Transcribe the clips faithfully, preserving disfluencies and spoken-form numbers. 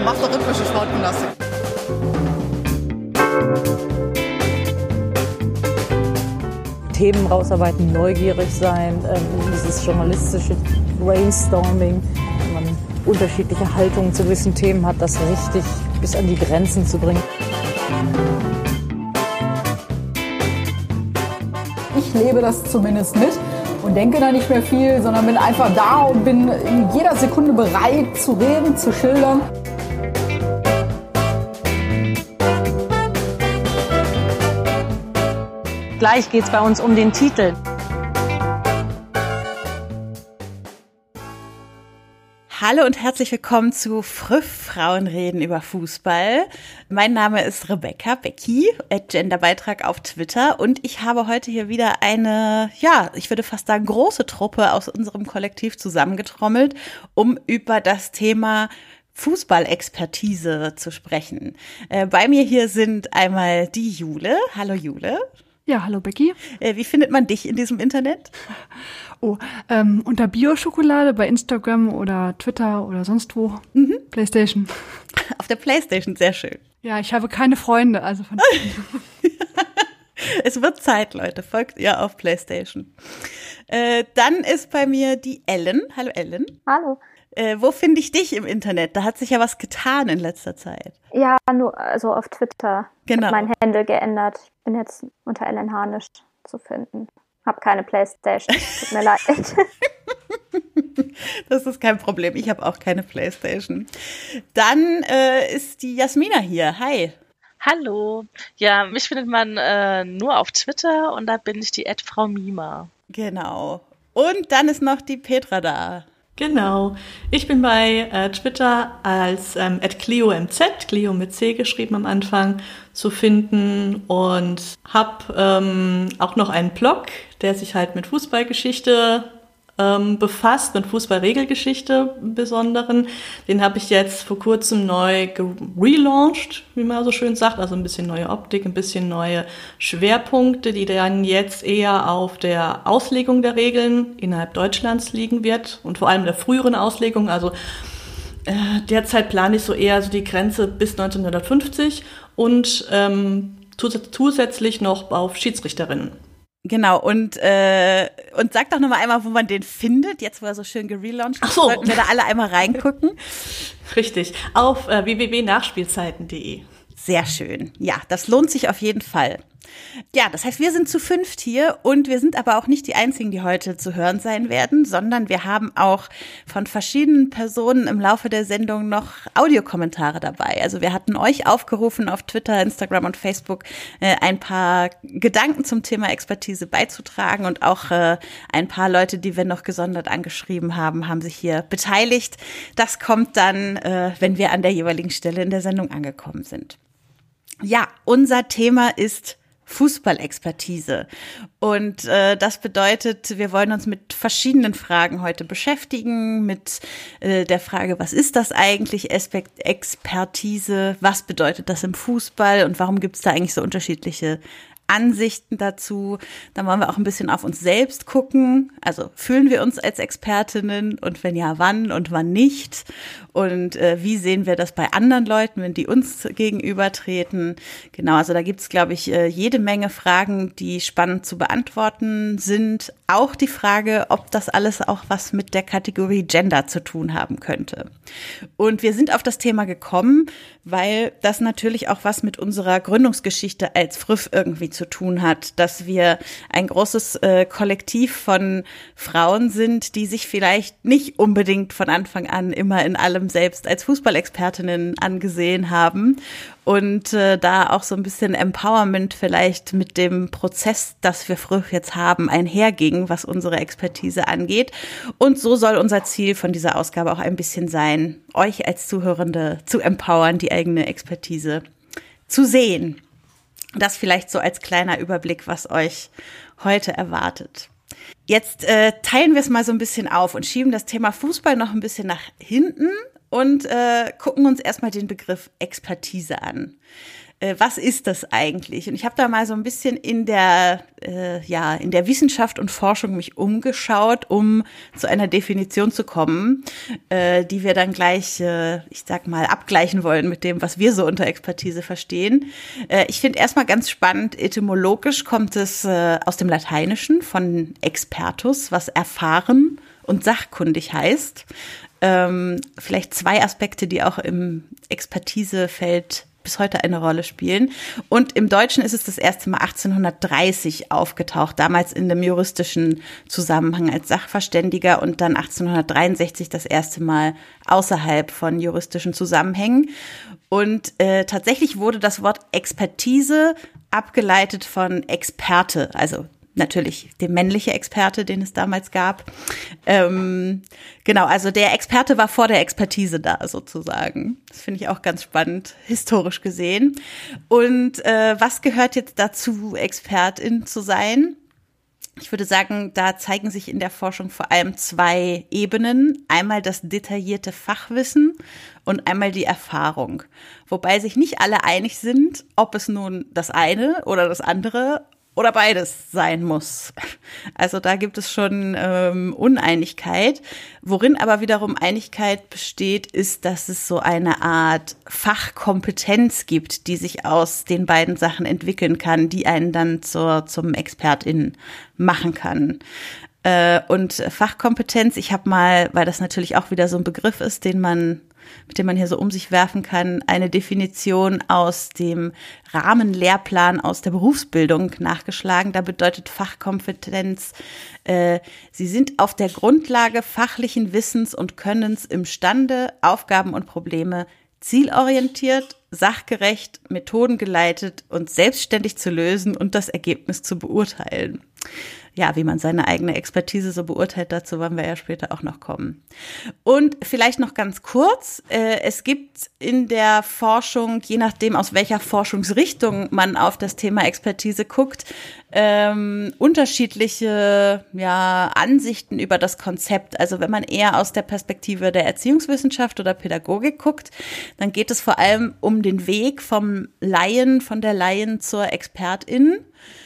mach doch rhythmische Sportgymnastik. Themen rausarbeiten, neugierig sein, ähm, dieses journalistische Brainstorming, wenn man unterschiedliche Haltungen zu gewissen Themen hat, das richtig bis an die Grenzen zu bringen. Ich lebe das zumindest mit und denke da nicht mehr viel, sondern bin einfach da und bin in jeder Sekunde bereit zu reden, zu schildern. Gleich geht es bei uns um den Titel. Hallo und herzlich willkommen zu Früff Frauen reden über Fußball. Mein Name ist Rebecca, Becky, at Genderbeitrag auf Twitter und ich habe heute hier wieder eine, ja, ich würde fast sagen, große Truppe aus unserem Kollektiv zusammengetrommelt, um über das Thema Fußballexpertise zu sprechen. Äh, bei mir hier sind einmal die Jule. Hallo Jule. Ja, hallo Becky. Äh, wie findet man dich in diesem Internet? Oh, ähm, unter Bio-Schokolade bei Instagram oder Twitter oder sonst wo. Mhm. PlayStation. Auf der PlayStation, sehr schön. Ja, ich habe keine Freunde, also von Es wird Zeit, Leute. Folgt ihr auf PlayStation. Äh, dann ist bei mir die Ellen. Hallo Ellen. Hallo. Äh, wo finde ich dich im Internet? Da hat sich ja was getan in letzter Zeit. Ja, nur also auf Twitter. Genau. Hab mein Handle geändert. Ich bin jetzt unter Ellen Harnisch zu finden. Hab keine Playstation. Tut mir leid. Das ist kein Problem. Ich habe auch keine Playstation. Dann äh, ist die Jasmina hier. Hi. Hallo. Ja, mich findet man äh, nur auf Twitter und da bin ich die Ad Frau Mima. Genau. Und dann ist noch die Petra da. Genau. Ich bin bei äh, Twitter als ähm, at CleoMZ, Cleo mit C geschrieben am Anfang, zu finden und habe ähm, auch noch einen Blog, der sich halt mit Fußballgeschichte ähm, befasst, mit Fußballregelgeschichte im Besonderen. Den habe ich jetzt vor kurzem neu gelauncht, wie man so schön sagt, also ein bisschen neue Optik, ein bisschen neue Schwerpunkte, die dann jetzt eher auf der Auslegung der Regeln innerhalb Deutschlands liegen wird und vor allem der früheren Auslegung, also äh, derzeit plane ich so eher so die Grenze bis neunzehnhundertfünfzig und ähm, zus- zusätzlich noch auf Schiedsrichterinnen. Genau, und äh, und sag doch nochmal einmal, wo man den findet, jetzt wo er so schön gelauncht ist, so. Sollten wir da alle einmal reingucken. Richtig, auf äh, w w w punkt nachspielzeiten punkt d e. Sehr schön. Ja, das lohnt sich auf jeden Fall. Ja, das heißt, wir sind zu fünft hier und wir sind aber auch nicht die einzigen, die heute zu hören sein werden, sondern wir haben auch von verschiedenen Personen im Laufe der Sendung noch Audiokommentare dabei. Also wir hatten euch aufgerufen, auf Twitter, Instagram und Facebook äh, ein paar Gedanken zum Thema Expertise beizutragen und auch äh, ein paar Leute, die wir noch gesondert angeschrieben haben, haben sich hier beteiligt. Das kommt dann, äh, wenn wir an der jeweiligen Stelle in der Sendung angekommen sind. Ja, unser Thema ist Fußballexpertise. Und äh, das bedeutet, wir wollen uns mit verschiedenen Fragen heute beschäftigen, mit äh, der Frage, was ist das eigentlich, Aspekt Expertise, was bedeutet das im Fußball und warum gibt es da eigentlich so unterschiedliche Ansichten dazu. Dann wollen wir auch ein bisschen auf uns selbst gucken. Also fühlen wir uns als Expertinnen und wenn ja, wann und wann nicht? Und äh, wie sehen wir das bei anderen Leuten, wenn die uns gegenübertreten? Genau, also da gibt's, glaube ich, äh, jede Menge Fragen, die spannend zu beantworten sind. Auch die Frage, ob das alles auch was mit der Kategorie Gender zu tun haben könnte. Und wir sind auf das Thema gekommen, weil das natürlich auch was mit unserer Gründungsgeschichte als Früff irgendwie zu tun hat, dass wir ein großes äh, Kollektiv von Frauen sind, die sich vielleicht nicht unbedingt von Anfang an immer in allem selbst als Fußballexpertinnen angesehen haben und äh, da auch so ein bisschen Empowerment vielleicht mit dem Prozess, das wir früh jetzt haben, einherging, was unsere Expertise angeht. Und so soll unser Ziel von dieser Ausgabe auch ein bisschen sein, euch als Zuhörende zu empowern, die eigene Expertise zu sehen. Das vielleicht so als kleiner Überblick, was euch heute erwartet. Jetzt äh, teilen wir es mal so ein bisschen auf und schieben das Thema Fußball noch ein bisschen nach hinten und äh, gucken uns erstmal den Begriff Expertise an. Äh, was ist das eigentlich? Und ich habe da mal so ein bisschen in der, äh, ja, in der Wissenschaft und Forschung mich umgeschaut, um zu einer Definition zu kommen, äh, die wir dann gleich, äh, ich sag mal, abgleichen wollen mit dem, was wir so unter Expertise verstehen. Äh, ich finde erstmal ganz spannend, etymologisch kommt es äh, aus dem Lateinischen von expertus, was erfahren und sachkundig heißt. Ähm, vielleicht zwei Aspekte, die auch im Expertisefeld bis heute eine Rolle spielen. Und im Deutschen ist es das erste Mal achtzehnhundertdreißig aufgetaucht, damals in dem juristischen Zusammenhang als Sachverständiger und dann achtzehnhundertdreiundsechzig das erste Mal außerhalb von juristischen Zusammenhängen. Und äh, tatsächlich wurde das Wort Expertise abgeleitet von Experte, also natürlich der männliche Experte, den es damals gab. Ähm, genau, also der Experte war vor der Expertise da sozusagen. Das finde ich auch ganz spannend, historisch gesehen. Und äh, was gehört jetzt dazu, Expertin zu sein? Ich würde sagen, da zeigen sich in der Forschung vor allem zwei Ebenen. Einmal das detaillierte Fachwissen und einmal die Erfahrung. Wobei sich nicht alle einig sind, ob es nun das eine oder das andere oder beides sein muss. Also da gibt es schon ähm, Uneinigkeit. Worin aber wiederum Einigkeit besteht, ist, dass es so eine Art Fachkompetenz gibt, die sich aus den beiden Sachen entwickeln kann, die einen dann zur zum ExpertInnen machen kann. Äh, und Fachkompetenz, ich habe mal, weil das natürlich auch wieder so ein Begriff ist, den man mit dem man hier so um sich werfen kann, eine Definition aus dem Rahmenlehrplan aus der Berufsbildung nachgeschlagen. Da bedeutet Fachkompetenz, äh, sie sind auf der Grundlage fachlichen Wissens und Könnens imstande, Aufgaben und Probleme zielorientiert, sachgerecht, methodengeleitet und selbstständig zu lösen und das Ergebnis zu beurteilen. Ja, wie man seine eigene Expertise so beurteilt, dazu wollen wir ja später auch noch kommen. Und vielleicht noch ganz kurz, äh, es gibt in der Forschung, je nachdem aus welcher Forschungsrichtung man auf das Thema Expertise guckt, ähm, unterschiedliche ja, Ansichten über das Konzept. Also wenn man eher aus der Perspektive der Erziehungswissenschaft oder Pädagogik guckt, dann geht es vor allem um den Weg vom Laien, von der Laien zur Expertin.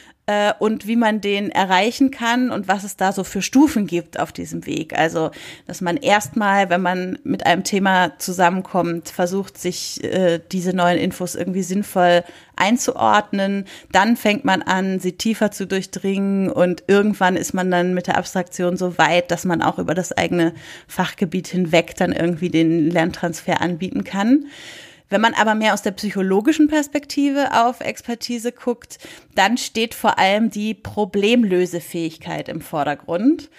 Und wie man den erreichen kann und was es da so für Stufen gibt auf diesem Weg. Also, dass man erstmal, wenn man mit einem Thema zusammenkommt, versucht, sich äh, diese neuen Infos irgendwie sinnvoll einzuordnen. Dann fängt man an, sie tiefer zu durchdringen und irgendwann ist man dann mit der Abstraktion so weit, dass man auch über das eigene Fachgebiet hinweg dann irgendwie den Lerntransfer anbieten kann. Wenn man aber mehr aus der psychologischen Perspektive auf Expertise guckt, dann steht vor allem die Problemlösefähigkeit im Vordergrund.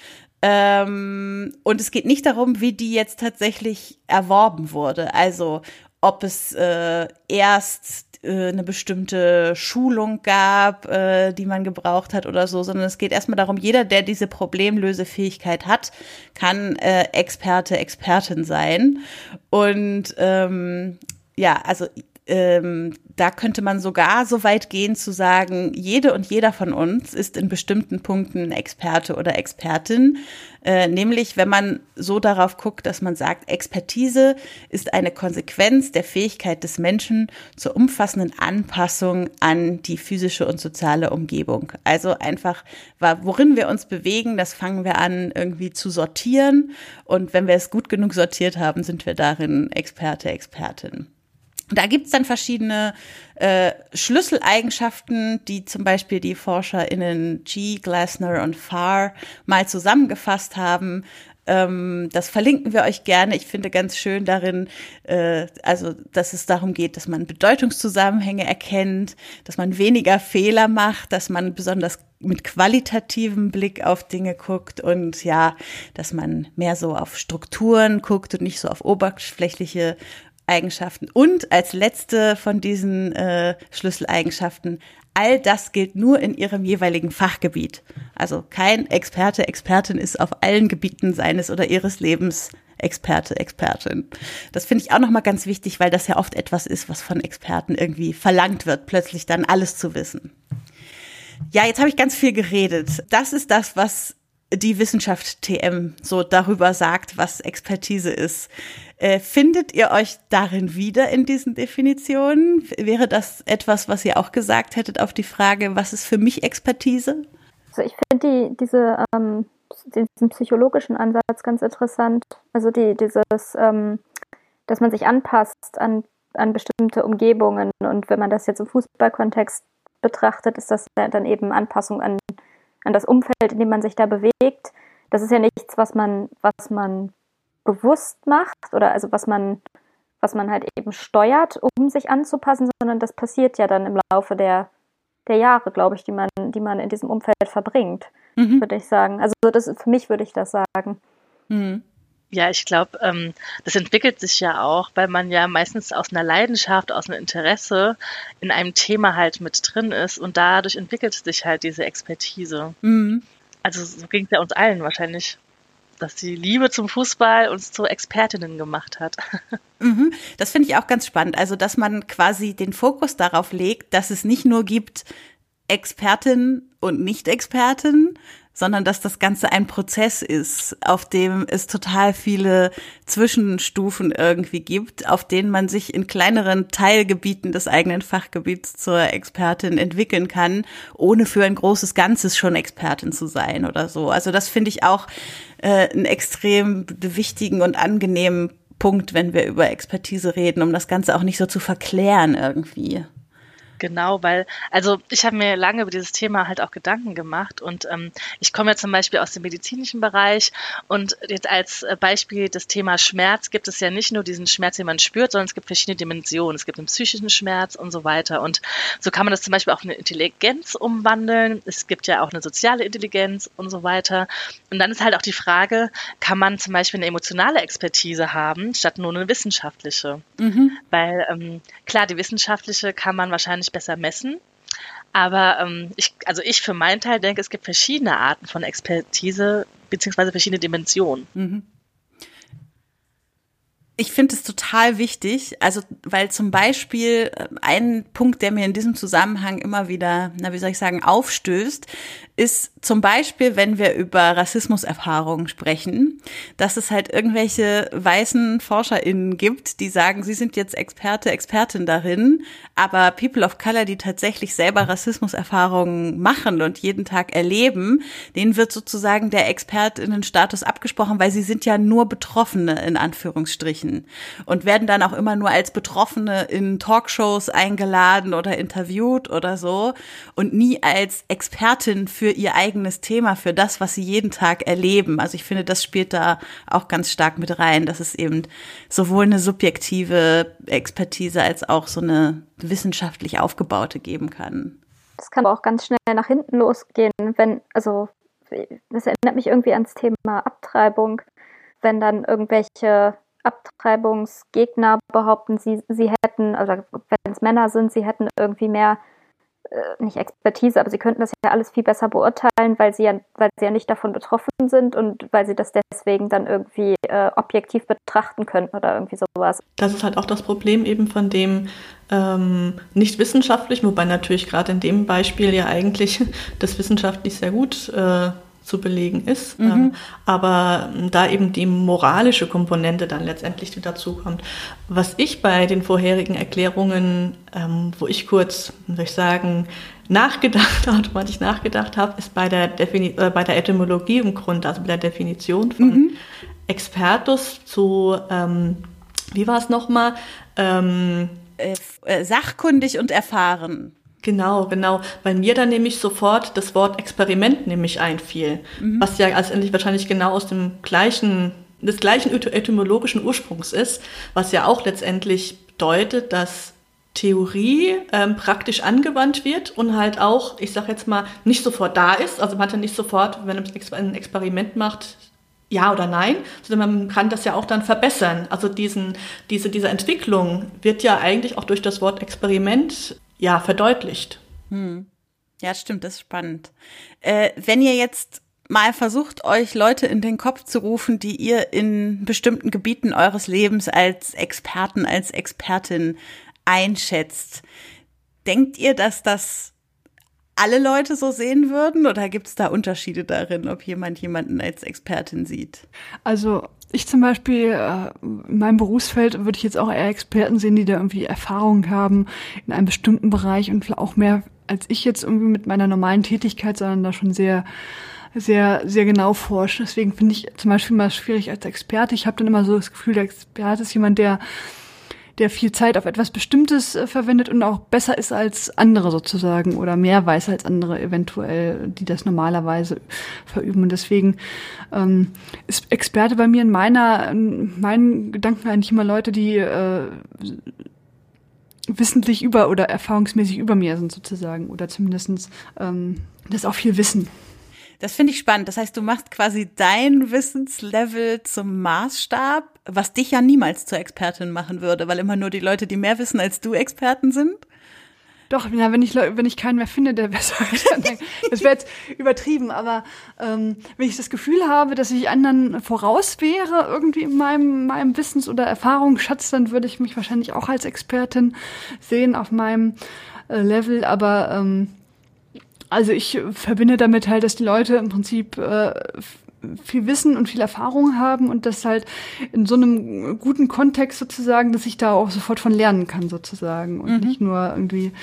Ähm, und es geht nicht darum, wie die jetzt tatsächlich erworben wurde. Also ob es äh, erst äh, eine bestimmte Schulung gab, äh, die man gebraucht hat oder so, sondern es geht erstmal darum, jeder, der diese Problemlösefähigkeit hat, kann äh, Experte, Expertin sein. Und ähm, ja, also ähm, da könnte man sogar so weit gehen zu sagen, jede und jeder von uns ist in bestimmten Punkten Experte oder Expertin, äh, nämlich wenn man so darauf guckt, dass man sagt, Expertise ist eine Konsequenz der Fähigkeit des Menschen zur umfassenden Anpassung an die physische und soziale Umgebung. Also einfach, worin wir uns bewegen, das fangen wir an irgendwie zu sortieren und wenn wir es gut genug sortiert haben, sind wir darin Experte, Expertin. Da gibt's dann verschiedene äh, Schlüsseleigenschaften, die zum Beispiel die ForscherInnen G, Glasner und Farr mal zusammengefasst haben. Ähm, das verlinken wir euch gerne. Ich finde ganz schön darin, äh, also dass es darum geht, dass man Bedeutungszusammenhänge erkennt, dass man weniger Fehler macht, dass man besonders mit qualitativem Blick auf Dinge guckt und ja, dass man mehr so auf Strukturen guckt und nicht so auf oberflächliche Eigenschaften. Und als letzte von diesen äh, Schlüsseleigenschaften, all das gilt nur in ihrem jeweiligen Fachgebiet. Also kein Experte, Expertin ist auf allen Gebieten seines oder ihres Lebens Experte, Expertin. Das finde ich auch nochmal ganz wichtig, weil das ja oft etwas ist, was von Experten irgendwie verlangt wird, plötzlich dann alles zu wissen. Ja, jetzt habe ich ganz viel geredet. Das ist das, was die Wissenschaft T M so darüber sagt, was Expertise ist. Äh, findet ihr euch darin wieder in diesen Definitionen? Wäre das etwas, was ihr auch gesagt hättet auf die Frage, was ist für mich Expertise? Also ich finde die, diese, ähm, diesen psychologischen Ansatz ganz interessant. Also die, dieses, ähm, dass man sich anpasst an, an bestimmte Umgebungen. Und wenn man das jetzt im Fußballkontext betrachtet, ist das dann eben Anpassung an, an das Umfeld, in dem man sich da bewegt. Das ist ja nichts, was man, was man bewusst macht oder also was man, was man halt eben steuert, um sich anzupassen, sondern das passiert ja dann im Laufe der der Jahre, glaube ich, die man, die man in diesem Umfeld verbringt, mhm. würde ich sagen. Also das, für mich würde ich das sagen. Mhm. Ja, ich glaube, ähm, das entwickelt sich ja auch, weil man ja meistens aus einer Leidenschaft, aus einem Interesse in einem Thema halt mit drin ist und dadurch entwickelt sich halt diese Expertise. Mhm. Also so ging es ja uns allen wahrscheinlich, dass die Liebe zum Fußball uns zu Expertinnen gemacht hat. Mhm, das finde ich auch ganz spannend. Also, dass man quasi den Fokus darauf legt, dass es nicht nur gibt Expertin und Nicht-Expertin, sondern dass das Ganze ein Prozess ist, auf dem es total viele Zwischenstufen irgendwie gibt, auf denen man sich in kleineren Teilgebieten des eigenen Fachgebiets zur Expertin entwickeln kann, ohne für ein großes Ganzes schon Expertin zu sein oder so. Also das finde ich auch äh, einen extrem wichtigen und angenehmen Punkt, wenn wir über Expertise reden, um das Ganze auch nicht so zu verklären irgendwie. Genau, weil, also ich habe mir lange über dieses Thema halt auch Gedanken gemacht und ähm, ich komme ja zum Beispiel aus dem medizinischen Bereich und jetzt als Beispiel das Thema Schmerz gibt es ja nicht nur diesen Schmerz, den man spürt, sondern es gibt verschiedene Dimensionen. Es gibt einen psychischen Schmerz und so weiter und so kann man das zum Beispiel auch in eine Intelligenz umwandeln. Es gibt ja auch eine soziale Intelligenz und so weiter und dann ist halt auch die Frage, kann man zum Beispiel eine emotionale Expertise haben, statt nur eine wissenschaftliche? Mhm. Weil ähm, klar, die wissenschaftliche kann man wahrscheinlich besser messen. Aber ähm, ich, also ich für meinen Teil denke, es gibt verschiedene Arten von Expertise beziehungsweise verschiedene Dimensionen. Mhm. Ich finde es total wichtig, also weil zum Beispiel ein Punkt, der mir in diesem Zusammenhang immer wieder, na wie soll ich sagen, aufstößt, ist zum Beispiel, wenn wir über Rassismuserfahrungen sprechen, dass es halt irgendwelche weißen ForscherInnen gibt, die sagen, sie sind jetzt Experte, Expertin darin, aber People of Color, die tatsächlich selber Rassismuserfahrungen machen und jeden Tag erleben, denen wird sozusagen der ExpertInnen-Status abgesprochen, weil sie sind ja nur Betroffene, in Anführungsstrichen. Und werden dann auch immer nur als Betroffene in Talkshows eingeladen oder interviewt oder so und nie als Expertin für ihr eigenes Thema, für das, was sie jeden Tag erleben. Also ich finde, das spielt da auch ganz stark mit rein, dass es eben sowohl eine subjektive Expertise als auch so eine wissenschaftlich aufgebaute geben kann. Das kann aber auch ganz schnell nach hinten losgehen, wenn, also das erinnert mich irgendwie ans Thema Abtreibung, wenn dann irgendwelche Abtreibungsgegner behaupten, sie, sie hätten, oder wenn es Männer sind, sie hätten irgendwie mehr, äh, nicht Expertise, aber sie könnten das ja alles viel besser beurteilen, weil sie ja, weil sie ja nicht davon betroffen sind und weil sie das deswegen dann irgendwie äh, objektiv betrachten könnten oder irgendwie sowas. Das ist halt auch das Problem eben von dem ähm, nicht wissenschaftlichen, wobei natürlich gerade in dem Beispiel ja eigentlich das wissenschaftlich sehr gut äh, zu belegen ist, mhm. ähm, aber da eben die moralische Komponente dann letztendlich dazu kommt. Was ich bei den vorherigen Erklärungen, ähm, wo ich kurz, soll ich sagen, nachgedacht, automatisch nachgedacht habe, ist bei der, Defini- äh, bei der Etymologie im Grunde, also bei der Definition von mhm. Expertus zu, ähm, wie war es nochmal? Ähm, äh, sachkundig und erfahren. Genau, genau, weil mir dann nämlich sofort das Wort Experiment nämlich einfiel, mhm. was ja letztendlich wahrscheinlich genau aus dem gleichen, des gleichen etymologischen Ursprungs ist, was ja auch letztendlich bedeutet, dass Theorie ähm, praktisch angewandt wird und halt auch, ich sag jetzt mal, nicht sofort da ist, also man hat ja nicht sofort, wenn man ein Experiment macht, ja oder nein, sondern man kann das ja auch dann verbessern. Also diesen, diese, diese Entwicklung wird ja eigentlich auch durch das Wort Experiment ja, verdeutlicht. Hm. Ja, stimmt, das ist spannend. Äh, wenn ihr jetzt mal versucht, euch Leute in den Kopf zu rufen, die ihr in bestimmten Gebieten eures Lebens als Experten, als Expertin einschätzt, denkt ihr, dass das alle Leute so sehen würden? Oder gibt es da Unterschiede darin, ob jemand jemanden als Expertin sieht? Also ich zum Beispiel, in meinem Berufsfeld würde ich jetzt auch eher Experten sehen, die da irgendwie Erfahrung haben in einem bestimmten Bereich und auch mehr als ich jetzt irgendwie mit meiner normalen Tätigkeit, sondern da schon sehr, sehr, sehr genau forschen. Deswegen finde ich zum Beispiel mal schwierig als Experte. Ich habe dann immer so das Gefühl, der Experte ist jemand, der der viel Zeit auf etwas Bestimmtes äh, verwendet und auch besser ist als andere sozusagen oder mehr weiß als andere eventuell, die das normalerweise verüben. Und deswegen ähm, ist Experte bei mir in meiner, in meinen Gedanken eigentlich immer Leute, die äh, wissentlich über oder erfahrungsmäßig über mir sind sozusagen oder zumindestens ähm, das auch viel wissen. Das finde ich spannend. Das heißt, du machst quasi dein Wissenslevel zum Maßstab, was dich ja niemals zur Expertin machen würde, weil immer nur die Leute, die mehr wissen als du, Experten sind. Doch, ja, wenn ich wenn ich keinen mehr finde, der besser ist, dann denke ich, das wäre jetzt übertrieben, aber ähm, wenn ich das Gefühl habe, dass ich anderen voraus wäre, irgendwie in meinem, meinem Wissens- oder Erfahrungsschatz, dann würde ich mich wahrscheinlich auch als Expertin sehen auf meinem äh, Level, aber ähm, also ich verbinde damit halt, dass die Leute im Prinzip äh, viel Wissen und viel Erfahrung haben und das halt in so einem guten Kontext sozusagen, dass ich da auch sofort von lernen kann sozusagen und mhm. nicht nur irgendwie,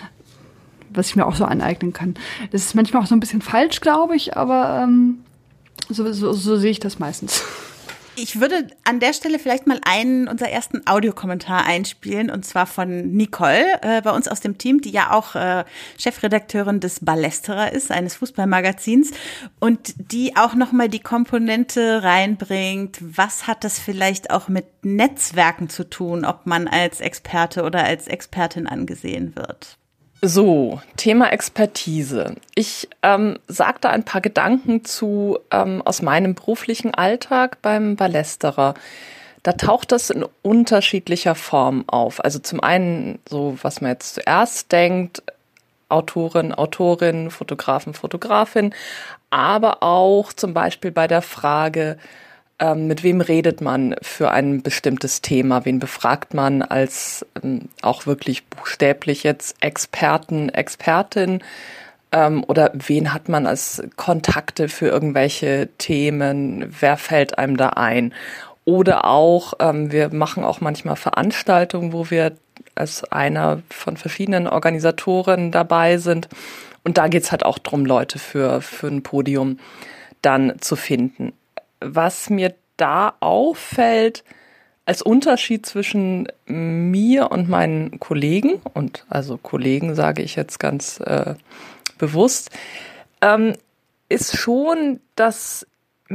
was ich mir auch so aneignen kann. Das ist manchmal auch so ein bisschen falsch, glaube ich, aber ähm, so, so, so sehe ich das meistens. Ich würde an der Stelle vielleicht mal einen unserer ersten Audiokommentar einspielen, und zwar von Nicole äh, bei uns aus dem Team, die ja auch äh, Chefredakteurin des Ballesterer ist, eines Fußballmagazins, und die auch nochmal die Komponente reinbringt, was hat das vielleicht auch mit Netzwerken zu tun, ob man als Experte oder als Expertin angesehen wird. So, Thema Expertise. Ich ähm, sage da ein paar Gedanken zu ähm, aus meinem beruflichen Alltag beim Ballesterer. Da taucht das in unterschiedlicher Form auf. Also zum einen so, was man jetzt zuerst denkt, Autorin, Autorin, Fotografen, Fotografin, aber auch zum Beispiel bei der Frage, Ähm, mit wem redet man für ein bestimmtes Thema? Wen befragt man als ähm, auch wirklich buchstäblich jetzt Experten, Expertin? Ähm, oder wen hat man als Kontakte für irgendwelche Themen? Wer fällt einem da ein? Oder auch, ähm, wir machen auch manchmal Veranstaltungen, wo wir als einer von verschiedenen Organisatoren dabei sind. Und da geht's halt auch drum, Leute für, für ein Podium dann zu finden. Was mir da auffällt, als Unterschied zwischen mir und meinen Kollegen, und also Kollegen sage ich jetzt ganz äh, bewusst, ähm, ist schon, dass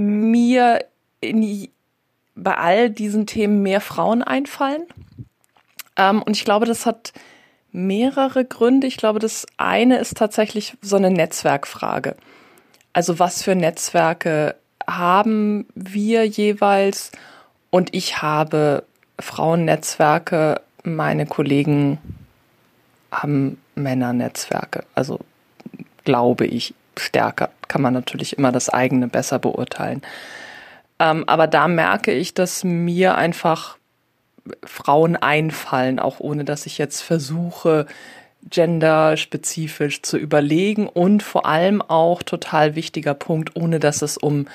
mir in, bei all diesen Themen mehr Frauen einfallen. Ähm, und ich glaube, das hat mehrere Gründe. Ich glaube, das eine ist tatsächlich so eine Netzwerkfrage. Also was für Netzwerke haben wir jeweils, und ich habe Frauennetzwerke, meine Kollegen haben Männernetzwerke, also glaube ich stärker, kann man natürlich immer das eigene besser beurteilen. Ähm, aber da merke ich, dass mir einfach Frauen einfallen, auch ohne dass ich jetzt versuche, genderspezifisch zu überlegen, und vor allem auch total wichtiger Punkt, ohne dass es um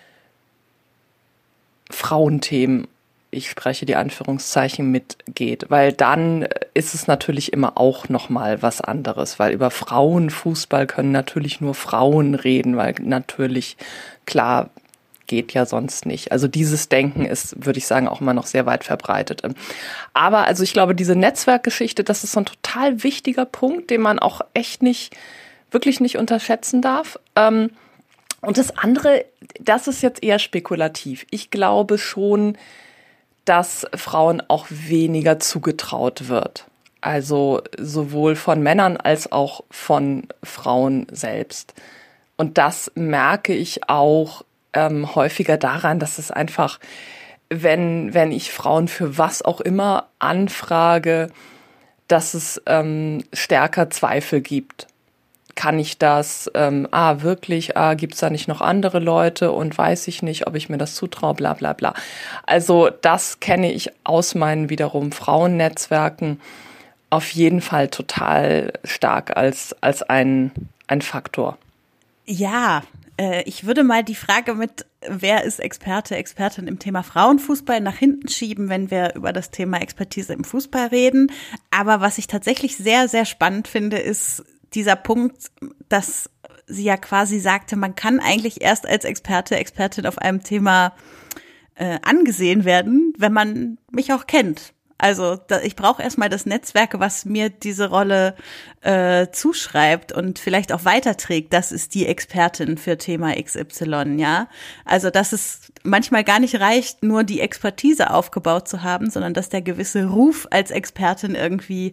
Frauenthemen, ich spreche die Anführungszeichen, mitgeht, weil dann ist es natürlich immer auch nochmal was anderes, weil über Frauenfußball können natürlich nur Frauen reden, weil natürlich, klar, geht ja sonst nicht. Also dieses Denken ist, würde ich sagen, auch immer noch sehr weit verbreitet. Aber also ich glaube, diese Netzwerkgeschichte, das ist so ein total wichtiger Punkt, den man auch echt nicht, wirklich nicht unterschätzen darf. Und das andere, das ist jetzt eher spekulativ. Ich glaube schon, dass Frauen auch weniger zugetraut wird. Also sowohl von Männern als auch von Frauen selbst. Und das merke ich auch ähm, häufiger daran, dass es einfach, wenn, wenn ich Frauen für was auch immer anfrage, dass es ähm, stärker Zweifel gibt. Kann ich das, ähm, ah, wirklich, ah, gibt's da nicht noch andere Leute und weiß ich nicht, ob ich mir das zutraue, bla bla bla. Also das kenne ich aus meinen wiederum Frauennetzwerken auf jeden Fall total stark als, als ein, ein Faktor. Ja, äh, ich würde mal die Frage mit, wer ist Experte, Expertin im Thema Frauenfußball nach hinten schieben, wenn wir über das Thema Expertise im Fußball reden. Aber was ich tatsächlich sehr, sehr spannend finde, ist dieser Punkt, dass sie ja quasi sagte, man kann eigentlich erst als Experte, Expertin auf einem Thema äh, angesehen werden, wenn man mich auch kennt. Also da, ich brauche erstmal das Netzwerk, was mir diese Rolle äh, zuschreibt und vielleicht auch weiterträgt. Das ist die Expertin für Thema X Y, ja. Also dass es manchmal gar nicht reicht, nur die Expertise aufgebaut zu haben, sondern dass der gewisse Ruf als Expertin irgendwie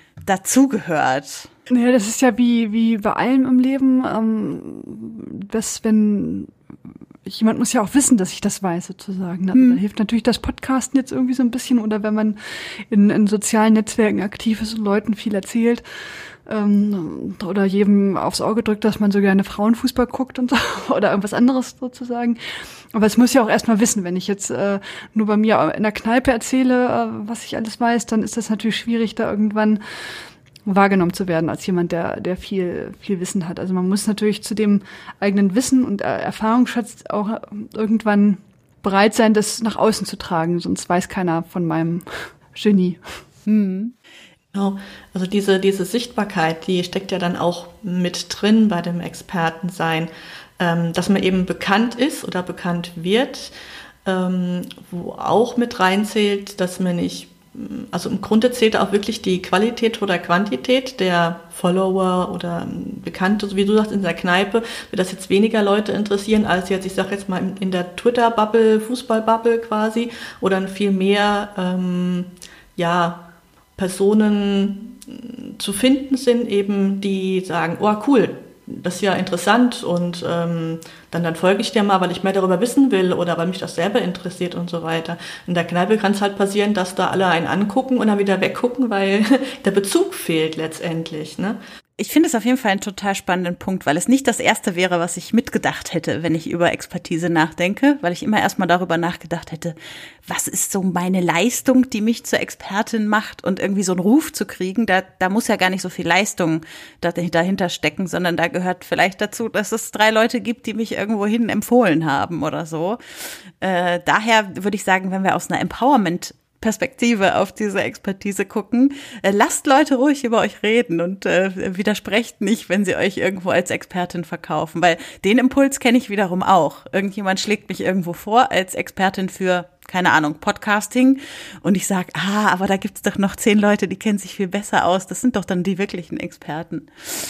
dazugehört. Ja, das ist ja wie wie bei allem im Leben, ähm, dass wenn jemand muss ja auch wissen, dass ich das weiß, sozusagen. Ne? Hm. Da hilft natürlich das Podcasten jetzt irgendwie so ein bisschen oder wenn man in, in sozialen Netzwerken aktiv ist und Leuten viel erzählt ähm, oder jedem aufs Auge drückt, dass man so gerne Frauenfußball guckt und so oder irgendwas anderes sozusagen. Aber es muss ja auch erstmal wissen, wenn ich jetzt äh, nur bei mir in der Kneipe erzähle, äh, was ich alles weiß, dann ist das natürlich schwierig, da irgendwann wahrgenommen zu werden als jemand, der der viel viel Wissen hat. Also man muss natürlich zu dem eigenen Wissen und äh, Erfahrungsschatz auch irgendwann bereit sein, das nach außen zu tragen, sonst weiß keiner von meinem Genie. Hm. Genau. Also diese diese Sichtbarkeit, die steckt ja dann auch mit drin bei dem Expertensein, ähm, dass man eben bekannt ist oder bekannt wird, ähm, wo auch mit reinzählt, dass man nicht Also im Grunde zählt auch wirklich die Qualität oder Quantität der Follower oder Bekannte, so wie du sagst, in der Kneipe, wird das jetzt weniger Leute interessieren, als jetzt, ich sage jetzt mal, in der Twitter-Bubble, Fußball-Bubble quasi, oder viel mehr ähm, ja, Personen zu finden sind, eben die sagen, oh cool, das ist ja interessant und ähm, dann, dann folge ich dir mal, weil ich mehr darüber wissen will oder weil mich das selber interessiert und so weiter. In der Kneipe kann es halt passieren, dass da alle einen angucken und dann wieder weggucken, weil der Bezug fehlt letztendlich, ne? Ich finde es auf jeden Fall einen total spannenden Punkt, weil es nicht das Erste wäre, was ich mitgedacht hätte, wenn ich über Expertise nachdenke, weil ich immer erstmal darüber nachgedacht hätte, was ist so meine Leistung, die mich zur Expertin macht und irgendwie so einen Ruf zu kriegen, da, da muss ja gar nicht so viel Leistung dahinter stecken, sondern da gehört vielleicht dazu, dass es drei Leute gibt, die mich irgendwohin empfohlen haben oder so. Äh, daher würde ich sagen, wenn wir aus einer Empowerment Perspektive auf diese Expertise gucken. Äh, lasst Leute ruhig über euch reden und äh, widersprecht nicht, wenn sie euch irgendwo als Expertin verkaufen, weil den Impuls kenne ich wiederum auch. Irgendjemand schlägt mich irgendwo vor als Expertin für, keine Ahnung, Podcasting und ich sage, ah, aber da gibt's doch noch zehn Leute, die kennen sich viel besser aus. Das sind doch dann die wirklichen Experten.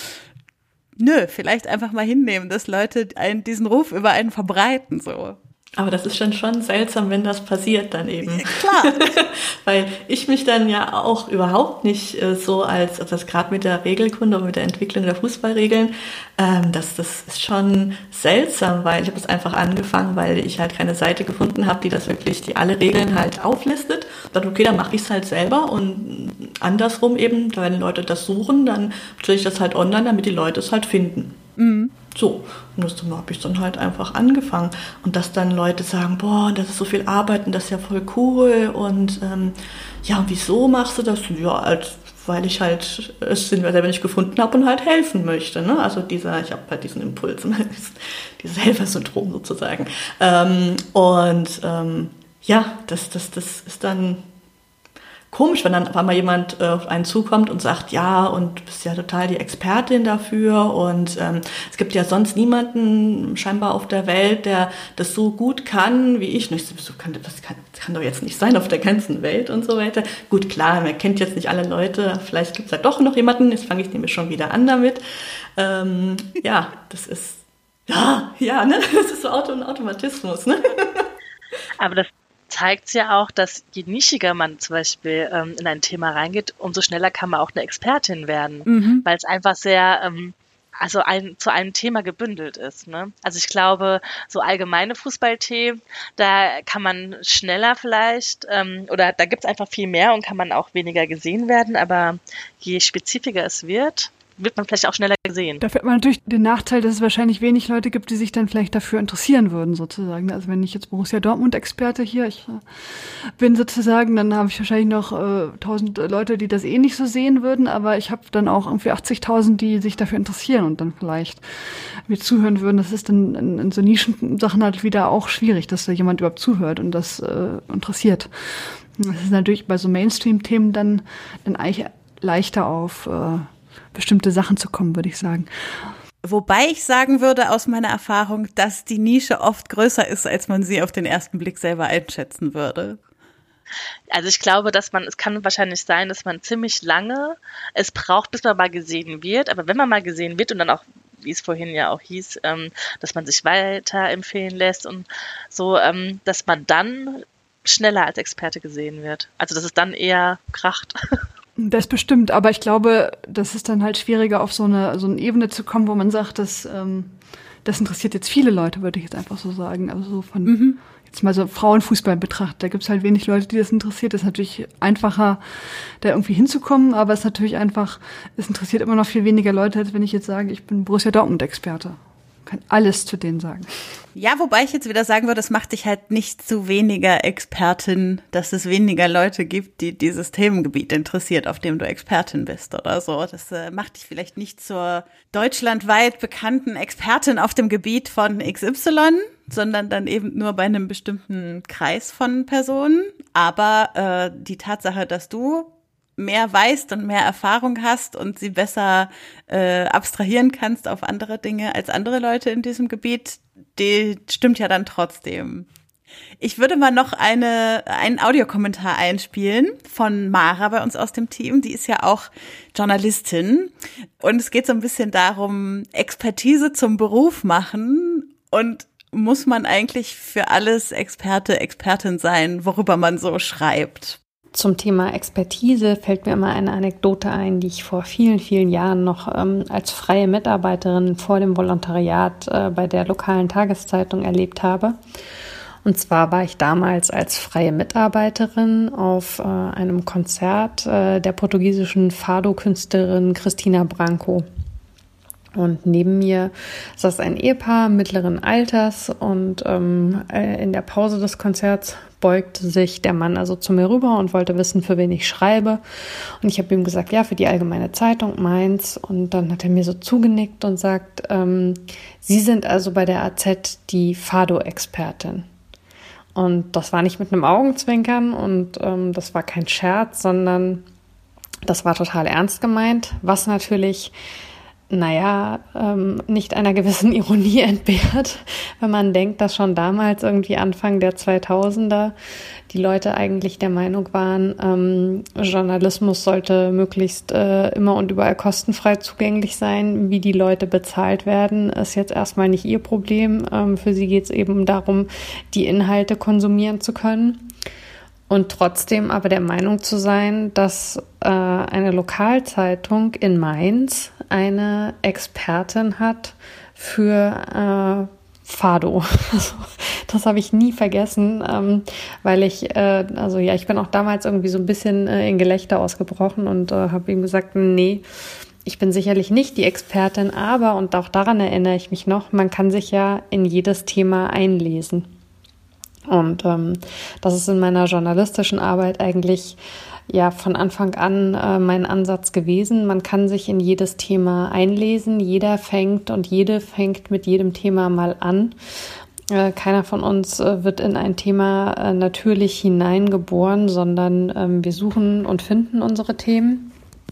Nö, vielleicht einfach mal hinnehmen, dass Leute einen, diesen Ruf über einen verbreiten, so. Aber das ist schon schon seltsam, wenn das passiert dann eben. Ja, klar. Weil ich mich dann ja auch überhaupt nicht äh, so als, also das gerade mit der Regelkunde und mit der Entwicklung der Fußballregeln, ähm, das, das ist schon seltsam, weil ich habe es einfach angefangen, weil ich halt keine Seite gefunden habe, die das wirklich, die alle Regeln halt auflistet. Ich dachte, okay, dann mache ich es halt selber und andersrum eben, wenn Leute das suchen, dann stelle ich das halt online, damit die Leute es halt finden. Mhm. So, und das habe ich dann halt einfach angefangen. Und dass dann Leute sagen, boah, das ist so viel Arbeit und das ist ja voll cool. Und ähm, ja, und wieso machst du das? Ja, als, weil ich halt es selber nicht gefunden habe und halt helfen möchte. Ne? Also dieser, ich habe halt diesen Impuls, dieses Helfersyndrom sozusagen. Ähm, und ähm, ja, das, das, das ist dann komisch, wenn dann auf einmal jemand äh, auf einen zukommt und sagt, ja, und du bist ja total die Expertin dafür und ähm, es gibt ja sonst niemanden scheinbar auf der Welt, der das so gut kann wie ich. Und ich so, das kann, das kann, das kann doch jetzt nicht sein auf der ganzen Welt und so weiter. Gut, klar, man kennt jetzt nicht alle Leute, vielleicht gibt es ja doch noch jemanden, jetzt fange ich nämlich schon wieder an damit. Ähm, ja, das ist, ja, ja, ne, das ist so Auto und Automatismus, ne. Aber das zeigt es ja auch, dass je nischiger man zum Beispiel ähm, in ein Thema reingeht, umso schneller kann man auch eine Expertin werden, mhm. weil es einfach sehr, ähm, also ein, zu einem Thema gebündelt ist. Ne? Also ich glaube, so allgemeine Fußballthemen, da kann man schneller vielleicht, ähm, oder da gibt es einfach viel mehr und kann man auch weniger gesehen werden, aber je spezifischer es wird, wird man vielleicht auch schneller gesehen. Dafür hat man natürlich den Nachteil, dass es wahrscheinlich wenig Leute gibt, die sich dann vielleicht dafür interessieren würden, sozusagen. Also wenn ich jetzt Borussia Dortmund-Experte hier ich, äh, bin, sozusagen, dann habe ich wahrscheinlich noch äh, tausend Leute, die das eh nicht so sehen würden, aber ich habe dann auch irgendwie achtzigtausend, die sich dafür interessieren und dann vielleicht mir zuhören würden. Das ist dann in, in so Nischensachen halt wieder auch schwierig, dass da jemand überhaupt zuhört und das äh, interessiert. Das ist natürlich bei so Mainstream-Themen dann, dann eigentlich leichter auf äh, bestimmte Sachen zu kommen, würde ich sagen. Wobei ich sagen würde aus meiner Erfahrung, dass die Nische oft größer ist, als man sie auf den ersten Blick selber einschätzen würde. Also ich glaube, dass man, es kann wahrscheinlich sein, dass man ziemlich lange es braucht, bis man mal gesehen wird. Aber wenn man mal gesehen wird und dann auch, wie es vorhin ja auch hieß, ähm, dass man sich weiterempfehlen lässt und so, ähm, dass man dann schneller als Experte gesehen wird. Also dass es dann eher kracht. Das bestimmt, aber ich glaube, das ist dann halt schwieriger, auf so eine, so eine Ebene zu kommen, wo man sagt, dass, ähm, das interessiert jetzt viele Leute, würde ich jetzt einfach so sagen. Also so von mhm. jetzt mal so Frauenfußball betrachtet, da gibt es halt wenig Leute, die das interessiert. Das ist natürlich einfacher, da irgendwie hinzukommen, aber es ist natürlich einfach, es interessiert immer noch viel weniger Leute, als wenn ich jetzt sage, ich bin Borussia Dortmund-Experte. Kann alles zu denen sagen. Ja, wobei ich jetzt wieder sagen würde, es macht dich halt nicht zu weniger Expertin, dass es weniger Leute gibt, die dieses Themengebiet interessiert, auf dem du Expertin bist oder so. Das äh, macht dich vielleicht nicht zur deutschlandweit bekannten Expertin auf dem Gebiet von X Y, sondern dann eben nur bei einem bestimmten Kreis von Personen. Aber äh, die Tatsache, dass du mehr weißt und mehr Erfahrung hast und sie besser äh, abstrahieren kannst auf andere Dinge als andere Leute in diesem Gebiet, die stimmt ja dann trotzdem. Ich würde mal noch eine einen Audiokommentar einspielen von Mara bei uns aus dem Team. Die ist ja auch Journalistin und es geht so ein bisschen darum, Expertise zum Beruf machen und muss man eigentlich für alles Experte, Expertin sein, worüber man so schreibt. Zum Thema Expertise fällt mir immer eine Anekdote ein, die ich vor vielen, vielen Jahren noch ähm, als freie Mitarbeiterin vor dem Volontariat äh, bei der lokalen Tageszeitung erlebt habe. Und zwar war ich damals als freie Mitarbeiterin auf äh, einem Konzert äh, der portugiesischen Fado-Künstlerin Cristina Branco. Und neben mir saß ein Ehepaar mittleren Alters und ähm, in der Pause des Konzerts beugte sich der Mann also zu mir rüber und wollte wissen, für wen ich schreibe. Und ich habe ihm gesagt, ja, für die Allgemeine Zeitung Mainz. Und dann hat er mir so zugenickt und sagt, ähm, Sie sind also bei der A Z die Fado-Expertin. Und das war nicht mit einem Augenzwinkern und ähm, das war kein Scherz, sondern das war total ernst gemeint, was natürlich naja, ähm, nicht einer gewissen Ironie entbehrt, wenn man denkt, dass schon damals irgendwie Anfang der zweitausender die Leute eigentlich der Meinung waren, ähm, Journalismus sollte möglichst äh, immer und überall kostenfrei zugänglich sein. Wie die Leute bezahlt werden, ist jetzt erstmal nicht ihr Problem. Ähm, für sie geht es eben darum, die Inhalte konsumieren zu können. Und trotzdem aber der Meinung zu sein, dass äh, eine Lokalzeitung in Mainz eine Expertin hat für äh, Fado. Also, das habe ich nie vergessen, ähm, weil ich, äh, also ja, ich bin auch damals irgendwie so ein bisschen äh, in Gelächter ausgebrochen und äh, habe ihm gesagt, nee, ich bin sicherlich nicht die Expertin, aber, und auch daran erinnere ich mich noch, man kann sich ja in jedes Thema einlesen. Und ähm, das ist in meiner journalistischen Arbeit eigentlich ja von Anfang an äh, mein Ansatz gewesen. Man kann sich in jedes Thema einlesen. Jeder fängt und jede fängt mit jedem Thema mal an. Äh, keiner von uns äh, wird in ein Thema äh, natürlich hineingeboren, sondern ähm, wir suchen und finden unsere Themen.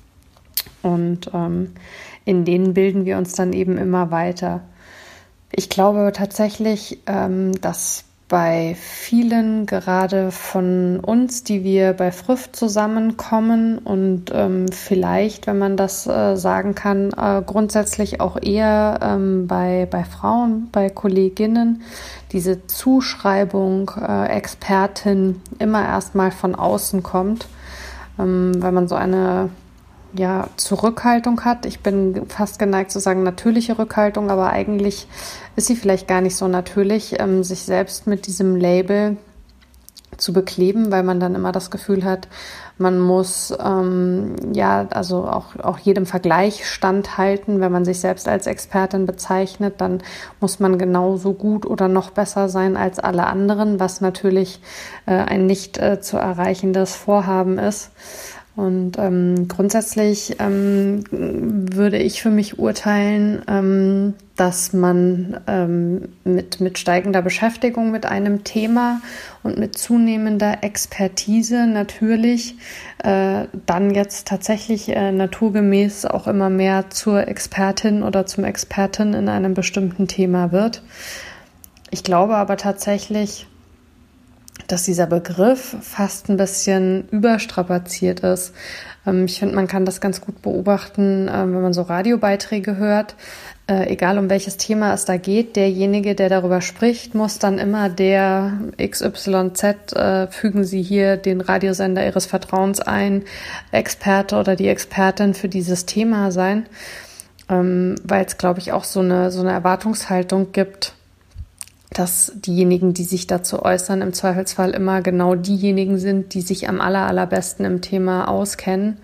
Und ähm, in denen bilden wir uns dann eben immer weiter. Ich glaube tatsächlich, ähm, dass bei vielen, gerade von uns, die wir bei Früff zusammenkommen und ähm, vielleicht, wenn man das äh, sagen kann, äh, grundsätzlich auch eher ähm, bei, bei Frauen, bei Kolleginnen, diese Zuschreibung äh, Expertin immer erstmal von außen kommt, ähm, weil man so eine ja, Zurückhaltung hat. Ich bin fast geneigt zu sagen natürliche Rückhaltung, aber eigentlich ist sie vielleicht gar nicht so natürlich, ähm, sich selbst mit diesem Label zu bekleben, weil man dann immer das Gefühl hat, man muss ähm, ja also auch, auch jedem Vergleich standhalten. Wenn man sich selbst als Expertin bezeichnet, dann muss man genauso gut oder noch besser sein als alle anderen, was natürlich äh, ein nicht äh, zu erreichendes Vorhaben ist. Und ähm, grundsätzlich ähm, würde ich für mich urteilen, ähm, dass man ähm, mit, mit steigender Beschäftigung mit einem Thema und mit zunehmender Expertise natürlich äh, dann jetzt tatsächlich äh, naturgemäß auch immer mehr zur Expertin oder zum Experten in einem bestimmten Thema wird. Ich glaube aber tatsächlich, dass dieser Begriff fast ein bisschen überstrapaziert ist. Ähm, ich finde, man kann das ganz gut beobachten, äh, wenn man so Radiobeiträge hört. Äh, egal um welches Thema es da geht, derjenige, der darüber spricht, muss dann immer der X Y Z, äh, fügen Sie hier den Radiosender Ihres Vertrauens ein, Experte oder die Expertin für dieses Thema sein. Ähm, weil es, glaube ich, auch so eine, so eine Erwartungshaltung gibt, dass diejenigen, die sich dazu äußern, im Zweifelsfall immer genau diejenigen sind, die sich am aller, allerbesten im Thema auskennen,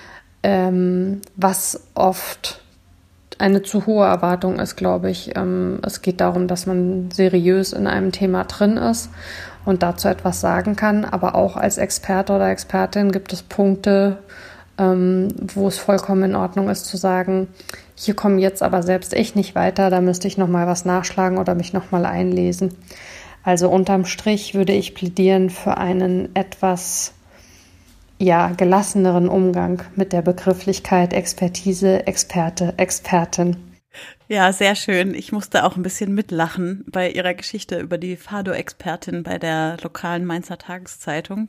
ähm, was oft eine zu hohe Erwartung ist, glaube ich. Ähm, es geht darum, dass man seriös in einem Thema drin ist und dazu etwas sagen kann, aber auch als Experte oder Expertin gibt es Punkte, ähm, wo es vollkommen in Ordnung ist zu sagen, hier komme jetzt aber selbst ich nicht weiter, da müsste ich nochmal was nachschlagen oder mich nochmal einlesen. Also unterm Strich würde ich plädieren für einen etwas ja, gelasseneren Umgang mit der Begrifflichkeit Expertise, Experte, Expertin. Ja, sehr schön. Ich musste auch ein bisschen mitlachen bei Ihrer Geschichte über die Fado-Expertin bei der lokalen Mainzer Tageszeitung.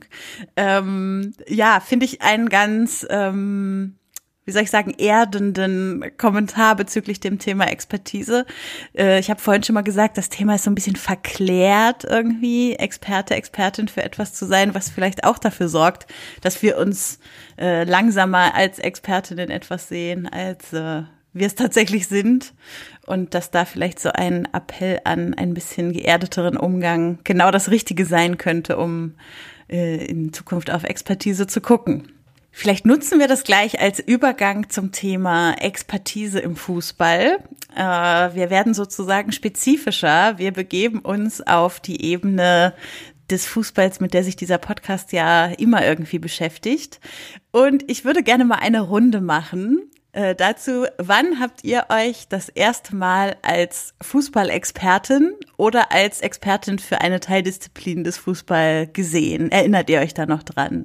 Ähm, ja, finde ich einen ganz... Ähm wie soll ich sagen, erdenden Kommentar bezüglich dem Thema Expertise. Äh, ich habe vorhin schon mal gesagt, das Thema ist so ein bisschen verklärt irgendwie, Experte, Expertin für etwas zu sein, was vielleicht auch dafür sorgt, dass wir uns äh, langsamer als Expertin in etwas sehen, als äh, wir es tatsächlich sind. Und dass da vielleicht so ein Appell an ein bisschen geerdeteren Umgang genau das Richtige sein könnte, um äh, in Zukunft auf Expertise zu gucken. Vielleicht nutzen wir das gleich als Übergang zum Thema Expertise im Fußball. Äh, wir werden sozusagen spezifischer. Wir begeben uns auf die Ebene des Fußballs, mit der sich dieser Podcast ja immer irgendwie beschäftigt. Und ich würde gerne mal eine Runde machen. Äh, dazu, wann habt ihr euch das erste Mal als Fußballexpertin oder als Expertin für eine Teildisziplin des Fußball gesehen? Erinnert ihr euch da noch dran?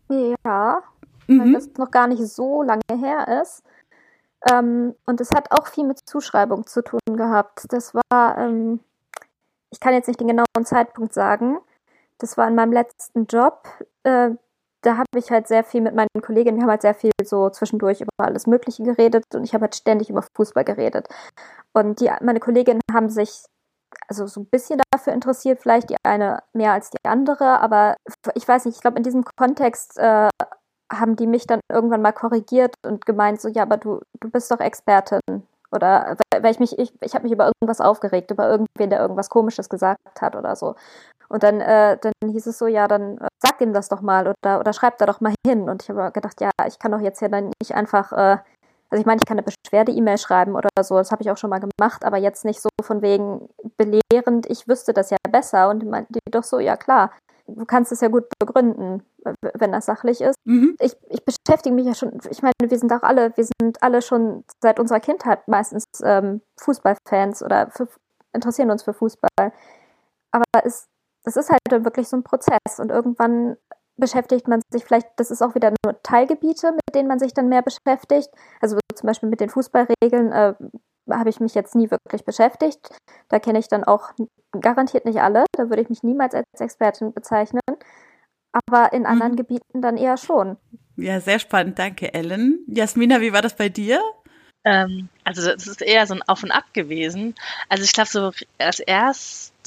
Ja. Weil das noch gar nicht so lange her ist. Ähm, und es hat auch viel mit Zuschreibung zu tun gehabt. Das war, ähm, ich kann jetzt nicht den genauen Zeitpunkt sagen, das war in meinem letzten Job. Äh, da habe ich halt sehr viel mit meinen Kolleginnen, wir haben halt sehr viel so zwischendurch über alles Mögliche geredet und ich habe halt ständig über Fußball geredet. Und die, meine Kolleginnen haben sich also so ein bisschen dafür interessiert, vielleicht die eine mehr als die andere, aber ich weiß nicht, ich glaube in diesem Kontext äh, haben die mich dann irgendwann mal korrigiert und gemeint so, ja, aber du, du bist doch Expertin. Oder weil ich mich, ich, ich habe mich über irgendwas aufgeregt, über irgendwen, der irgendwas Komisches gesagt hat oder so. Und dann, äh, dann hieß es so, ja, dann äh, sag ihm das doch mal oder, oder schreib da doch mal hin. Und ich habe gedacht, ja, ich kann doch jetzt hier dann nicht einfach, äh, also ich meine, ich kann eine Beschwerde-E-Mail schreiben oder so, das habe ich auch schon mal gemacht, aber jetzt nicht so von wegen belehrend, ich wüsste das ja besser. Und meinte die doch so, ja klar, du kannst es ja gut begründen, wenn das sachlich ist. Mhm. Ich, ich beschäftige mich ja schon, ich meine, wir sind auch alle, wir sind alle schon seit unserer Kindheit meistens ähm, Fußballfans oder für, interessieren uns für Fußball. Aber es, es ist halt wirklich so ein Prozess und irgendwann beschäftigt man sich vielleicht, das ist auch wieder nur Teilgebiete, mit denen man sich dann mehr beschäftigt. Also zum Beispiel mit den Fußballregeln äh, habe ich mich jetzt nie wirklich beschäftigt. Da kenne ich dann auch garantiert nicht alle. Da würde ich mich niemals als Expertin bezeichnen. Aber in anderen mhm. Gebieten dann eher schon. Ja, sehr spannend. Danke, Ellen. Jasmina, wie war das bei dir? Ähm, also das ist eher so ein Auf und Ab gewesen. Also ich glaube, so als erstes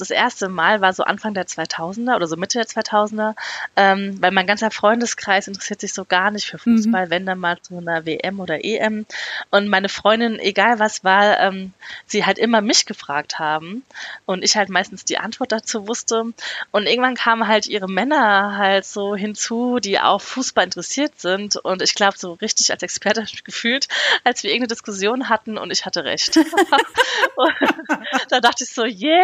das erste Mal war so Anfang der zweitausender oder so Mitte der zweitausender, ähm, weil mein ganzer Freundeskreis interessiert sich so gar nicht für Fußball, mhm. wenn dann mal zu einer W M oder E M. Und meine Freundin, egal was war, ähm, sie halt immer mich gefragt haben und ich halt meistens die Antwort dazu wusste. Und irgendwann kamen halt ihre Männer halt so hinzu, die auch Fußball interessiert sind. Und ich glaube, so richtig als Experte habe ich mich gefühlt, als wir irgendeine Diskussion hatten und ich hatte recht. Und da dachte ich so, yeah,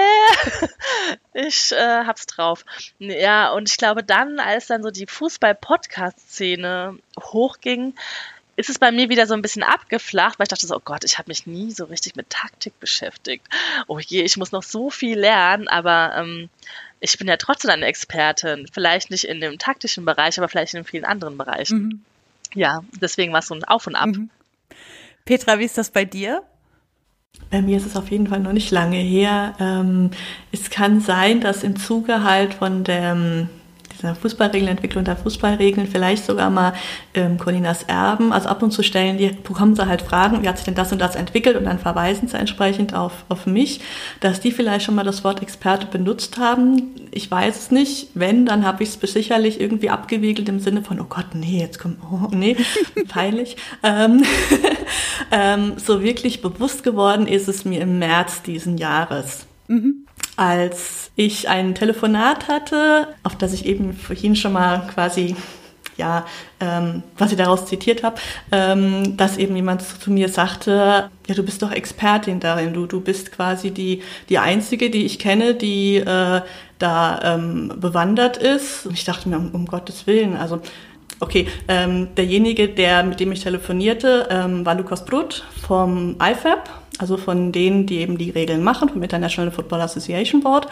ich äh, hab's drauf. Ja, und ich glaube dann, als dann so die Fußball-Podcast-Szene hochging, ist es bei mir wieder so ein bisschen abgeflacht, weil ich dachte so, oh Gott, ich habe mich nie so richtig mit Taktik beschäftigt. Oh je, ich muss noch so viel lernen, aber ähm, ich bin ja trotzdem eine Expertin. Vielleicht nicht in dem taktischen Bereich, aber vielleicht in vielen anderen Bereichen. Mhm. Ja, deswegen war es so ein Auf und Ab. Mhm. Petra, wie ist das bei dir? Bei mir ist es auf jeden Fall noch nicht lange her. Ähm, es kann sein, dass im Zuge halt von der dieser Fußballregelentwicklung der Fußballregeln vielleicht sogar mal ähm, Colinas Erben, also ab und zu stellen die, bekommen sie halt Fragen, wie hat sich denn das und das entwickelt und dann verweisen sie entsprechend auf, auf mich, dass die vielleicht schon mal das Wort Experte benutzt haben. Ich weiß es nicht. Wenn, dann habe ich es sicherlich irgendwie abgewiegelt im Sinne von, oh Gott, nee, jetzt kommt, oh nee, peinlich. ähm, ähm, so wirklich bewusst geworden ist es mir im März diesen Jahres. Mhm. Als ich ein Telefonat hatte, auf das ich eben vorhin schon mal quasi, ja, ähm, was ich daraus zitiert habe, ähm, dass eben jemand zu mir sagte, ja, du bist doch Expertin darin, du du bist quasi die die Einzige, die ich kenne, die äh, da ähm, bewandert ist. Und ich dachte mir, um, um Gottes Willen, also okay, ähm, derjenige, der mit dem ich telefonierte, ähm, war Lukas Brut vom I F A B, also von denen, die eben die Regeln machen, vom International Football Association Board.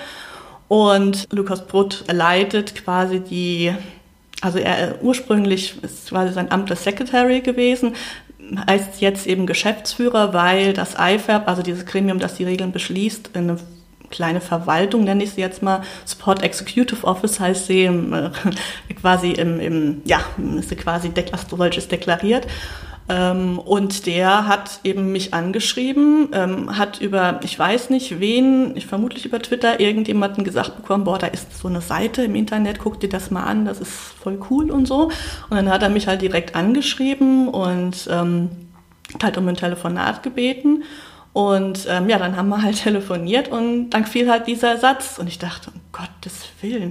Und Lukas Brut leitet quasi die, also er ursprünglich ist quasi sein Amt als Secretary gewesen, heißt jetzt eben Geschäftsführer, weil das I F A B, also dieses Gremium, das die Regeln beschließt, eine kleine Verwaltung, nenne ich sie jetzt mal, Sport Executive Office heißt sie, im, äh, quasi im, im, ja, ist sie quasi astrologisch deklariert. Ähm, und der hat eben mich angeschrieben, ähm, hat über, ich weiß nicht wen, ich vermutlich über Twitter, irgendjemanden gesagt bekommen, boah, da ist so eine Seite im Internet, guck dir das mal an, das ist voll cool und so. Und dann hat er mich halt direkt angeschrieben und ähm, halt um ein Telefonat gebeten. Und ähm, ja, dann haben wir halt telefoniert und dann fiel halt dieser Satz. Und ich dachte, um Gottes Willen,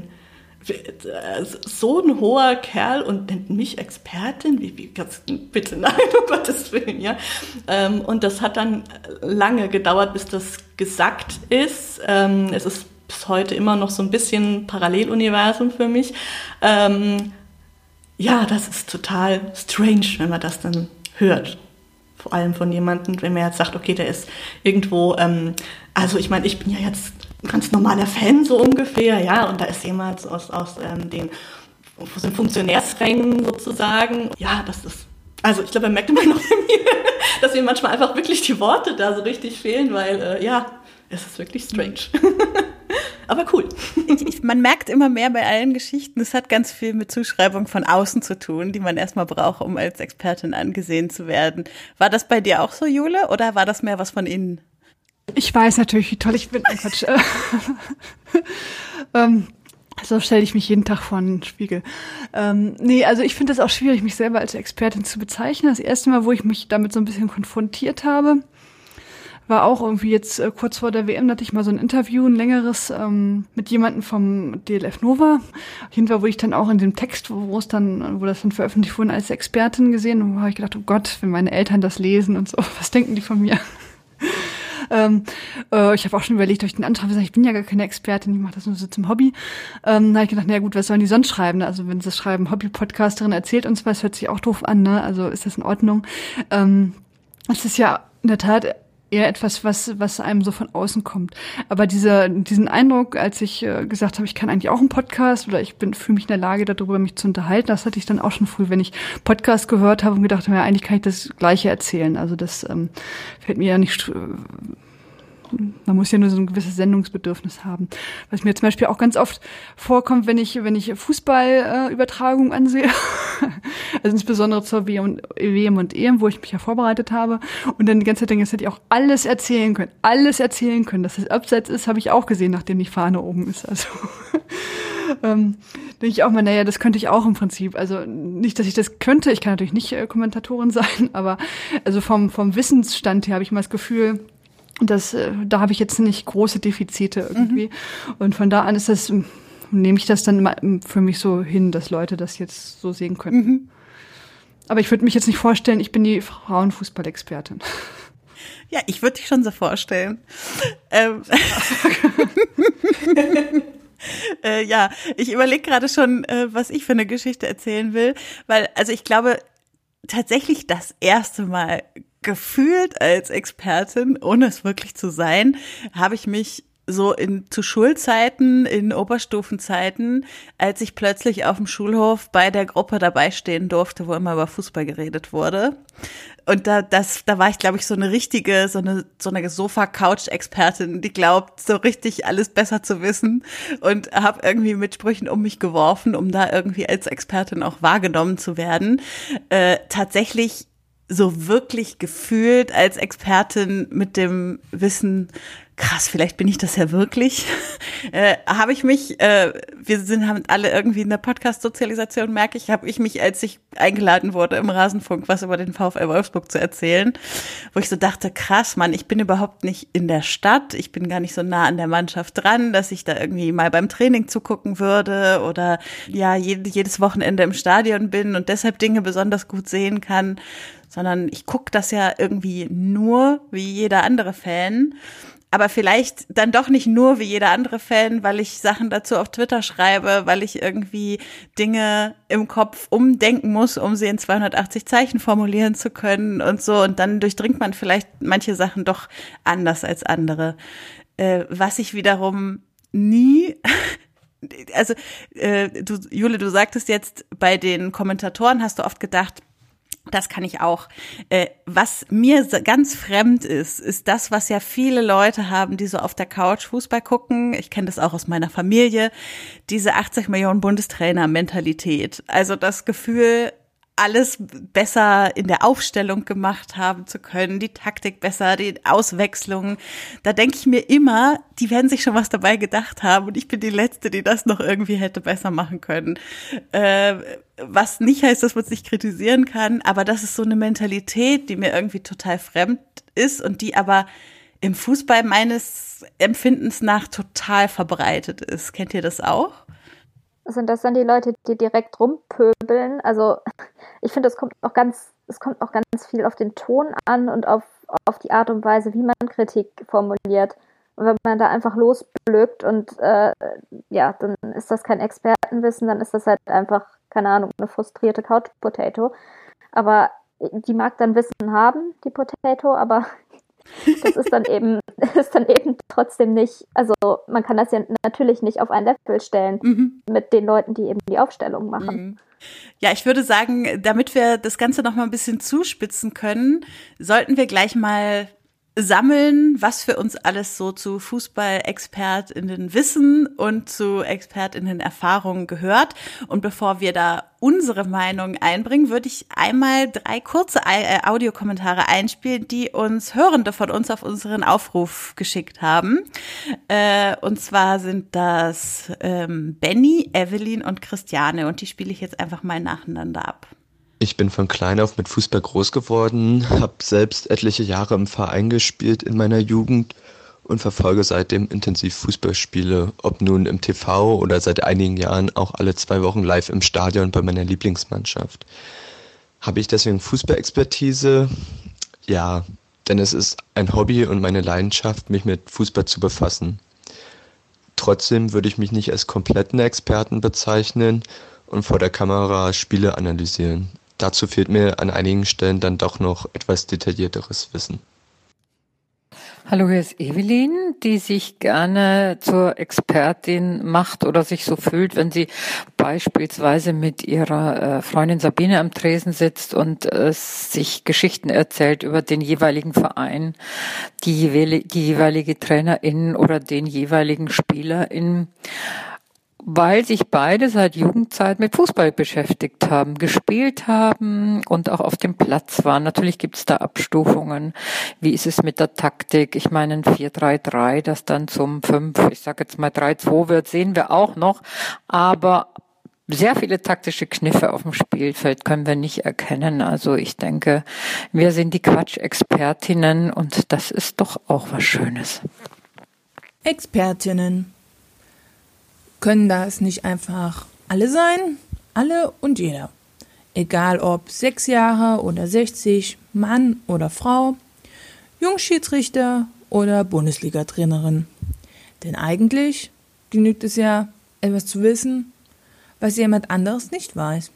so ein hoher Kerl und nennt mich Expertin? Wie, wie, bitte nein, um Gottes Willen, ja. Ähm, und das hat dann lange gedauert, bis das gesackt ist. Ähm, es ist bis heute immer noch so ein bisschen Paralleluniversum für mich. Ähm, ja, das ist total strange, wenn man das dann hört. Vor allem von jemandem, wenn man jetzt sagt, okay, der ist irgendwo, ähm, also ich meine, ich bin ja jetzt ein ganz normaler Fan so ungefähr, ja, und da ist jemand aus, aus ähm, den, aus den Funktionärsrängen sozusagen, ja, das ist, also ich glaube, man merkt immer noch, dass mir manchmal einfach wirklich die Worte da so richtig fehlen, weil, äh, ja, es ist wirklich strange. Aber cool. Ich, man merkt immer mehr bei allen Geschichten, es hat ganz viel mit Zuschreibung von außen zu tun, die man erstmal braucht, um als Expertin angesehen zu werden. War das bei dir auch so, Jule, oder war das mehr was von innen? Ich weiß natürlich, wie toll ich bin. Oh Quatsch. ähm, so stelle ich mich jeden Tag vor einen Spiegel. Ähm, nee, also ich finde es auch schwierig, mich selber als Expertin zu bezeichnen. Das erste Mal, wo ich mich damit so ein bisschen konfrontiert habe, war auch irgendwie jetzt äh, kurz vor der W M, da hatte ich mal so ein Interview, ein längeres, ähm, mit jemandem vom D L F Nova. Auf jeden Fall wurde ich dann auch in dem Text, wo es dann, wo das dann veröffentlicht wurde, als Expertin gesehen. Und da habe ich gedacht, oh Gott, wenn meine Eltern das lesen und so, was denken die von mir? ähm, äh, ich habe auch schon überlegt, ob ich den Antrag sage, ich bin ja gar keine Expertin, ich mache das nur so zum Hobby. Ähm, da habe ich gedacht, na gut, was sollen die sonst schreiben? Also wenn sie das schreiben, Hobby-Podcasterin erzählt uns was, hört sich auch doof an, ne? Also ist das in Ordnung? Ähm, es ist ja in der Tat eher etwas, was was einem so von außen kommt. Aber dieser diesen Eindruck, als ich äh, gesagt habe, ich kann eigentlich auch einen Podcast oder ich bin fühle mich in der Lage, darüber mich zu unterhalten, das hatte ich dann auch schon früh, wenn ich Podcast gehört habe und gedacht habe, ja, eigentlich kann ich das Gleiche erzählen. Also das ähm, fällt mir ja nicht. Äh, man muss ja nur so ein gewisses Sendungsbedürfnis haben. Was mir zum Beispiel auch ganz oft vorkommt, wenn ich wenn ich Fußballübertragung äh, ansehe, Also insbesondere zur W M und E M, wo ich mich ja vorbereitet habe. Und dann die ganze Zeit denke ich, das hätte ich auch alles erzählen können. Alles erzählen können. Dass es Abseits ist, habe ich auch gesehen, nachdem die Fahne oben ist. Also ähm, denke ich auch mal, naja, das könnte ich auch im Prinzip. Also nicht, dass ich das könnte. Ich kann natürlich nicht äh, Kommentatorin sein, aber also vom, vom Wissensstand her habe ich mal das Gefühl, dass äh, da habe ich jetzt nicht große Defizite irgendwie. Mhm. Und von da an ist das, nehme ich das dann mal für mich so hin, dass Leute das jetzt so sehen können. Mhm. Aber ich würde mich jetzt nicht vorstellen, ich bin die Frauenfußballexpertin. Ja, ich würde dich schon so vorstellen. ähm. Äh, ja, ich überlege gerade schon, äh, was ich für eine Geschichte erzählen will, weil, also ich glaube, tatsächlich das erste Mal gefühlt als Expertin, ohne es wirklich zu sein, habe ich mich so in zu Schulzeiten, in Oberstufenzeiten, als ich plötzlich auf dem Schulhof bei der Gruppe dabei stehen durfte, wo immer über Fußball geredet wurde. Und da, das, da war ich, glaube ich, so eine richtige, so eine, so eine Sofa-Couch-Expertin, die glaubt, so richtig alles besser zu wissen, und habe irgendwie mit Sprüchen um mich geworfen, um da irgendwie als Expertin auch wahrgenommen zu werden. Äh, tatsächlich so wirklich gefühlt als Expertin mit dem Wissen, krass, vielleicht bin ich das ja wirklich, äh, habe ich mich, äh, wir sind haben alle irgendwie in der Podcast-Sozialisation, merke ich, habe ich mich, als ich eingeladen wurde im Rasenfunk, was über den VfL Wolfsburg zu erzählen, wo ich so dachte, krass, Mann, ich bin überhaupt nicht in der Stadt, ich bin gar nicht so nah an der Mannschaft dran, dass ich da irgendwie mal beim Training zugucken würde oder ja jedes Wochenende im Stadion bin und deshalb Dinge besonders gut sehen kann, sondern ich gucke das ja irgendwie nur wie jeder andere Fan. Aber vielleicht dann doch nicht nur wie jeder andere Fan, weil ich Sachen dazu auf Twitter schreibe, weil ich irgendwie Dinge im Kopf umdenken muss, um sie in zweihundertachtzig Zeichen formulieren zu können und so. Und dann durchdringt man vielleicht manche Sachen doch anders als andere. Äh, was ich wiederum nie... Also, äh, du, Jule, du sagtest jetzt, bei den Kommentatoren hast du oft gedacht, das kann ich auch. Äh, was mir ganz fremd ist, ist das, was ja viele Leute haben, die so auf der Couch Fußball gucken. Ich kenne das auch aus meiner Familie. Diese achtzig Millionen Bundestrainer-Mentalität. Also das Gefühl, alles besser in der Aufstellung gemacht haben zu können, die Taktik besser, die Auswechslungen. Da denke ich mir immer, die werden sich schon was dabei gedacht haben und ich bin die Letzte, die das noch irgendwie hätte besser machen können. Äh, was nicht heißt, dass man es nicht kritisieren kann, aber das ist so eine Mentalität, die mir irgendwie total fremd ist und die aber im Fußball meines Empfindens nach total verbreitet ist. Kennt ihr das auch? Sind das dann die Leute, die direkt rumpöbeln? Also ich finde, es kommt auch ganz, es kommt auch ganz viel auf den Ton an und auf, auf die Art und Weise, wie man Kritik formuliert. Und wenn man da einfach losblökt und äh, ja, dann ist das kein Expertenwissen, dann ist das halt einfach, keine Ahnung, eine frustrierte Couch Potato. Aber die mag dann Wissen haben, die Potato, aber das ist dann eben, ist dann eben trotzdem nicht, also man kann das ja natürlich nicht auf ein Level stellen mhm. mit den Leuten, die eben die Aufstellung machen. Mhm. Ja, ich würde sagen, damit wir das Ganze noch mal ein bisschen zuspitzen können, sollten wir gleich mal sammeln, was für uns alles so zu FußballexpertInnen Wissen und zu ExpertInnen Erfahrungen gehört. Und bevor wir da unsere Meinung einbringen, würde ich einmal drei kurze Audiokommentare einspielen, die uns Hörende von uns auf unseren Aufruf geschickt haben. Äh, und zwar sind das ähm, Benny, Evelyn und Christiane. Und die spiele ich jetzt einfach mal nacheinander ab. Ich bin von klein auf mit Fußball groß geworden, habe selbst etliche Jahre im Verein gespielt in meiner Jugend und verfolge seitdem intensiv Fußballspiele, ob nun im T V oder seit einigen Jahren auch alle zwei Wochen live im Stadion bei meiner Lieblingsmannschaft. Habe ich deswegen Fußballexpertise? Ja, denn es ist ein Hobby und meine Leidenschaft, mich mit Fußball zu befassen. Trotzdem würde ich mich nicht als kompletten Experten bezeichnen und vor der Kamera Spiele analysieren. Dazu fehlt mir an einigen Stellen dann doch noch etwas detaillierteres Wissen. Hallo, hier ist Evelyn, die sich gerne zur Expertin macht oder sich so fühlt, wenn sie beispielsweise mit ihrer äh, Freundin Sabine am Tresen sitzt und äh, sich Geschichten erzählt über den jeweiligen Verein, die, jeweil- die jeweilige Trainerin oder den jeweiligen SpielerInnen. weil sich beide seit Jugendzeit mit Fußball beschäftigt haben, gespielt haben und auch auf dem Platz waren. Natürlich gibt es da Abstufungen. Wie ist es mit der Taktik? Ich meine, ein vier drei drei, das dann zum fünf, ich sage jetzt mal drei zwei wird, sehen wir auch noch. Aber sehr viele taktische Kniffe auf dem Spielfeld können wir nicht erkennen. Also ich denke, wir sind die Quatschexpertinnen und das ist doch auch was Schönes. Expertinnen. Können das nicht einfach alle sein? Alle und jeder. Egal ob sechs Jahre oder sechzig, Mann oder Frau, Jungschiedsrichter oder Bundesliga-Trainerin. Denn eigentlich genügt es ja, etwas zu wissen, was jemand anderes nicht weiß.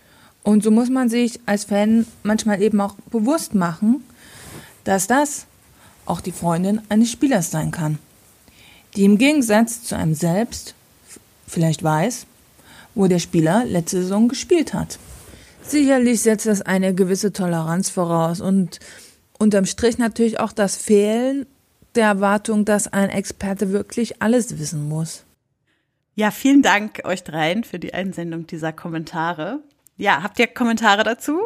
Und so muss man sich als Fan manchmal eben auch bewusst machen, dass das auch die Freundin eines Spielers sein kann, die im Gegensatz zu einem selbst vielleicht weiß, wo der Spieler letzte Saison gespielt hat. Sicherlich setzt das eine gewisse Toleranz voraus und unterm Strich natürlich auch das Fehlen der Erwartung, dass ein Experte wirklich alles wissen muss. Ja, vielen Dank euch dreien für die Einsendung dieser Kommentare. Ja, habt ihr Kommentare dazu?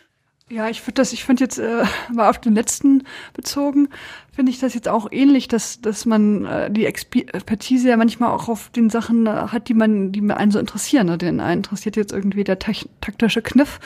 Ja, ich finde das, ich finde jetzt äh, mal auf den letzten bezogen, finde ich das jetzt auch ähnlich, dass dass man äh, die Expertise ja manchmal auch auf den Sachen äh, hat, die man, die einen so interessieren. Ne? Den einen interessiert jetzt irgendwie der tach- taktische Kniff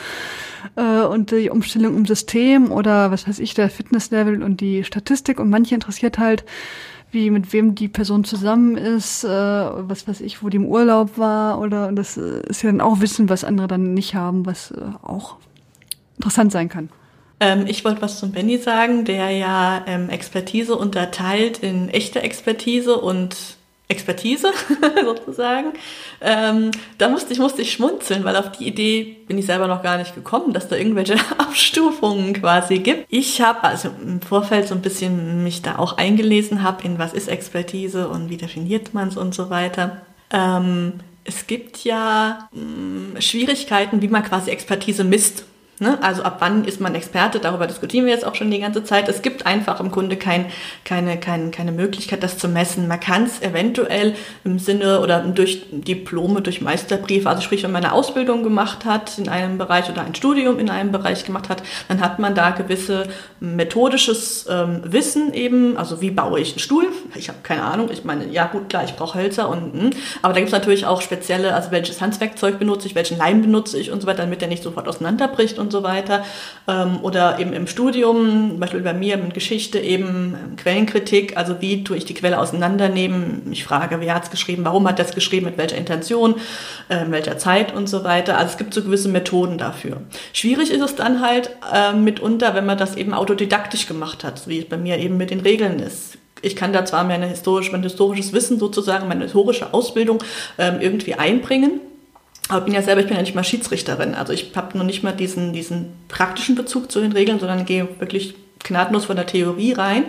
äh, und die Umstellung im System oder was weiß ich, der Fitnesslevel und die Statistik und manche interessiert halt, wie mit wem die Person zusammen ist, äh, was weiß ich, wo die im Urlaub war oder und das äh, ist ja dann auch Wissen, was andere dann nicht haben, was äh, auch interessant sein kann. Ähm, ich wollte was zum Benny sagen, der ja ähm, Expertise unterteilt in echte Expertise und Expertise sozusagen. Ähm, da musste ich, musste ich schmunzeln, weil auf die Idee bin ich selber noch gar nicht gekommen, dass da irgendwelche Abstufungen quasi gibt. Ich habe also im Vorfeld so ein bisschen mich da auch eingelesen, habe in was ist Expertise und wie definiert man es und so weiter. Ähm, es gibt ja mh, Schwierigkeiten, wie man quasi Expertise misst. Ne? Also ab wann ist man Experte, darüber diskutieren wir jetzt auch schon die ganze Zeit. Es gibt einfach im Grunde kein, keine, kein, keine Möglichkeit, das zu messen. Man kann es eventuell im Sinne oder durch Diplome, durch Meisterbriefe, also sprich, wenn man eine Ausbildung gemacht hat in einem Bereich oder ein Studium in einem Bereich gemacht hat, dann hat man da gewisse methodisches ähm, Wissen eben, also wie baue ich einen Stuhl? Ich habe keine Ahnung, ich meine, ja gut, klar, ich brauche Hölzer und mh. aber da gibt es natürlich auch spezielle, also welches Handwerkzeug benutze ich, welchen Leim benutze ich und so weiter, damit der nicht sofort auseinanderbricht und so weiter. Ähm, oder eben im Studium, zum Beispiel bei mir in Geschichte eben ähm, Quellenkritik, also wie tue ich die Quelle auseinandernehmen? Ich frage, wer hat es geschrieben, warum hat das geschrieben, mit welcher Intention, äh, in welcher Zeit und so weiter. Also es gibt so gewisse Methoden dafür. Schwierig ist es dann halt äh, mitunter, wenn man das eben autodidaktisch gemacht hat, wie es bei mir eben mit den Regeln ist. Ich kann da zwar meine historisch, mein historisches Wissen sozusagen, meine historische Ausbildung ähm, irgendwie einbringen, aber ich bin ja selber, ich bin ja nicht mal Schiedsrichterin. Also ich habe noch nicht mal diesen, diesen praktischen Bezug zu den Regeln, sondern gehe wirklich gnadenlos von der Theorie rein.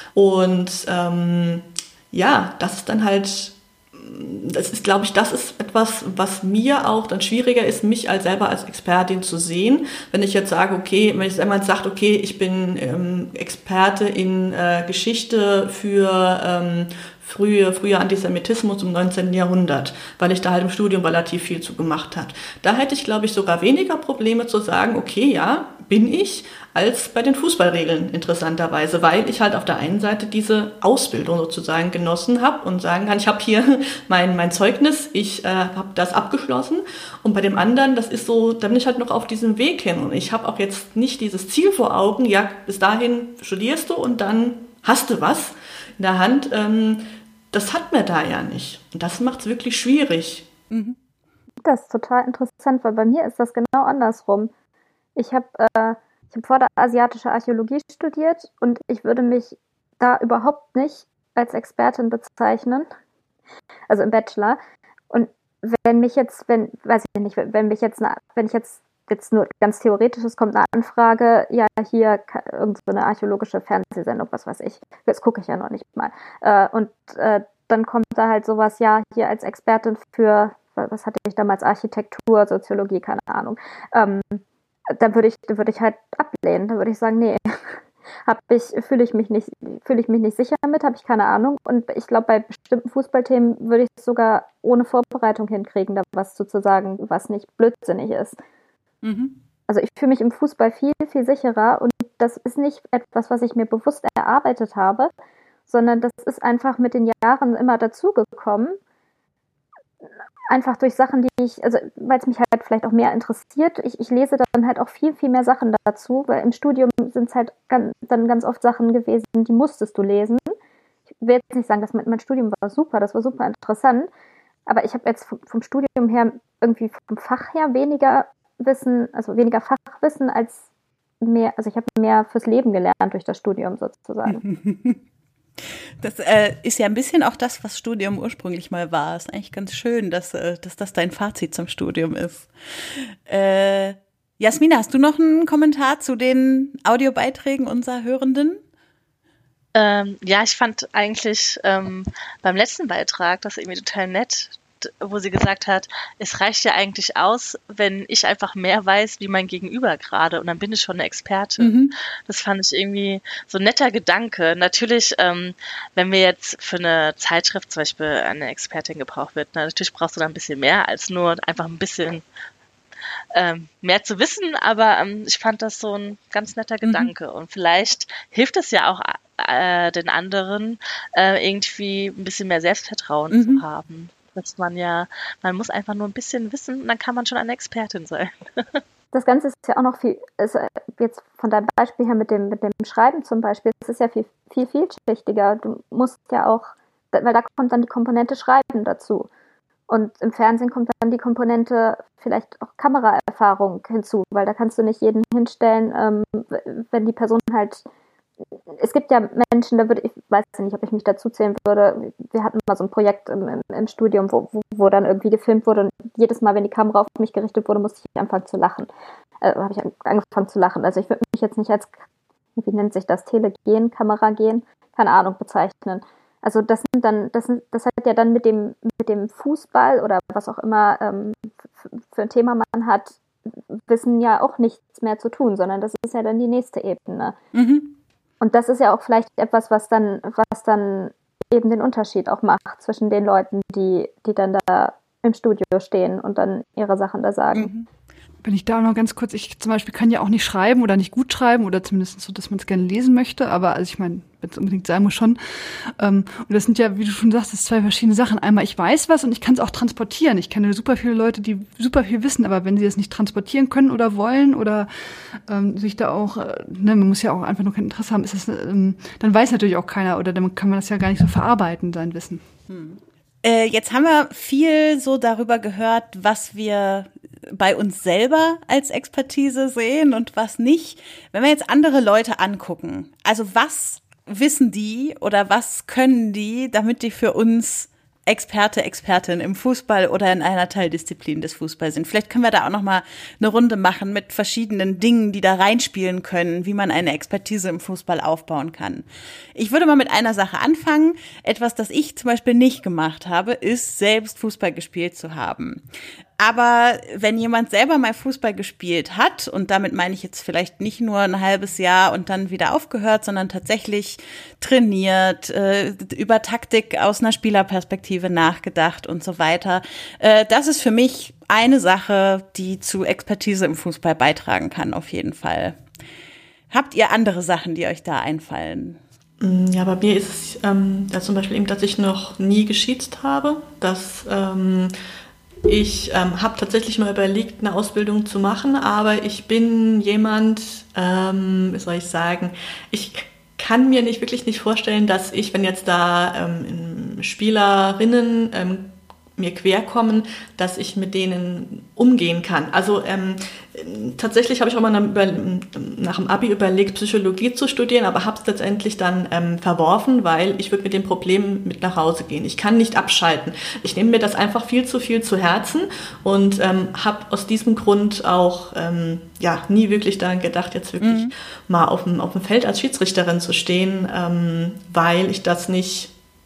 Und ähm, ja, das ist dann halt, das ist, glaube ich, das ist etwas, was mir auch dann schwieriger ist, mich als selber als Expertin zu sehen. Wenn ich jetzt sage, okay, wenn ich jetzt einmal sage, okay, ich bin ähm, Experte in äh, Geschichte für ähm, frühe, früher Antisemitismus im neunzehnten Jahrhundert, weil ich da halt im Studium relativ viel zu gemacht habe. Da hätte ich, glaube ich, sogar weniger Probleme zu sagen, okay, ja, bin ich, als bei den Fußballregeln interessanterweise, weil ich halt auf der einen Seite diese Ausbildung sozusagen genossen habe und sagen kann, ich habe hier mein, mein Zeugnis, ich äh, habe das abgeschlossen und bei dem anderen, das ist so, da bin ich halt noch auf diesem Weg hin und ich habe auch jetzt nicht dieses Ziel vor Augen, ja, bis dahin studierst du und dann hast du was in der Hand, ähm, das hat man da ja nicht. Und das macht es wirklich schwierig. Mhm. Das ist total interessant, weil bei mir ist das genau andersrum. Ich habe äh, ich hab vorderasiatische Archäologie studiert und ich würde mich da überhaupt nicht als Expertin bezeichnen. Also im Bachelor. Und wenn mich jetzt, wenn, weiß ich nicht, wenn mich jetzt, eine, wenn ich jetzt jetzt nur ganz theoretisch, es kommt eine Anfrage, ja, hier irgend so eine archäologische Fernsehsendung, was weiß ich. Das gucke ich ja noch nicht mal. Äh, und äh, dann kommt da halt sowas, ja, hier als Expertin für, was hatte ich damals, Architektur, Soziologie, keine Ahnung. Ähm, dann würde ich, dann würde ich halt ablehnen. Dann würde ich sagen, nee. habe ich, fühle ich mich nicht, fühle ich mich nicht sicher mit, habe ich keine Ahnung. Und ich glaube, bei bestimmten Fußballthemen würde ich es sogar ohne Vorbereitung hinkriegen, da was zu sagen, was nicht blödsinnig ist. Mhm. Also ich fühle mich im Fußball viel, viel sicherer und das ist nicht etwas, was ich mir bewusst erarbeitet habe, sondern das ist einfach mit den Jahren immer dazugekommen. Einfach durch Sachen, die ich, also weil es mich halt vielleicht auch mehr interessiert. Ich, ich lese dann halt auch viel, viel mehr Sachen dazu, weil im Studium sind es halt ganz, dann ganz oft Sachen gewesen, die musstest du lesen. Ich will jetzt nicht sagen, dass mein, mein Studium war super, das war super interessant, aber ich habe jetzt vom, vom Studium her irgendwie vom Fach her weniger Wissen, also weniger Fachwissen als mehr, also ich habe mehr fürs Leben gelernt durch das Studium sozusagen. Das äh, ist ja ein bisschen auch das, was Studium ursprünglich mal war. Ist eigentlich ganz schön, dass, äh, dass das dein Fazit zum Studium ist. Äh, Jasmina, hast du noch einen Kommentar zu den Audiobeiträgen unserer Hörenden? Ähm, ja, ich fand eigentlich ähm, beim letzten Beitrag das irgendwie total nett, wo sie gesagt hat, es reicht ja eigentlich aus, wenn ich einfach mehr weiß, wie mein Gegenüber gerade und dann bin ich schon eine Expertin. Mhm. Das fand ich irgendwie so ein netter Gedanke. Natürlich, ähm, wenn wir jetzt für eine Zeitschrift zum Beispiel eine Expertin gebraucht wird, na, natürlich brauchst du da ein bisschen mehr als nur einfach ein bisschen ähm, mehr zu wissen, aber ähm, ich fand das so ein ganz netter mhm. Gedanke und vielleicht hilft es ja auch äh, den anderen, äh, irgendwie ein bisschen mehr Selbstvertrauen mhm. zu haben. Dass man ja, man muss einfach nur ein bisschen wissen und dann kann man schon eine Expertin sein. Das Ganze ist ja auch noch viel, ist jetzt von deinem Beispiel her mit dem, mit dem Schreiben zum Beispiel, es ist ja viel, viel vielschichtiger. Du musst ja auch, weil da kommt dann die Komponente Schreiben dazu. Und im Fernsehen kommt dann die Komponente vielleicht auch Kameraerfahrung hinzu, weil da kannst du nicht jeden hinstellen, ähm, wenn die Person halt, es gibt ja Menschen, da würde ich, weiß nicht, ob ich mich dazu zählen würde, wir hatten mal so ein Projekt im, im, im Studium, wo, wo, wo dann irgendwie gefilmt wurde und jedes Mal, wenn die Kamera auf mich gerichtet wurde, musste ich anfangen zu lachen. Äh, habe ich angefangen zu lachen. Also ich würde mich jetzt nicht als, wie nennt sich das, Telegen, Kameragen, keine Ahnung, bezeichnen. Also das sind dann, das sind, das hat ja dann mit dem, mit dem Fußball oder was auch immer ähm, f- für ein Thema man hat, Wissen ja auch nichts mehr zu tun, sondern das ist ja dann die nächste Ebene. Mhm. Und das ist ja auch vielleicht etwas, was dann, was dann eben den Unterschied auch macht zwischen den Leuten, die, die dann da im Studio stehen und dann ihre Sachen da sagen. Mhm. Wenn ich da noch ganz kurz, ich zum Beispiel kann ja auch nicht schreiben oder nicht gut schreiben oder zumindest so, dass man es gerne lesen möchte, aber also ich meine, wenn es unbedingt sein muss schon. Ähm, und das sind ja, wie du schon sagst, das zwei verschiedene Sachen. Einmal, ich weiß was und ich kann es auch transportieren. Ich kenne super viele Leute, die super viel wissen, aber wenn sie das nicht transportieren können oder wollen oder ähm, sich da auch, äh, ne, man muss ja auch einfach nur kein Interesse haben, ist das, ähm, dann weiß natürlich auch keiner oder dann kann man das ja gar nicht so verarbeiten, sein Wissen. Hm. Äh, jetzt haben wir viel so darüber gehört, was wir bei uns selber als Expertise sehen und was nicht. Wenn wir jetzt andere Leute angucken, also was wissen die oder was können die, damit die für uns Experte, Expertin im Fußball oder in einer Teildisziplin des Fußballs sind. Vielleicht können wir da auch noch mal eine Runde machen mit verschiedenen Dingen, die da reinspielen können, wie man eine Expertise im Fußball aufbauen kann. Ich würde mal mit einer Sache anfangen. Etwas, das ich zum Beispiel nicht gemacht habe, ist, selbst Fußball gespielt zu haben. Aber wenn jemand selber mal Fußball gespielt hat, und damit meine ich jetzt vielleicht nicht nur ein halbes Jahr und dann wieder aufgehört, sondern tatsächlich trainiert, äh, über Taktik aus einer Spielerperspektive nachgedacht und so weiter, äh, das ist für mich eine Sache, die zu Expertise im Fußball beitragen kann, auf jeden Fall. Habt ihr andere Sachen, die euch da einfallen? Ja, bei mir ist es ähm, ja, zum Beispiel eben, dass ich noch nie geschießt habe, dass ähm, Ich ähm, habe tatsächlich mal überlegt, eine Ausbildung zu machen, aber ich bin jemand, ähm, wie soll ich sagen, ich kann mir nicht wirklich nicht vorstellen, dass ich, wenn jetzt da ähm, Spielerinnen ähm, mir querkommen, dass ich mit denen umgehen kann. Also ähm, tatsächlich habe ich auch mal nach, nach dem Abi überlegt, Psychologie zu studieren, aber habe es letztendlich dann ähm, verworfen, weil ich würde mit dem Problem mit nach Hause gehen. Ich kann nicht abschalten. Ich nehme mir das einfach viel zu viel zu Herzen und ähm, habe aus diesem Grund auch ähm, ja nie wirklich daran gedacht, jetzt wirklich mhm. mal auf dem, auf dem Feld als Schiedsrichterin zu stehen, ähm, weil ich das nicht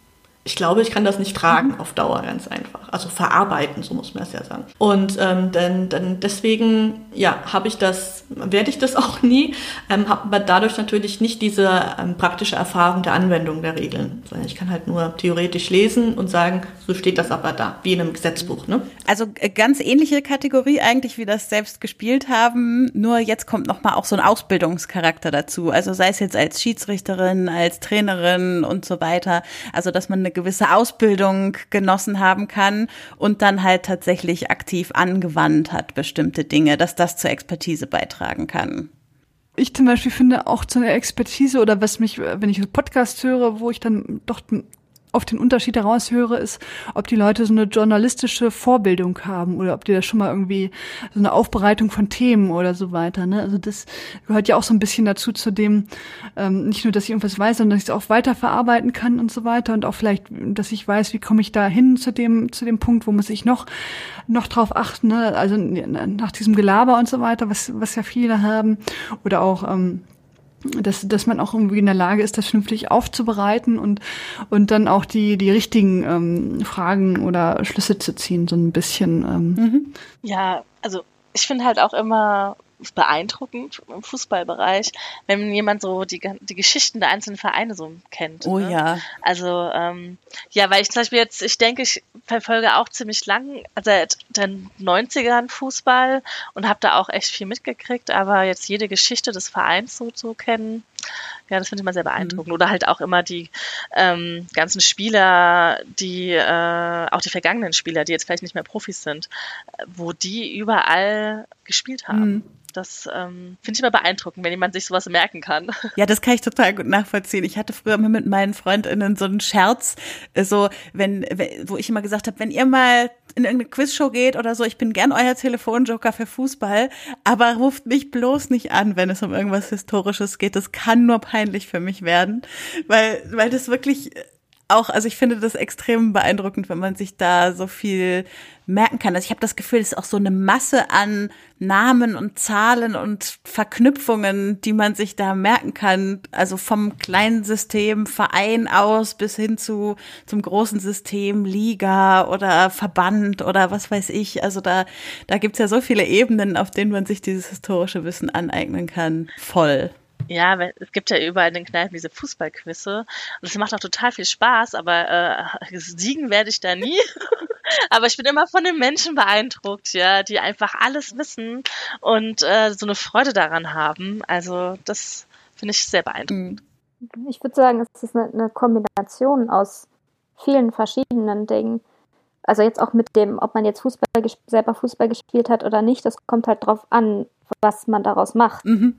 ich glaube, ich kann das nicht tragen auf Dauer, ganz einfach. Also verarbeiten, so muss man es ja sagen. Und ähm, dann, dann deswegen, ja, habe ich das, werde ich das auch nie, ähm, habe aber dadurch natürlich nicht diese ähm, praktische Erfahrung der Anwendung der Regeln, sondern ich kann halt nur theoretisch lesen und sagen, so steht das aber da, wie in einem Gesetzbuch, ne? Also ganz ähnliche Kategorie eigentlich wie das selbst gespielt haben, nur jetzt kommt nochmal auch so ein Ausbildungscharakter dazu. Also sei es jetzt als Schiedsrichterin, als Trainerin und so weiter. Also dass man eine gewisse Ausbildung genossen haben kann und dann halt tatsächlich aktiv angewandt hat bestimmte Dinge, dass das zur Expertise beitragen kann. Ich zum Beispiel finde auch zu einer Expertise oder was mich, wenn ich einen Podcast höre, wo ich dann doch auf den Unterschied heraushöre, ist, ob die Leute so eine journalistische Vorbildung haben oder ob die da schon mal irgendwie so eine Aufbereitung von Themen oder so weiter, ne? Also das gehört ja auch so ein bisschen dazu, zu dem, ähm, nicht nur, dass ich irgendwas weiß, sondern dass ich es auch weiterverarbeiten kann und so weiter und auch vielleicht, dass ich weiß, wie komme ich da hin zu dem, zu dem Punkt, wo muss ich noch, noch drauf achten, ne? Also nach diesem Gelaber und so weiter, was, was ja viele haben oder auch, ähm, dass dass man auch irgendwie in der Lage ist, das vernünftig aufzubereiten und und dann auch die die richtigen ähm, Fragen oder Schlüsse zu ziehen, so ein bisschen. Ähm. Mhm. Ja, also ich finde halt auch immer beeindruckend im Fußballbereich, wenn jemand so die, die Geschichten der einzelnen Vereine so kennt. Oh ne? ja. Also, ähm, ja, weil ich zum Beispiel jetzt, ich denke, ich verfolge auch ziemlich lang, seit den neunzigern Fußball und habe da auch echt viel mitgekriegt, aber jetzt jede Geschichte des Vereins so zu kennen, ja, das finde ich immer sehr beeindruckend. Mhm. Oder halt auch immer die ähm, ganzen Spieler, die, äh, auch die vergangenen Spieler, die jetzt vielleicht nicht mehr Profis sind, wo die überall gespielt haben. Mhm. Das ähm, finde ich immer beeindruckend, wenn jemand sich sowas merken kann. Ja, das kann ich total gut nachvollziehen. Ich hatte früher immer mit meinen FreundInnen so einen Scherz, so wenn, wo ich immer gesagt habe, wenn ihr mal in irgendeine Quizshow geht oder so, ich bin gern euer Telefonjoker für Fußball, aber ruft mich bloß nicht an, wenn es um irgendwas Historisches geht. Das kann nur peinlich für mich werden, weil weil das wirklich auch, also ich finde das extrem beeindruckend, wenn man sich da so viel merken kann. Also ich habe das Gefühl, es ist auch so eine Masse an Namen und Zahlen und Verknüpfungen, die man sich da merken kann. Also vom kleinen System Verein aus bis hin zu zum großen System Liga oder Verband oder was weiß ich. Also da da gibt's ja so viele Ebenen, auf denen man sich dieses historische Wissen aneignen kann. Voll. Ja, es gibt ja überall in den Kneipen diese Fußballquizze und das macht auch total viel Spaß, aber äh, siegen werde ich da nie. Aber ich bin immer von den Menschen beeindruckt, ja, die einfach alles wissen und äh, so eine Freude daran haben. Also das finde ich sehr beeindruckend. Ich würde sagen, es ist eine, eine Kombination aus vielen verschiedenen Dingen. Also jetzt auch mit dem, ob man jetzt Fußball selber Fußball gespielt hat oder nicht, das kommt halt drauf an, was man daraus macht. Mhm.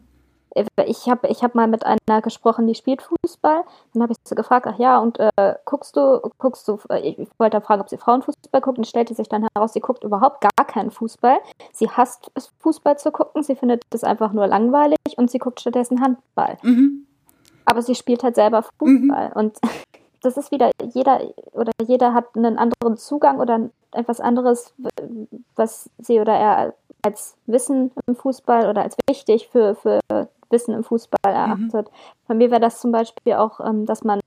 Ich habe ich hab mal mit einer gesprochen, die spielt Fußball. Dann habe ich sie gefragt, ach ja, und äh, guckst du, guckst du, ich wollte fragen, ob sie Frauenfußball guckt und stellte sich dann heraus, sie guckt überhaupt gar keinen Fußball. Sie hasst es, Fußball zu gucken, sie findet es einfach nur langweilig und sie guckt stattdessen Handball. Mhm. Aber sie spielt halt selber Fußball. Mhm. Und das ist wieder, jeder oder jeder hat einen anderen Zugang oder etwas anderes, was sie oder er als Wissen im Fußball oder als wichtig für, für Wissen im Fußball erachtet. Mhm. Bei mir wäre das zum Beispiel auch, dass man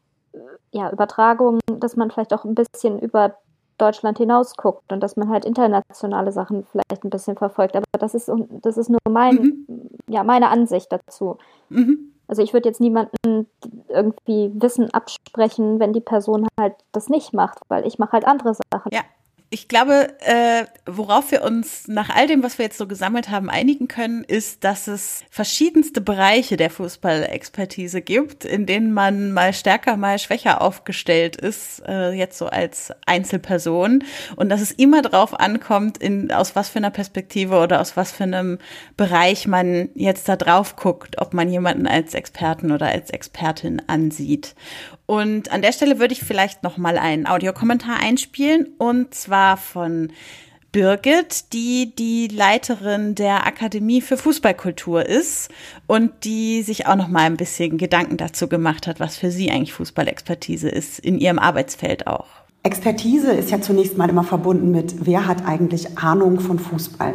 ja Übertragungen, dass man vielleicht auch ein bisschen über Deutschland hinaus guckt und dass man halt internationale Sachen vielleicht ein bisschen verfolgt. Aber das ist das ist nur mein, mhm. ja, meine Ansicht dazu. Mhm. Also ich würde jetzt niemandem irgendwie Wissen absprechen, wenn die Person halt das nicht macht, weil ich mache halt andere Sachen. Ja. Ich glaube, äh, worauf wir uns nach all dem, was wir jetzt so gesammelt haben, einigen können, ist, dass es verschiedenste Bereiche der Fußballexpertise gibt, in denen man mal stärker, mal schwächer aufgestellt ist, äh, jetzt so als Einzelperson. Und dass es immer drauf ankommt, in, aus was für einer Perspektive oder aus was für einem Bereich man jetzt da drauf guckt, ob man jemanden als Experten oder als Expertin ansieht. Und an der Stelle würde ich vielleicht noch mal einen Audiokommentar einspielen, und zwar von Birgit, die die Leiterin der Akademie für Fußballkultur ist und die sich auch noch mal ein bisschen Gedanken dazu gemacht hat, was für sie eigentlich Fußballexpertise ist, in ihrem Arbeitsfeld auch. Expertise ist ja zunächst mal immer verbunden mit, wer hat eigentlich Ahnung von Fußball?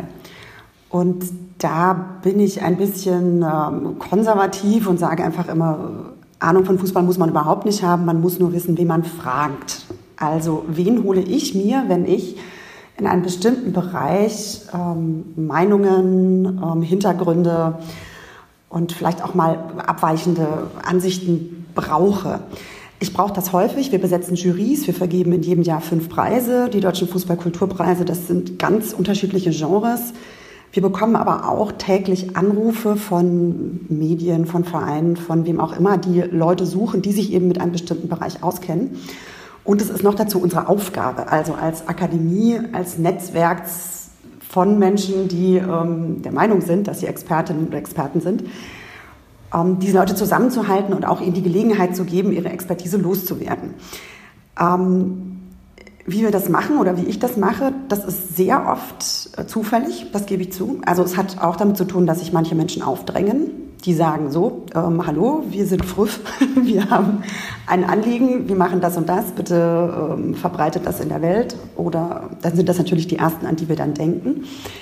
Und da bin ich ein bisschen ähm, konservativ und sage einfach immer, Ahnung von Fußball muss man überhaupt nicht haben, man muss nur wissen, wen man fragt. Also wen hole ich mir, wenn ich in einem bestimmten Bereich ähm, Meinungen, ähm, Hintergründe und vielleicht auch mal abweichende Ansichten brauche. Ich brauche das häufig. Wir besetzen Jurys. Wir vergeben in jedem Jahr fünf Preise. Die Deutschen Fußball-Kulturpreise, das sind ganz unterschiedliche Genres. Wir bekommen aber auch täglich Anrufe von Medien, von Vereinen, von wem auch immer, die Leute suchen, die sich eben mit einem bestimmten Bereich auskennen. Und es ist noch dazu unsere Aufgabe, also als Akademie, als Netzwerk von Menschen, die ähm, der Meinung sind, dass sie Expertinnen und Experten sind, ähm, diese Leute zusammenzuhalten und auch ihnen die Gelegenheit zu geben, ihre Expertise loszuwerden. Ähm, wie wir das machen oder wie ich das mache, das ist sehr oft äh, zufällig, das gebe ich zu. Also es hat auch damit zu tun, dass sich manche Menschen aufdrängen. Die sagen so, ähm, hallo, wir sind Früff, wir haben ein Anliegen, wir machen das und das, bitte ähm, verbreitet das in der Welt. Oder dann sind das natürlich die Ersten, an die wir dann denken.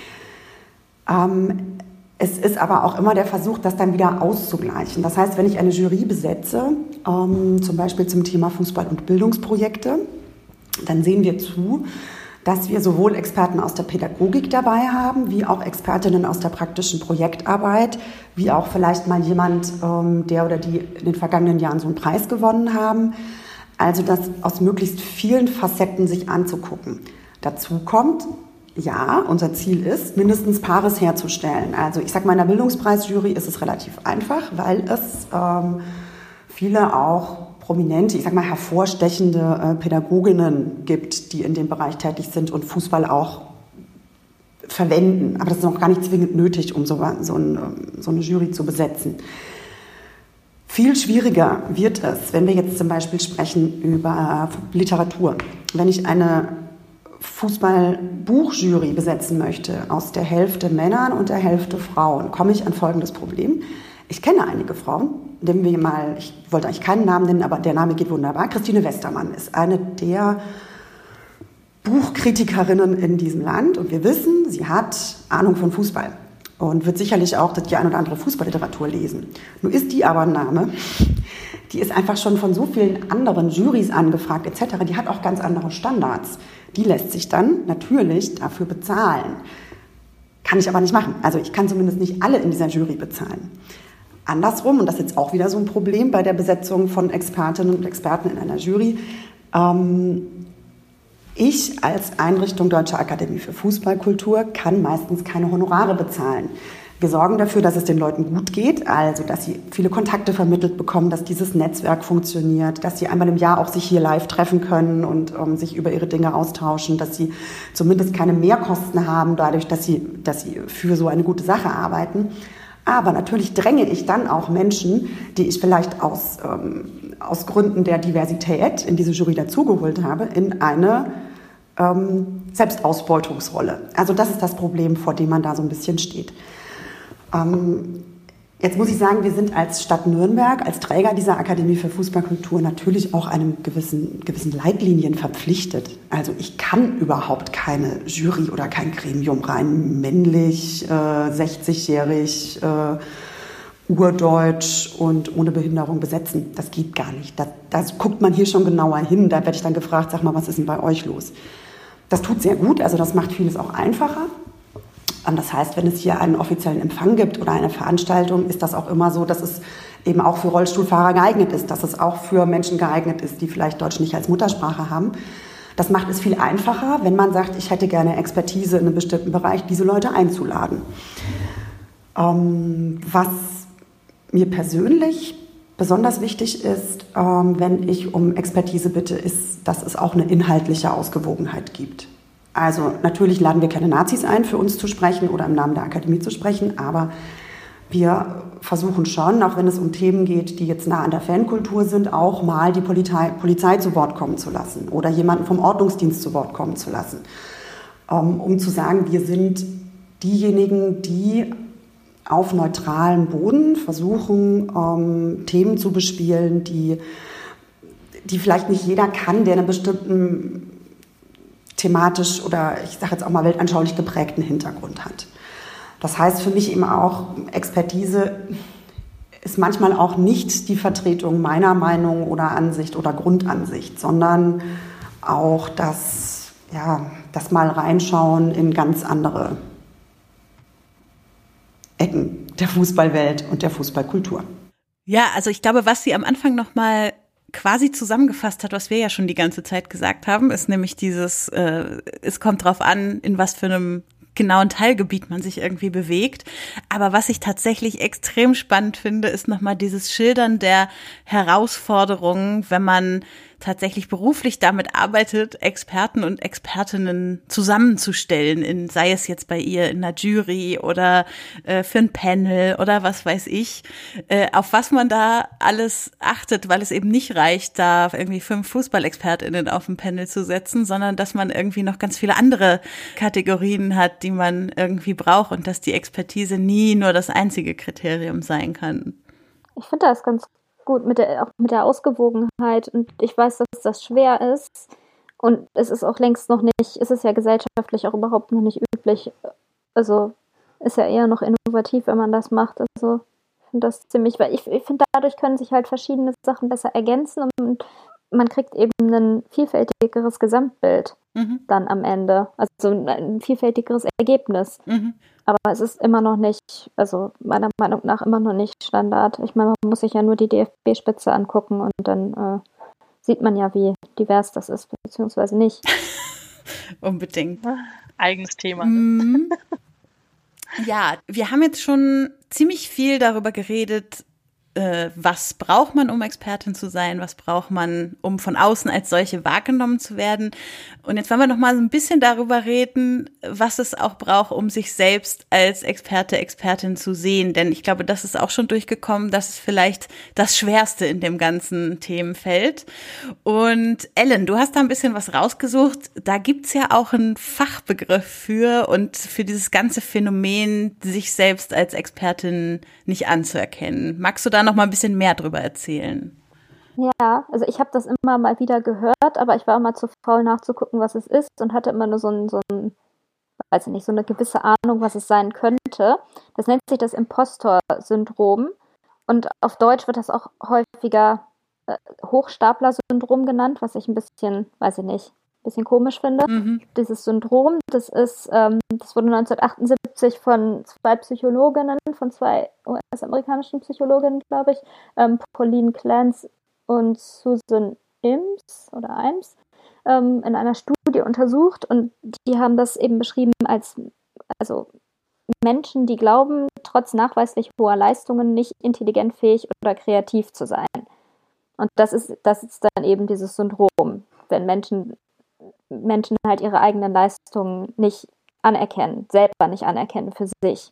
Ähm, es ist aber auch immer der Versuch, das dann wieder auszugleichen. Das heißt, wenn ich eine Jury besetze, ähm, zum Beispiel zum Thema Fußball- und Bildungsprojekte, dann sehen wir zu, dass wir sowohl Experten aus der Pädagogik dabei haben, wie auch Expertinnen aus der praktischen Projektarbeit, wie auch vielleicht mal jemand, ähm, der oder die in den vergangenen Jahren so einen Preis gewonnen haben. Also das aus möglichst vielen Facetten sich anzugucken. Dazu kommt, ja, unser Ziel ist, mindestens Paares herzustellen. Also ich sage mal, in der Bildungspreisjury ist es relativ einfach, weil es ähm, viele auch prominente, ich sag mal hervorstechende äh, Pädagoginnen gibt, die in dem Bereich tätig sind und Fußball auch verwenden. Aber das ist noch gar nicht zwingend nötig, um so, so, ein, so eine Jury zu besetzen. Viel schwieriger wird es, wenn wir jetzt zum Beispiel sprechen über Literatur. Wenn ich eine Fußball-Buchjury besetzen möchte, aus der Hälfte Männern und der Hälfte Frauen, komme ich an folgendes Problem. Ich kenne einige Frauen, nehmen wir mal, ich wollte eigentlich keinen Namen nennen, aber der Name geht wunderbar. Christine Westermann ist eine der Buchkritikerinnen in diesem Land und wir wissen, sie hat Ahnung von Fußball und wird sicherlich auch die ein oder andere Fußballliteratur lesen. Nur ist die aber ein Name, die ist einfach schon von so vielen anderen Jurys angefragt et cetera. Die hat auch ganz andere Standards. Die lässt sich dann natürlich dafür bezahlen. Kann ich aber nicht machen. Also ich kann zumindest nicht alle in dieser Jury bezahlen. Andersrum, und das ist jetzt auch wieder so ein Problem bei der Besetzung von Expertinnen und Experten in einer Jury, ähm, ich als Einrichtung Deutsche Akademie für Fußballkultur kann meistens keine Honorare bezahlen. Wir sorgen dafür, dass es den Leuten gut geht, also dass sie viele Kontakte vermittelt bekommen, dass dieses Netzwerk funktioniert, dass sie einmal im Jahr auch sich hier live treffen können und um, sich über ihre Dinge austauschen, dass sie zumindest keine Mehrkosten haben, dadurch, dass sie, dass sie für so eine gute Sache arbeiten. Aber natürlich dränge ich dann auch Menschen, die ich vielleicht aus, ähm, aus Gründen der Diversität in diese Jury dazugeholt habe, in eine ähm, Selbstausbeutungsrolle. Also das ist das Problem, vor dem man da so ein bisschen steht. Ähm, jetzt muss ich sagen, wir sind als Stadt Nürnberg, als Träger dieser Akademie für Fußballkultur natürlich auch einem gewissen, gewissen Leitlinien verpflichtet. Also ich kann überhaupt keine Jury oder kein Gremium rein männlich, äh, sechzigjährig, äh, urdeutsch und ohne Behinderung besetzen. Das geht gar nicht. Da, das guckt man hier schon genauer hin. Da werde ich dann gefragt, sag mal, was ist denn bei euch los? Das tut sehr gut, also das macht vieles auch einfacher. Das heißt, wenn es hier einen offiziellen Empfang gibt oder eine Veranstaltung, ist das auch immer so, dass es eben auch für Rollstuhlfahrer geeignet ist, dass es auch für Menschen geeignet ist, die vielleicht Deutsch nicht als Muttersprache haben. Das macht es viel einfacher, wenn man sagt, ich hätte gerne Expertise in einem bestimmten Bereich, diese Leute einzuladen. Ähm, was mir persönlich besonders wichtig ist, ähm, wenn ich um Expertise bitte, ist, dass es auch eine inhaltliche Ausgewogenheit gibt. Also natürlich laden wir keine Nazis ein, für uns zu sprechen oder im Namen der Akademie zu sprechen, aber wir versuchen schon, auch wenn es um Themen geht, die jetzt nah an der Fankultur sind, auch mal die Polizei, Polizei zu Wort kommen zu lassen oder jemanden vom Ordnungsdienst zu Wort kommen zu lassen, um zu sagen, wir sind diejenigen, die auf neutralem Boden versuchen, ähm, Themen zu bespielen, die, die vielleicht nicht jeder kann, der einen bestimmten thematisch oder ich sage jetzt auch mal weltanschaulich geprägten Hintergrund hat. Das heißt für mich eben auch, Expertise ist manchmal auch nicht die Vertretung meiner Meinung oder Ansicht oder Grundansicht, sondern auch das, ja, das mal reinschauen in ganz andere Ecken der Fußballwelt und der Fußballkultur. Ja, also ich glaube, was sie am Anfang nochmal quasi zusammengefasst hat, was wir ja schon die ganze Zeit gesagt haben, ist nämlich dieses, äh, es kommt drauf an, in was für einem genauen Teilgebiet man sich irgendwie bewegt. Aber was ich tatsächlich extrem spannend finde, ist nochmal dieses Schildern der Herausforderungen, wenn man tatsächlich beruflich damit arbeitet, Experten und Expertinnen zusammenzustellen, in, sei es jetzt bei ihr in einer Jury oder äh, für ein Panel oder was weiß ich, äh, auf was man da alles achtet, weil es eben nicht reicht, da irgendwie fünf FußballexpertInnen auf ein Panel zu setzen, sondern dass man irgendwie noch ganz viele andere Kategorien hat, die man irgendwie braucht und dass die Expertise nie nur das einzige Kriterium sein kann. Ich finde das ganz gut mit der, auch mit der Ausgewogenheit, und ich weiß, dass das schwer ist, und es ist auch längst noch nicht, ist es ja gesellschaftlich auch überhaupt noch nicht üblich, also ist ja eher noch innovativ, wenn man das macht, also ich finde das ziemlich, weil ich, ich finde, dadurch können sich halt verschiedene Sachen besser ergänzen und man kriegt eben ein vielfältigeres Gesamtbild mhm. dann am Ende, also ein vielfältigeres Ergebnis. Mhm. Aber es ist immer noch nicht, also meiner Meinung nach immer noch nicht Standard. Ich meine, man muss sich ja nur die D F B-Spitze angucken und dann äh, sieht man ja, wie divers das ist, beziehungsweise nicht. Unbedingt. Eigenes Thema. Mm. Ja, wir haben jetzt schon ziemlich viel darüber geredet, äh, was braucht man, um Expertin zu sein, was braucht man, um von außen als solche wahrgenommen zu werden. Und jetzt wollen wir noch mal so ein bisschen darüber reden, was es auch braucht, um sich selbst als Experte, Expertin zu sehen. Denn ich glaube, das ist auch schon durchgekommen, dass es vielleicht das Schwerste in dem ganzen Themenfeld. Und Ellen, du hast da ein bisschen was rausgesucht. Da gibt's ja auch einen Fachbegriff für und für dieses ganze Phänomen, sich selbst als Expertin nicht anzuerkennen. Magst du da noch mal ein bisschen mehr drüber erzählen? Ja, also ich habe das immer mal wieder gehört, aber ich war immer zu faul nachzugucken, was es ist, und hatte immer nur so ein, so ein, weiß ich nicht, so eine gewisse Ahnung, was es sein könnte. Das nennt sich das Impostor-Syndrom, und auf Deutsch wird das auch häufiger äh, Hochstapler-Syndrom genannt, was ich ein bisschen, weiß ich nicht, ein bisschen komisch finde. Mhm. Dieses Syndrom, das ist, ähm, das wurde neunzehnhundertachtundsiebzig von zwei Psychologinnen, von zwei U S-amerikanischen Psychologinnen, glaube ich, ähm, Pauline Clance und Susan Imes oder Imes, ähm, in einer Studie untersucht, und die haben das eben beschrieben als, also Menschen, die glauben, trotz nachweislich hoher Leistungen nicht intelligent, fähig oder kreativ zu sein. Und das ist, das ist dann eben dieses Syndrom, wenn Menschen, Menschen halt ihre eigenen Leistungen nicht anerkennen, selber nicht anerkennen für sich.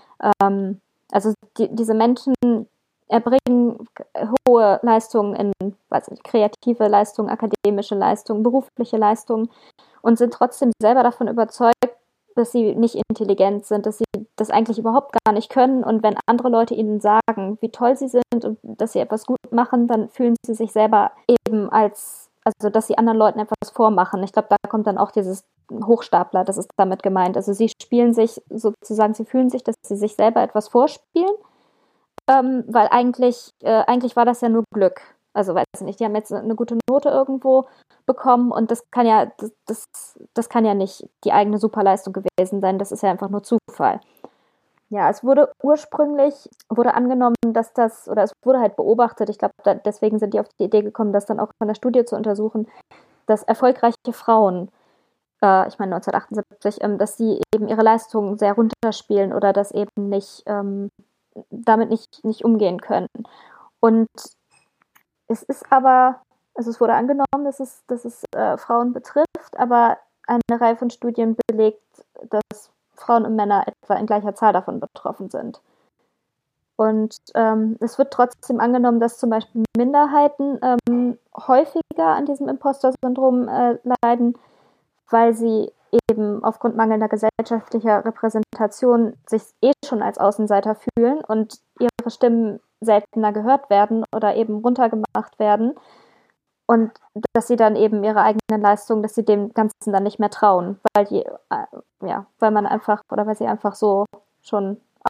Ähm, also die, diese Menschen erbringen hohe Leistungen in, weiß nicht, kreative Leistungen, akademische Leistungen, berufliche Leistungen, und sind trotzdem selber davon überzeugt, dass sie nicht intelligent sind, dass sie das eigentlich überhaupt gar nicht können, und wenn andere Leute ihnen sagen, wie toll sie sind und dass sie etwas gut machen, dann fühlen sie sich selber eben als, also dass sie anderen Leuten etwas vormachen. Ich glaube, da kommt dann auch dieses Hochstapler, das ist damit gemeint. Also sie spielen sich sozusagen, sie fühlen sich, dass sie sich selber etwas vorspielen, Ähm, weil eigentlich, äh, eigentlich war das ja nur Glück. Also weiß ich nicht, die haben jetzt eine gute Note irgendwo bekommen, und das kann ja, das, das, das kann ja nicht die eigene Superleistung gewesen sein, das ist ja einfach nur Zufall. Ja, es wurde ursprünglich, wurde angenommen, dass das, oder es wurde halt beobachtet, ich glaube, da, deswegen sind die auf die Idee gekommen, das dann auch von der Studie zu untersuchen, dass erfolgreiche Frauen, äh, ich meine neunzehnhundertachtundsiebzig, ähm, dass sie eben ihre Leistungen sehr runterspielen oder das eben nicht, ähm, damit nicht, nicht umgehen können. Und es ist aber, also es wurde angenommen, dass es, dass es äh, Frauen betrifft, aber eine Reihe von Studien belegt, dass Frauen und Männer etwa in gleicher Zahl davon betroffen sind. Und ähm, es wird trotzdem angenommen, dass zum Beispiel Minderheiten ähm, häufiger an diesem Imposter-Syndrom äh, leiden, weil sie eben aufgrund mangelnder gesellschaftlicher Repräsentation sich eh schon als Außenseiter fühlen und ihre Stimmen seltener gehört werden oder eben runtergemacht werden, und dass sie dann eben ihre eigenen Leistungen, dass sie dem Ganzen dann nicht mehr trauen, weil die, äh, ja, weil man einfach, oder weil sie einfach so schon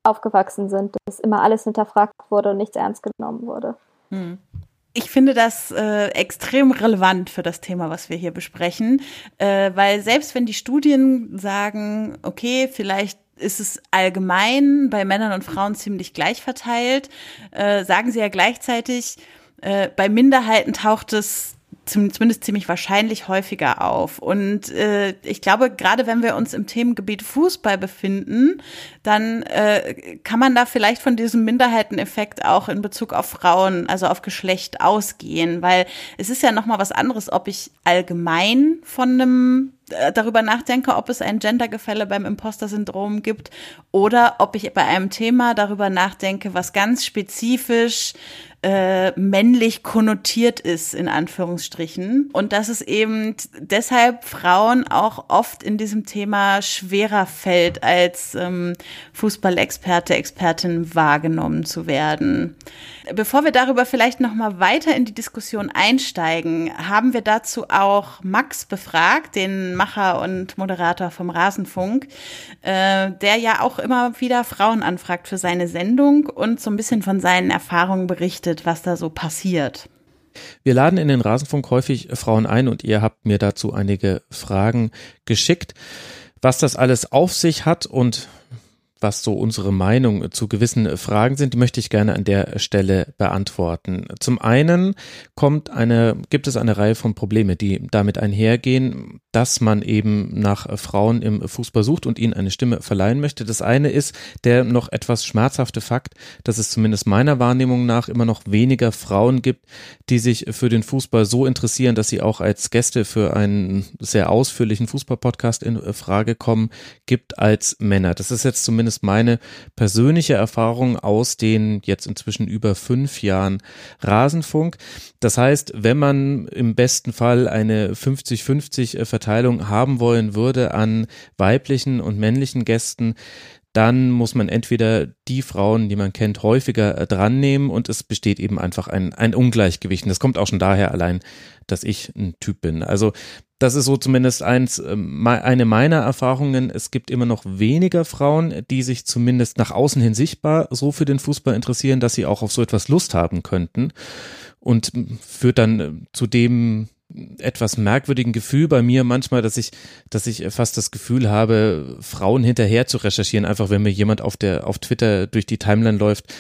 aufgewachsen sind, dass immer alles hinterfragt wurde und nichts ernst genommen wurde. Hm. Ich finde das äh, extrem relevant für das Thema, was wir hier besprechen, äh, weil selbst wenn die Studien sagen, okay, vielleicht ist es allgemein bei Männern und Frauen ziemlich gleich verteilt, äh, sagen sie ja gleichzeitig, äh, bei Minderheiten taucht es zumindest ziemlich wahrscheinlich häufiger auf. Und äh, ich glaube, gerade wenn wir uns im Themengebiet Fußball befinden, dann äh, kann man da vielleicht von diesem Minderheiteneffekt auch in Bezug auf Frauen, also auf Geschlecht ausgehen, weil es ist ja nochmal was anderes, ob ich allgemein von einem äh, darüber nachdenke, ob es ein Gendergefälle beim Imposter-Syndrom gibt oder ob ich bei einem Thema darüber nachdenke, was ganz spezifisch Äh, männlich konnotiert ist, in Anführungsstrichen. Und dass es eben deshalb Frauen auch oft in diesem Thema schwerer fällt, als ähm, Fußballexperte, Expertin wahrgenommen zu werden. Bevor wir darüber vielleicht noch mal weiter in die Diskussion einsteigen, haben wir dazu auch Max befragt, den Macher und Moderator vom Rasenfunk, äh, der ja auch immer wieder Frauen anfragt für seine Sendung und so ein bisschen von seinen Erfahrungen berichtet, was da so passiert. Wir laden in den Rasenfunk häufig Frauen ein und ihr habt mir dazu einige Fragen geschickt. Was das alles auf sich hat und was so unsere Meinung zu gewissen Fragen sind, die möchte ich gerne an der Stelle beantworten. Zum einen kommt eine, gibt es eine Reihe von Problemen, die damit einhergehen, dass man eben nach Frauen im Fußball sucht und ihnen eine Stimme verleihen möchte. Das eine ist der noch etwas schmerzhafte Fakt, dass es zumindest meiner Wahrnehmung nach immer noch weniger Frauen gibt, die sich für den Fußball so interessieren, dass sie auch als Gäste für einen sehr ausführlichen Fußball-Podcast in Frage kommen, gibt als Männer. Das ist jetzt zumindest meine persönliche Erfahrung aus den jetzt inzwischen über fünf Jahren Rasenfunk. Das heißt, wenn man im besten Fall eine fünfzig fünfzig Verteilung haben wollen würde an weiblichen und männlichen Gästen, dann muss man entweder die Frauen, die man kennt, häufiger dran nehmen und es besteht eben einfach ein, ein Ungleichgewicht. Und das kommt auch schon daher allein, dass ich ein Typ bin. Also das ist so zumindest eins, eine meiner Erfahrungen. Es gibt immer noch weniger Frauen, die sich zumindest nach außen hin sichtbar so für den Fußball interessieren, dass sie auch auf so etwas Lust haben könnten, und führt dann zu dem etwas merkwürdigen Gefühl bei mir manchmal, dass ich, dass ich fast das Gefühl habe, Frauen hinterher zu recherchieren, einfach wenn mir jemand auf der, auf Twitter durch die Timeline läuft,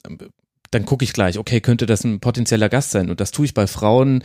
dann gucke ich gleich, okay, könnte das ein potenzieller Gast sein? Und das tue ich bei Frauen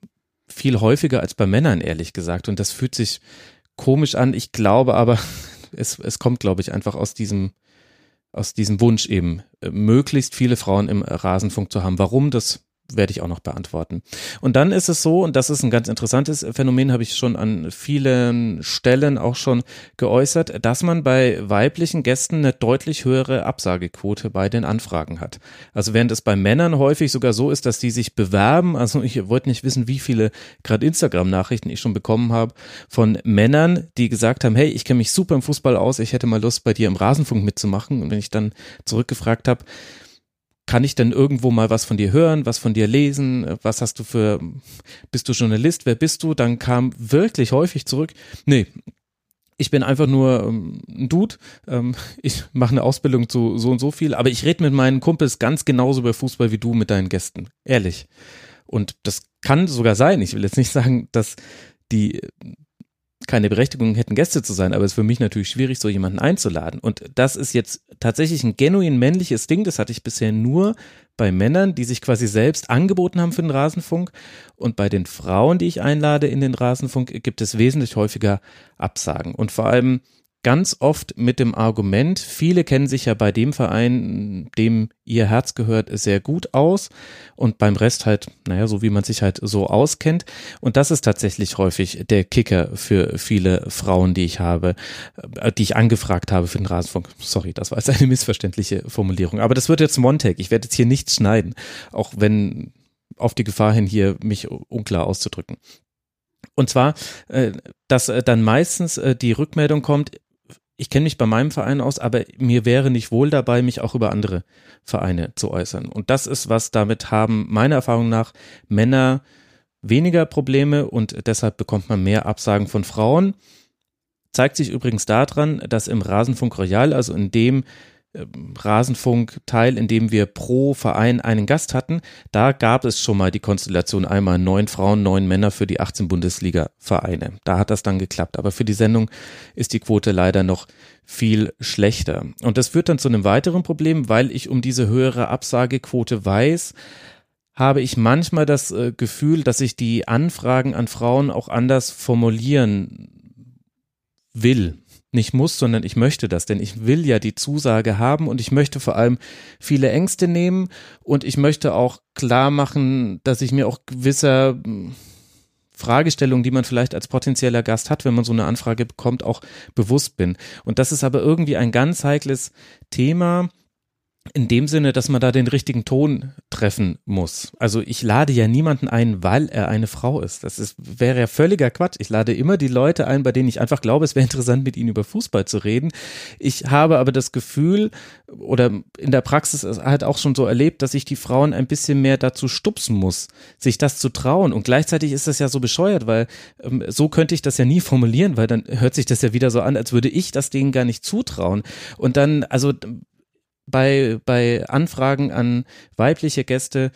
viel häufiger als bei Männern, ehrlich gesagt. Und das fühlt sich komisch an. Ich glaube aber, es, es kommt, glaube ich, einfach aus diesem, aus diesem Wunsch eben, möglichst viele Frauen im Rasenfunk zu haben. Warum, das werde ich auch noch beantworten. Und dann ist es so, und das ist ein ganz interessantes Phänomen, habe ich schon an vielen Stellen auch schon geäußert, dass man bei weiblichen Gästen eine deutlich höhere Absagequote bei den Anfragen hat. Also während es bei Männern häufig sogar so ist, dass die sich bewerben, also ich wollte nicht wissen, wie viele gerade Instagram-Nachrichten ich schon bekommen habe von Männern, die gesagt haben, hey, ich kenne mich super im Fußball aus, ich hätte mal Lust, bei dir im Rasenfunk mitzumachen. Und wenn ich dann zurückgefragt habe, kann ich denn irgendwo mal was von dir hören, was von dir lesen, was hast du für, bist du Journalist, wer bist du? Dann kam wirklich häufig zurück, nee, ich bin einfach nur ähm, ein Dude, ähm, ich mache eine Ausbildung zu so und so viel, aber ich rede mit meinen Kumpels ganz genauso über Fußball wie du mit deinen Gästen, ehrlich. Und das kann sogar sein, ich will jetzt nicht sagen, dass die keine Berechtigung hätten, Gäste zu sein, aber es ist für mich natürlich schwierig, so jemanden einzuladen. Und das ist jetzt tatsächlich ein genuin männliches Ding, das hatte ich bisher nur bei Männern, die sich quasi selbst angeboten haben für den Rasenfunk, und bei den Frauen, die ich einlade in den Rasenfunk, gibt es wesentlich häufiger Absagen und vor allem ganz oft mit dem Argument, viele kennen sich ja bei dem Verein, dem ihr Herz gehört, sehr gut aus und beim Rest halt, naja, so wie man sich halt so auskennt. Und das ist tatsächlich häufig der Kicker für viele Frauen, die ich habe, die ich angefragt habe für den Rasenfunk. Sorry, das war jetzt eine missverständliche Formulierung. Aber das wird jetzt Montag. Ich werde jetzt hier nichts schneiden, auch wenn auf die Gefahr hin, hier mich unklar auszudrücken. Und zwar, dass dann meistens die Rückmeldung kommt, ich kenne mich bei meinem Verein aus, aber mir wäre nicht wohl dabei, mich auch über andere Vereine zu äußern. Und das ist was, damit haben meiner Erfahrung nach Männer weniger Probleme und deshalb bekommt man mehr Absagen von Frauen. Zeigt sich übrigens daran, dass im Rasenfunk Royal, also in dem Rasenfunk-Teil, in dem wir pro Verein einen Gast hatten, da gab es schon mal die Konstellation einmal neun Frauen, neun Männer für die achtzehn Bundesliga-Vereine. Da hat das dann geklappt. Aber für die Sendung ist die Quote leider noch viel schlechter. Und das führt dann zu einem weiteren Problem, weil ich um diese höhere Absagequote weiß, habe ich manchmal das äh, Gefühl, dass ich die Anfragen an Frauen auch anders formulieren will. Nicht muss, sondern ich möchte das, denn ich will ja die Zusage haben und ich möchte vor allem viele Ängste nehmen und ich möchte auch klar machen, dass ich mir auch gewisser Fragestellungen, die man vielleicht als potenzieller Gast hat, wenn man so eine Anfrage bekommt, auch bewusst bin. Und das ist aber irgendwie ein ganz heikles Thema, in dem Sinne, dass man da den richtigen Ton treffen muss. Also ich lade ja niemanden ein, weil er eine Frau ist. Das ist, wäre ja völliger Quatsch. Ich lade immer die Leute ein, bei denen ich einfach glaube, es wäre interessant, mit ihnen über Fußball zu reden. Ich habe aber das Gefühl oder in der Praxis halt auch schon so erlebt, dass ich die Frauen ein bisschen mehr dazu stupsen muss, sich das zu trauen. Und gleichzeitig ist das ja so bescheuert, weil ähm, so könnte ich das ja nie formulieren, weil dann hört sich das ja wieder so an, als würde ich das denen gar nicht zutrauen. Und dann, also Bei, bei Anfragen an weibliche Gäste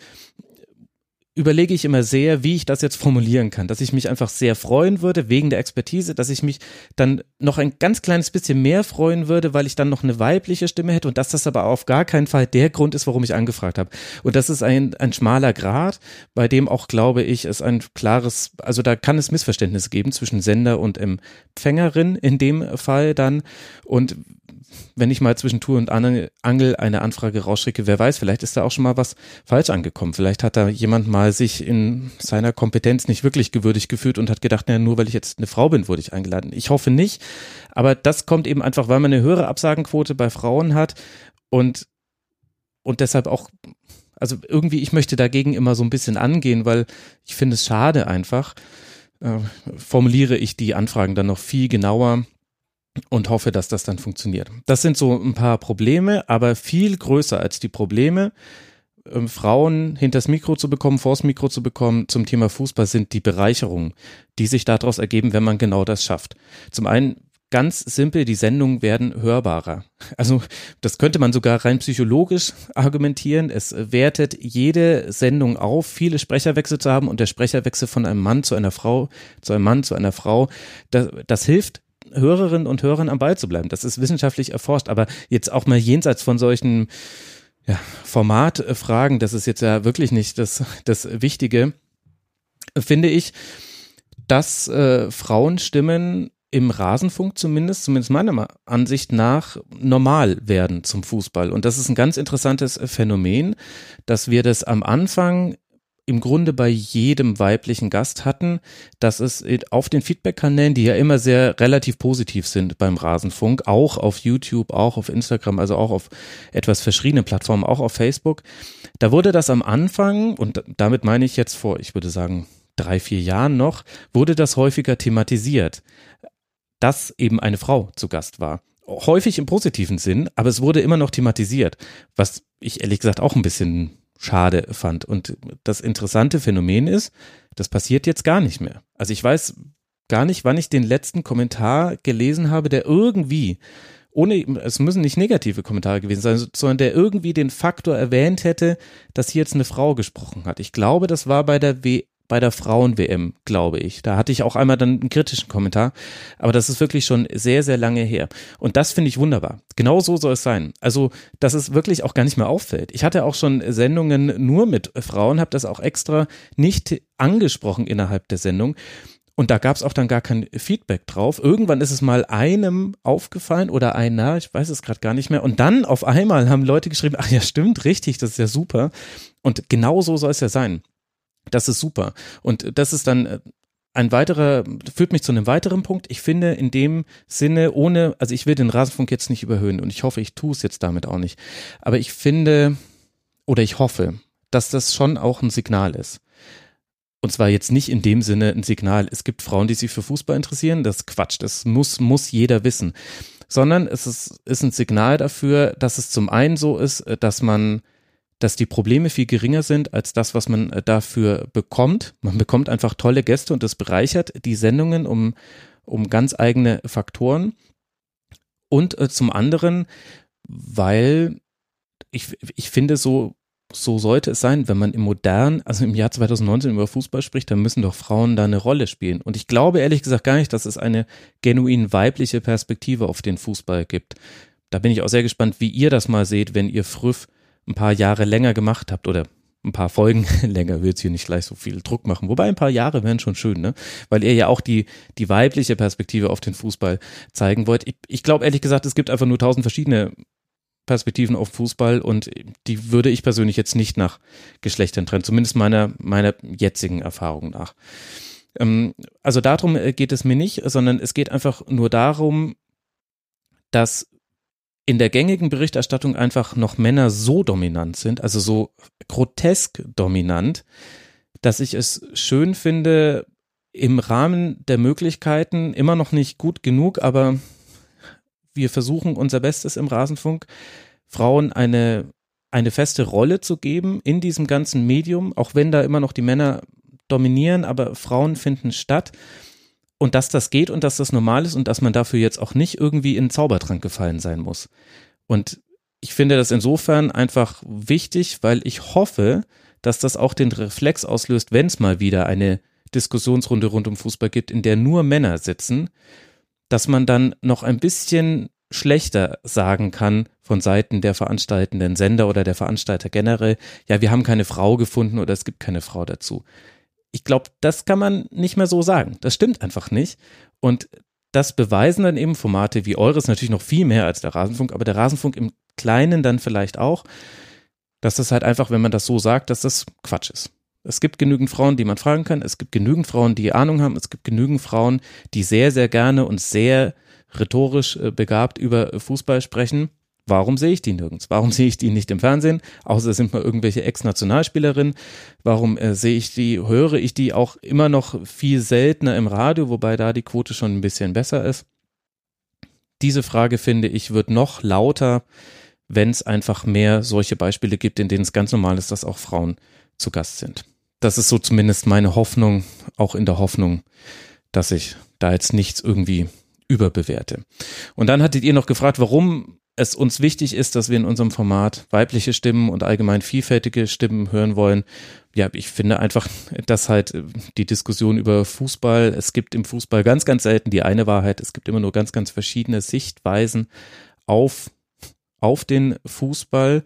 überlege ich immer sehr, wie ich das jetzt formulieren kann, dass ich mich einfach sehr freuen würde wegen der Expertise, dass ich mich dann noch ein ganz kleines bisschen mehr freuen würde, weil ich dann noch eine weibliche Stimme hätte und dass das aber auf gar keinen Fall der Grund ist, warum ich angefragt habe. Und das ist ein, ein schmaler Grat, bei dem auch, glaube ich, es ein klares, also da kann es Missverständnisse geben zwischen Sender und Empfängerin in dem Fall dann. Und wenn ich mal zwischen Tour und Angel eine Anfrage rausschicke, wer weiß, vielleicht ist da auch schon mal was falsch angekommen. Vielleicht hat da jemand mal sich in seiner Kompetenz nicht wirklich gewürdigt gefühlt und hat gedacht, na, nur weil ich jetzt eine Frau bin, wurde ich eingeladen. Ich hoffe nicht, aber das kommt eben einfach, weil man eine höhere Absagenquote bei Frauen hat und, und deshalb auch, also irgendwie, ich möchte dagegen immer so ein bisschen angehen, weil ich finde es schade einfach, äh, formuliere ich die Anfragen dann noch viel genauer und hoffe, dass das dann funktioniert. Das sind so ein paar Probleme, aber viel größer als die Probleme, ähm, Frauen hinters Mikro zu bekommen, vors Mikro zu bekommen zum Thema Fußball, sind die Bereicherungen, die sich daraus ergeben, wenn man genau das schafft. Zum einen ganz simpel, die Sendungen werden hörbarer. Also das könnte man sogar rein psychologisch argumentieren. Es wertet jede Sendung auf, viele Sprecherwechsel zu haben und der Sprecherwechsel von einem Mann zu einer Frau, zu einem Mann zu einer Frau, das, das hilft, Hörerinnen und Hörern am Ball zu bleiben. Das ist wissenschaftlich erforscht, aber jetzt auch mal jenseits von solchen ja, Formatfragen, das ist jetzt ja wirklich nicht das, das Wichtige, finde ich, dass äh, Frauenstimmen im Rasenfunk zumindest, zumindest meiner Ansicht nach, normal werden zum Fußball. Und das ist ein ganz interessantes Phänomen, dass wir das am Anfang im Grunde bei jedem weiblichen Gast hatten, dass es auf den Feedback-Kanälen, die ja immer sehr relativ positiv sind beim Rasenfunk, auch auf YouTube, auch auf Instagram, also auch auf etwas verschiedenen Plattformen, auch auf Facebook, da wurde das am Anfang, und damit meine ich jetzt vor, ich würde sagen, drei, vier Jahren noch, wurde das häufiger thematisiert, dass eben eine Frau zu Gast war. Häufig im positiven Sinn, aber es wurde immer noch thematisiert, was ich ehrlich gesagt auch ein bisschen schade fand. Und das interessante Phänomen ist, das passiert jetzt gar nicht mehr. Also ich weiß gar nicht, wann ich den letzten Kommentar gelesen habe, der irgendwie, ohne, es müssen nicht negative Kommentare gewesen sein, sondern der irgendwie den Faktor erwähnt hätte, dass hier jetzt eine Frau gesprochen hat. Ich glaube, das war bei der W bei der Frauen-W M, glaube ich. Da hatte ich auch einmal dann einen kritischen Kommentar, aber das ist wirklich schon sehr, sehr lange her. Und das finde ich wunderbar. Genau so soll es sein. Also, dass es wirklich auch gar nicht mehr auffällt. Ich hatte auch schon Sendungen nur mit Frauen, habe das auch extra nicht angesprochen innerhalb der Sendung. Und da gab es auch dann gar kein Feedback drauf. Irgendwann ist es mal einem aufgefallen oder einer, ich weiß es gerade gar nicht mehr. Und dann auf einmal haben Leute geschrieben, ach ja, stimmt, richtig, das ist ja super. Und genau so soll es ja sein. Das ist super. Und das ist dann ein weiterer, führt mich zu einem weiteren Punkt. Ich finde in dem Sinne, ohne, also ich will den Rasenfunk jetzt nicht überhöhen und ich hoffe, ich tue es jetzt damit auch nicht. Aber ich finde, oder ich hoffe, dass das schon auch ein Signal ist. Und zwar jetzt nicht in dem Sinne ein Signal, es gibt Frauen, die sich für Fußball interessieren, das ist Quatsch, das muss, muss jeder wissen. Sondern es ist, ist ein Signal dafür, dass es zum einen so ist, dass man dass die Probleme viel geringer sind als das, was man dafür bekommt. Man bekommt einfach tolle Gäste und das bereichert die Sendungen um, um ganz eigene Faktoren. Und äh, zum anderen weil ich, ich finde, so, so sollte es sein, wenn man im modernen, also im Jahr zwanzig neunzehn über Fußball spricht, dann müssen doch Frauen da eine Rolle spielen. Und ich glaube ehrlich gesagt gar nicht, dass es eine genuin weibliche Perspektive auf den Fußball gibt. Da bin ich auch sehr gespannt, wie ihr das mal seht, wenn ihr Früff ein paar Jahre länger gemacht habt oder ein paar Folgen länger, will jetzt hier nicht gleich so viel Druck machen. Wobei ein paar Jahre wären schon schön, ne? Weil ihr ja auch die, die weibliche Perspektive auf den Fußball zeigen wollt. Ich, ich glaube ehrlich gesagt, es gibt einfach nur tausend verschiedene Perspektiven auf Fußball und die würde ich persönlich jetzt nicht nach Geschlechtern trennen, zumindest meiner, meiner jetzigen Erfahrung nach. Ähm, also darum geht es mir nicht, sondern es geht einfach nur darum, dass in der gängigen Berichterstattung einfach noch Männer so dominant sind, also so grotesk dominant, dass ich es schön finde, im Rahmen der Möglichkeiten, immer noch nicht gut genug, aber wir versuchen unser Bestes im Rasenfunk, Frauen eine, eine feste Rolle zu geben in diesem ganzen Medium, auch wenn da immer noch die Männer dominieren, aber Frauen finden statt. Und dass das geht und dass das normal ist und dass man dafür jetzt auch nicht irgendwie in den Zaubertrank gefallen sein muss. Und ich finde das insofern einfach wichtig, weil ich hoffe, dass das auch den Reflex auslöst, wenn es mal wieder eine Diskussionsrunde rund um Fußball gibt, in der nur Männer sitzen, dass man dann noch ein bisschen schlechter sagen kann von Seiten der veranstaltenden Sender oder der Veranstalter generell, ja, wir haben keine Frau gefunden oder es gibt keine Frau dazu. Ich glaube, das kann man nicht mehr so sagen. Das stimmt einfach nicht. Und das beweisen dann eben Formate wie eures, natürlich noch viel mehr als der Rasenfunk, aber der Rasenfunk im Kleinen dann vielleicht auch, dass das halt einfach, wenn man das so sagt, dass das Quatsch ist. Es gibt genügend Frauen, die man fragen kann. Es gibt genügend Frauen, die Ahnung haben. Es gibt genügend Frauen, die sehr, sehr gerne und sehr rhetorisch begabt über Fußball sprechen. Warum sehe ich die nirgends? Warum sehe ich die nicht im Fernsehen? Außer es sind mal irgendwelche Ex-Nationalspielerinnen. Warum äh, sehe ich die, höre ich die auch immer noch viel seltener im Radio, wobei da die Quote schon ein bisschen besser ist? Diese Frage, finde ich, wird noch lauter, wenn es einfach mehr solche Beispiele gibt, in denen es ganz normal ist, dass auch Frauen zu Gast sind. Das ist so zumindest meine Hoffnung, auch in der Hoffnung, dass ich da jetzt nichts irgendwie überbewerte. Und dann hattet ihr noch gefragt, warum es uns wichtig ist, dass wir in unserem Format weibliche Stimmen und allgemein vielfältige Stimmen hören wollen. Ja, ich finde einfach, dass halt die Diskussion über Fußball, es gibt im Fußball ganz, ganz selten die eine Wahrheit, es gibt immer nur ganz, ganz verschiedene Sichtweisen auf, auf den Fußball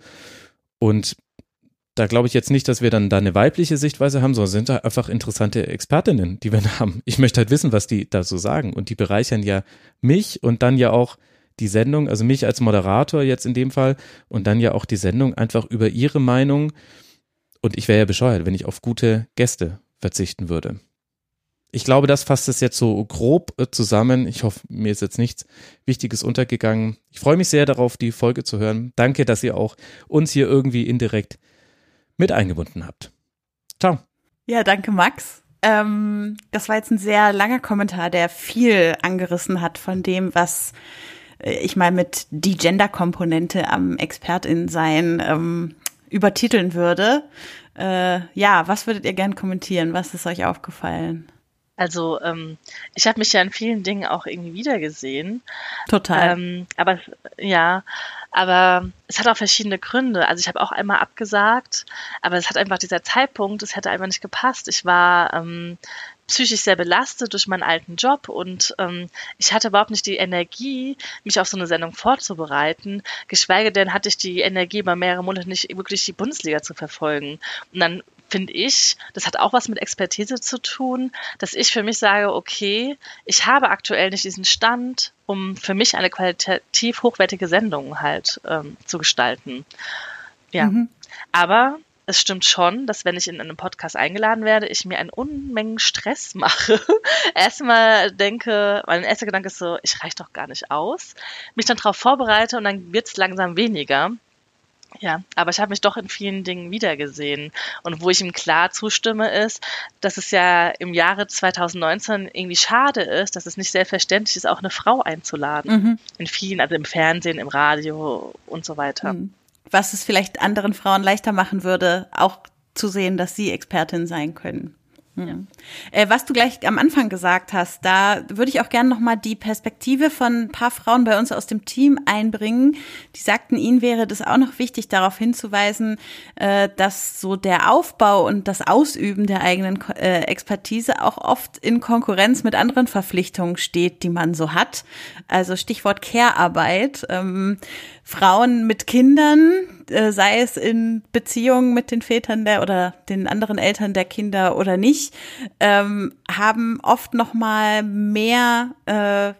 und da glaube ich jetzt nicht, dass wir dann da eine weibliche Sichtweise haben, sondern sind da einfach interessante Expertinnen, die wir da haben. Ich möchte halt wissen, was die da so sagen und die bereichern ja mich und dann ja auch die Sendung, also mich als Moderator jetzt in dem Fall und dann ja auch die Sendung einfach über ihre Meinung und ich wäre ja bescheuert, wenn ich auf gute Gäste verzichten würde. Ich glaube, das fasst es jetzt so grob zusammen. Ich hoffe, mir ist jetzt nichts Wichtiges untergegangen. Ich freue mich sehr darauf, die Folge zu hören. Danke, dass ihr auch uns hier irgendwie indirekt mit eingebunden habt. Ciao. Ja, danke Max. Ähm, das war jetzt ein sehr langer Kommentar, der viel angerissen hat von dem, was ich mal mit die Gender-Komponente am ExpertInnen-Sein ähm, übertiteln würde. Äh, ja, was würdet ihr gern kommentieren? Was ist euch aufgefallen? Also ähm, ich habe mich ja in vielen Dingen auch irgendwie wiedergesehen. Total. Ähm, aber ja, aber es hat auch verschiedene Gründe. Also ich habe auch einmal abgesagt, aber es hat einfach dieser Zeitpunkt, es hätte einfach nicht gepasst. Ich war ähm, psychisch sehr belastet durch meinen alten Job und ähm, ich hatte überhaupt nicht die Energie, mich auf so eine Sendung vorzubereiten, geschweige denn hatte ich die Energie, über mehrere Monate nicht wirklich die Bundesliga zu verfolgen. Und dann finde ich, das hat auch was mit Expertise zu tun, dass ich für mich sage, okay, ich habe aktuell nicht diesen Stand, um für mich eine qualitativ hochwertige Sendung halt ähm, zu gestalten. Ja, mhm. Aber es stimmt schon, dass wenn ich in einem Podcast eingeladen werde, ich mir einen Unmengen Stress mache. Erstmal denke, mein erster Gedanke ist so, ich reiche doch gar nicht aus. Mich dann darauf vorbereite und dann wird es langsam weniger. Ja, aber ich habe mich doch in vielen Dingen wiedergesehen. Und wo ich ihm klar zustimme, ist, dass es ja im Jahre zwanzig neunzehn irgendwie schade ist, dass es nicht selbstverständlich ist, auch eine Frau einzuladen. Mhm. In vielen, also im Fernsehen, im Radio und so weiter. Mhm. Was es vielleicht anderen Frauen leichter machen würde, auch zu sehen, dass sie Expertin sein können. Mhm. Äh, was du gleich am Anfang gesagt hast, da würde ich auch gerne nochmal die Perspektive von ein paar Frauen bei uns aus dem Team einbringen. Die sagten, ihnen wäre das auch noch wichtig, darauf hinzuweisen, äh, dass so der Aufbau und das Ausüben der eigenen äh, Expertise auch oft in Konkurrenz mit anderen Verpflichtungen steht, die man so hat. Also Stichwort Care-Arbeit. Ähm, Frauen mit Kindern, äh, sei es in Beziehungen mit den Vätern der oder den anderen Eltern der Kinder oder nicht, ähm, haben oft noch mal mehr äh,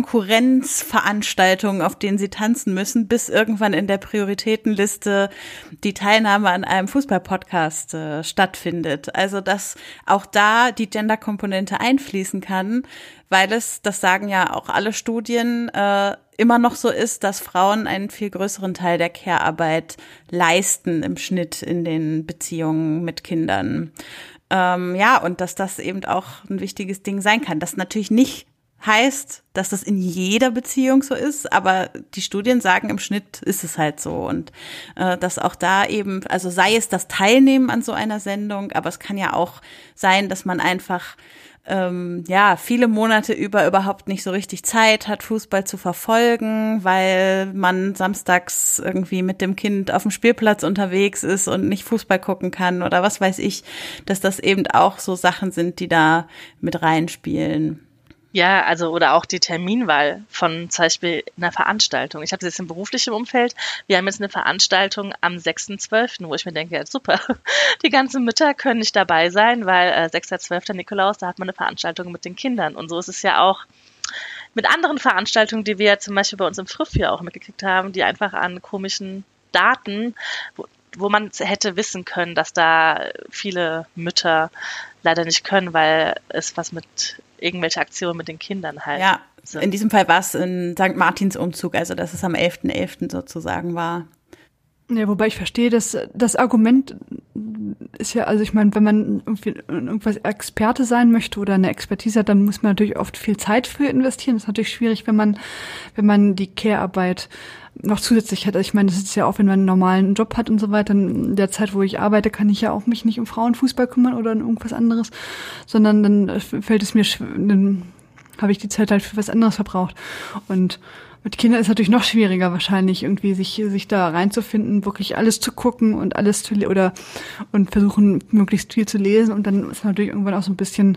Konkurrenzveranstaltungen, auf denen sie tanzen müssen, bis irgendwann in der Prioritätenliste die Teilnahme an einem Fußball-Podcast äh, stattfindet. Also dass auch da die Gender-Komponente einfließen kann, weil es, das sagen ja auch alle Studien, äh, immer noch so ist, dass Frauen einen viel größeren Teil der Care-Arbeit leisten im Schnitt in den Beziehungen mit Kindern. Ähm, ja, und dass das eben auch ein wichtiges Ding sein kann. Das natürlich nicht heißt, dass das in jeder Beziehung so ist, aber die Studien sagen, im Schnitt ist es halt so. Und äh, dass auch da eben, also sei es das Teilnehmen an so einer Sendung, aber es kann ja auch sein, dass man einfach ähm, ja viele Monate über überhaupt nicht so richtig Zeit hat, Fußball zu verfolgen, weil man samstags irgendwie mit dem Kind auf dem Spielplatz unterwegs ist und nicht Fußball gucken kann oder was weiß ich, dass das eben auch so Sachen sind, die da mit reinspielen. Ja, also oder auch die Terminwahl von zum Beispiel einer Veranstaltung. Ich habe das jetzt im beruflichen Umfeld. Wir haben jetzt eine Veranstaltung am sechsten zwölften, wo ich mir denke, ja super, die ganzen Mütter können nicht dabei sein, weil äh, sechster zwölfter Nikolaus, da hat man eine Veranstaltung mit den Kindern. Und so ist es ja auch mit anderen Veranstaltungen, die wir zum Beispiel bei uns im Früff hier auch mitgekriegt haben, die einfach an komischen Daten, wo, wo man hätte wissen können, dass da viele Mütter leider nicht können, weil es was mit irgendwelche Aktionen mit den Kindern halt. Ja, sind. In diesem Fall war es ein Sankt Martins Umzug, also dass es am elften elften sozusagen war. Ja, wobei ich verstehe, dass das Argument ist ja, also ich meine, wenn man irgendwie irgendwas Experte sein möchte oder eine Expertise hat, dann muss man natürlich oft viel Zeit für investieren. Das ist natürlich schwierig, wenn man, wenn man die Care-Arbeit noch zusätzlich hat. Also ich meine, das ist ja auch, wenn man einen normalen Job hat und so weiter. In der Zeit, wo ich arbeite, kann ich ja auch mich nicht um Frauenfußball kümmern oder um irgendwas anderes, sondern dann fällt es mir, dann habe ich die Zeit halt für was anderes verbraucht. Und mit Kindern ist es natürlich noch schwieriger wahrscheinlich, irgendwie sich sich da reinzufinden, wirklich alles zu gucken und alles zu oder und versuchen möglichst viel zu lesen, und dann ist natürlich irgendwann auch so ein bisschen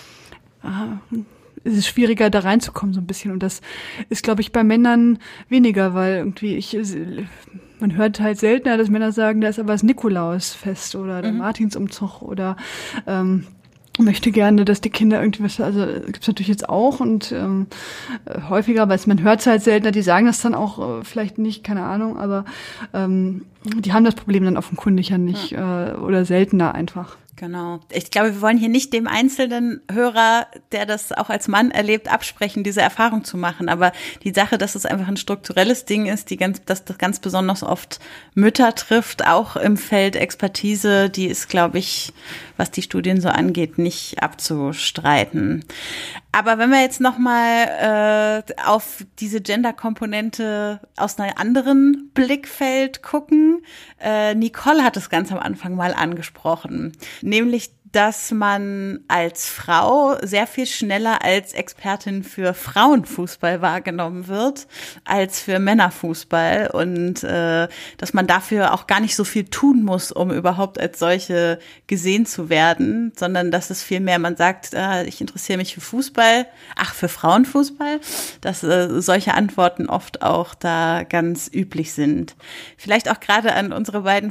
äh, ist es schwieriger, da reinzukommen so ein bisschen, und das ist, glaube ich, bei Männern weniger, weil irgendwie ich man hört halt seltener, dass Männer sagen, da ist aber das Nikolausfest oder der mhm. Martinsumzug oder ähm, möchte gerne, dass die Kinder irgendwie was, also gibt's natürlich jetzt auch und ähm, häufiger, aber man hört es halt seltener, die sagen das dann auch äh, vielleicht nicht, keine Ahnung, aber ähm, die haben das Problem dann offenkundig ja nicht äh, oder seltener einfach. Genau. Ich glaube, wir wollen hier nicht dem einzelnen Hörer, der das auch als Mann erlebt, absprechen, diese Erfahrung zu machen. Aber die Sache, dass es einfach ein strukturelles Ding ist, die ganz, dass das ganz besonders oft Mütter trifft, auch im Feld Expertise, die ist, glaube ich, was die Studien so angeht, nicht abzustreiten. Aber wenn wir jetzt nochmal äh, auf diese Gender-Komponente aus einem anderen Blickfeld gucken, äh, Nicole hat es ganz am Anfang mal angesprochen, nämlich dass man als Frau sehr viel schneller als Expertin für Frauenfußball wahrgenommen wird als für Männerfußball und äh, dass man dafür auch gar nicht so viel tun muss, um überhaupt als solche gesehen zu werden, sondern dass es vielmehr, man sagt, äh, ich interessiere mich für Fußball, ach, für Frauenfußball, dass äh, solche Antworten oft auch da ganz üblich sind. Vielleicht auch gerade an unsere beiden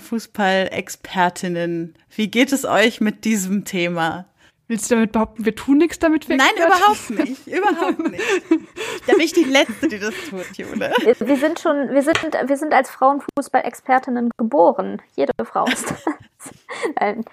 Frauenfußball-Expertinnen. Wie geht es euch mit diesem Thema? Willst du damit behaupten, wir tun nichts damit? Nein, überhaupt nicht. Überhaupt nicht. Da bin ich die Letzte, die das tut, Jule. Wir sind schon, wir sind, wir sind als Frauenfußball-Expertinnen geboren. Jede Frau ist das. Nein.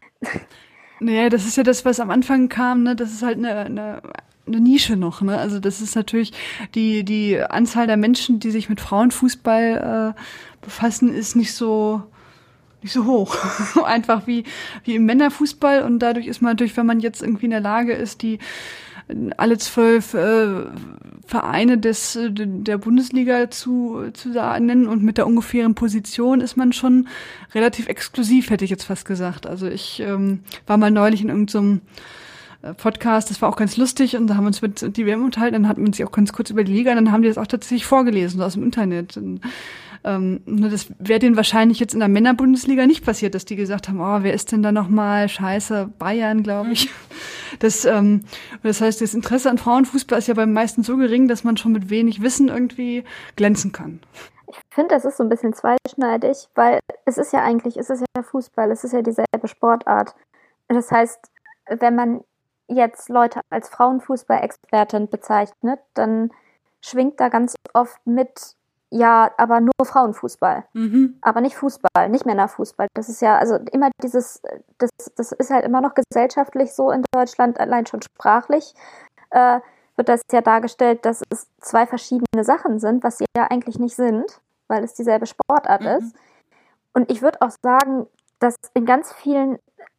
Naja, das ist ja das, was am Anfang kam, ne? Das ist halt eine, eine, eine Nische noch, ne? Also das ist natürlich die, die Anzahl der Menschen, die sich mit Frauenfußball äh, befassen, ist nicht so nicht so hoch. Einfach wie wie im Männerfußball, und dadurch ist man natürlich, wenn man jetzt irgendwie in der Lage ist, die alle zwölf äh, Vereine des der Bundesliga zu zu nennen und mit der ungefähren Position ist man schon relativ exklusiv, hätte ich jetzt fast gesagt. Also ich ähm, war mal neulich in irgendeinem Podcast, das war auch ganz lustig und da haben wir uns mit die W M unterhalten, dann hatten wir uns auch ganz kurz über die Liga, dann haben die das auch tatsächlich vorgelesen so aus dem Internet. Und, ähm, das wäre denen wahrscheinlich jetzt in der Männerbundesliga nicht passiert, dass die gesagt haben, oh, wer ist denn da nochmal? Scheiße, Bayern, glaube ich. Das, ähm, das heißt, das Interesse an Frauenfußball ist ja beim meisten so gering, dass man schon mit wenig Wissen irgendwie glänzen kann. Ich finde, das ist so ein bisschen zweischneidig, weil es ist ja eigentlich, es ist ja Fußball, es ist ja dieselbe Sportart. Das heißt, wenn man jetzt Leute als Frauenfußball-Expertin bezeichnet, dann schwingt da ganz oft mit, ja, aber nur Frauenfußball, mhm. aber nicht Fußball, nicht Männerfußball. Das ist ja, also immer dieses, das, das ist halt immer noch gesellschaftlich so in Deutschland, allein schon sprachlich, äh, wird das ja dargestellt, dass es zwei verschiedene Sachen sind, was sie ja eigentlich nicht sind, weil es dieselbe Sportart mhm. ist. Und ich würde auch sagen, dass in ganz vielen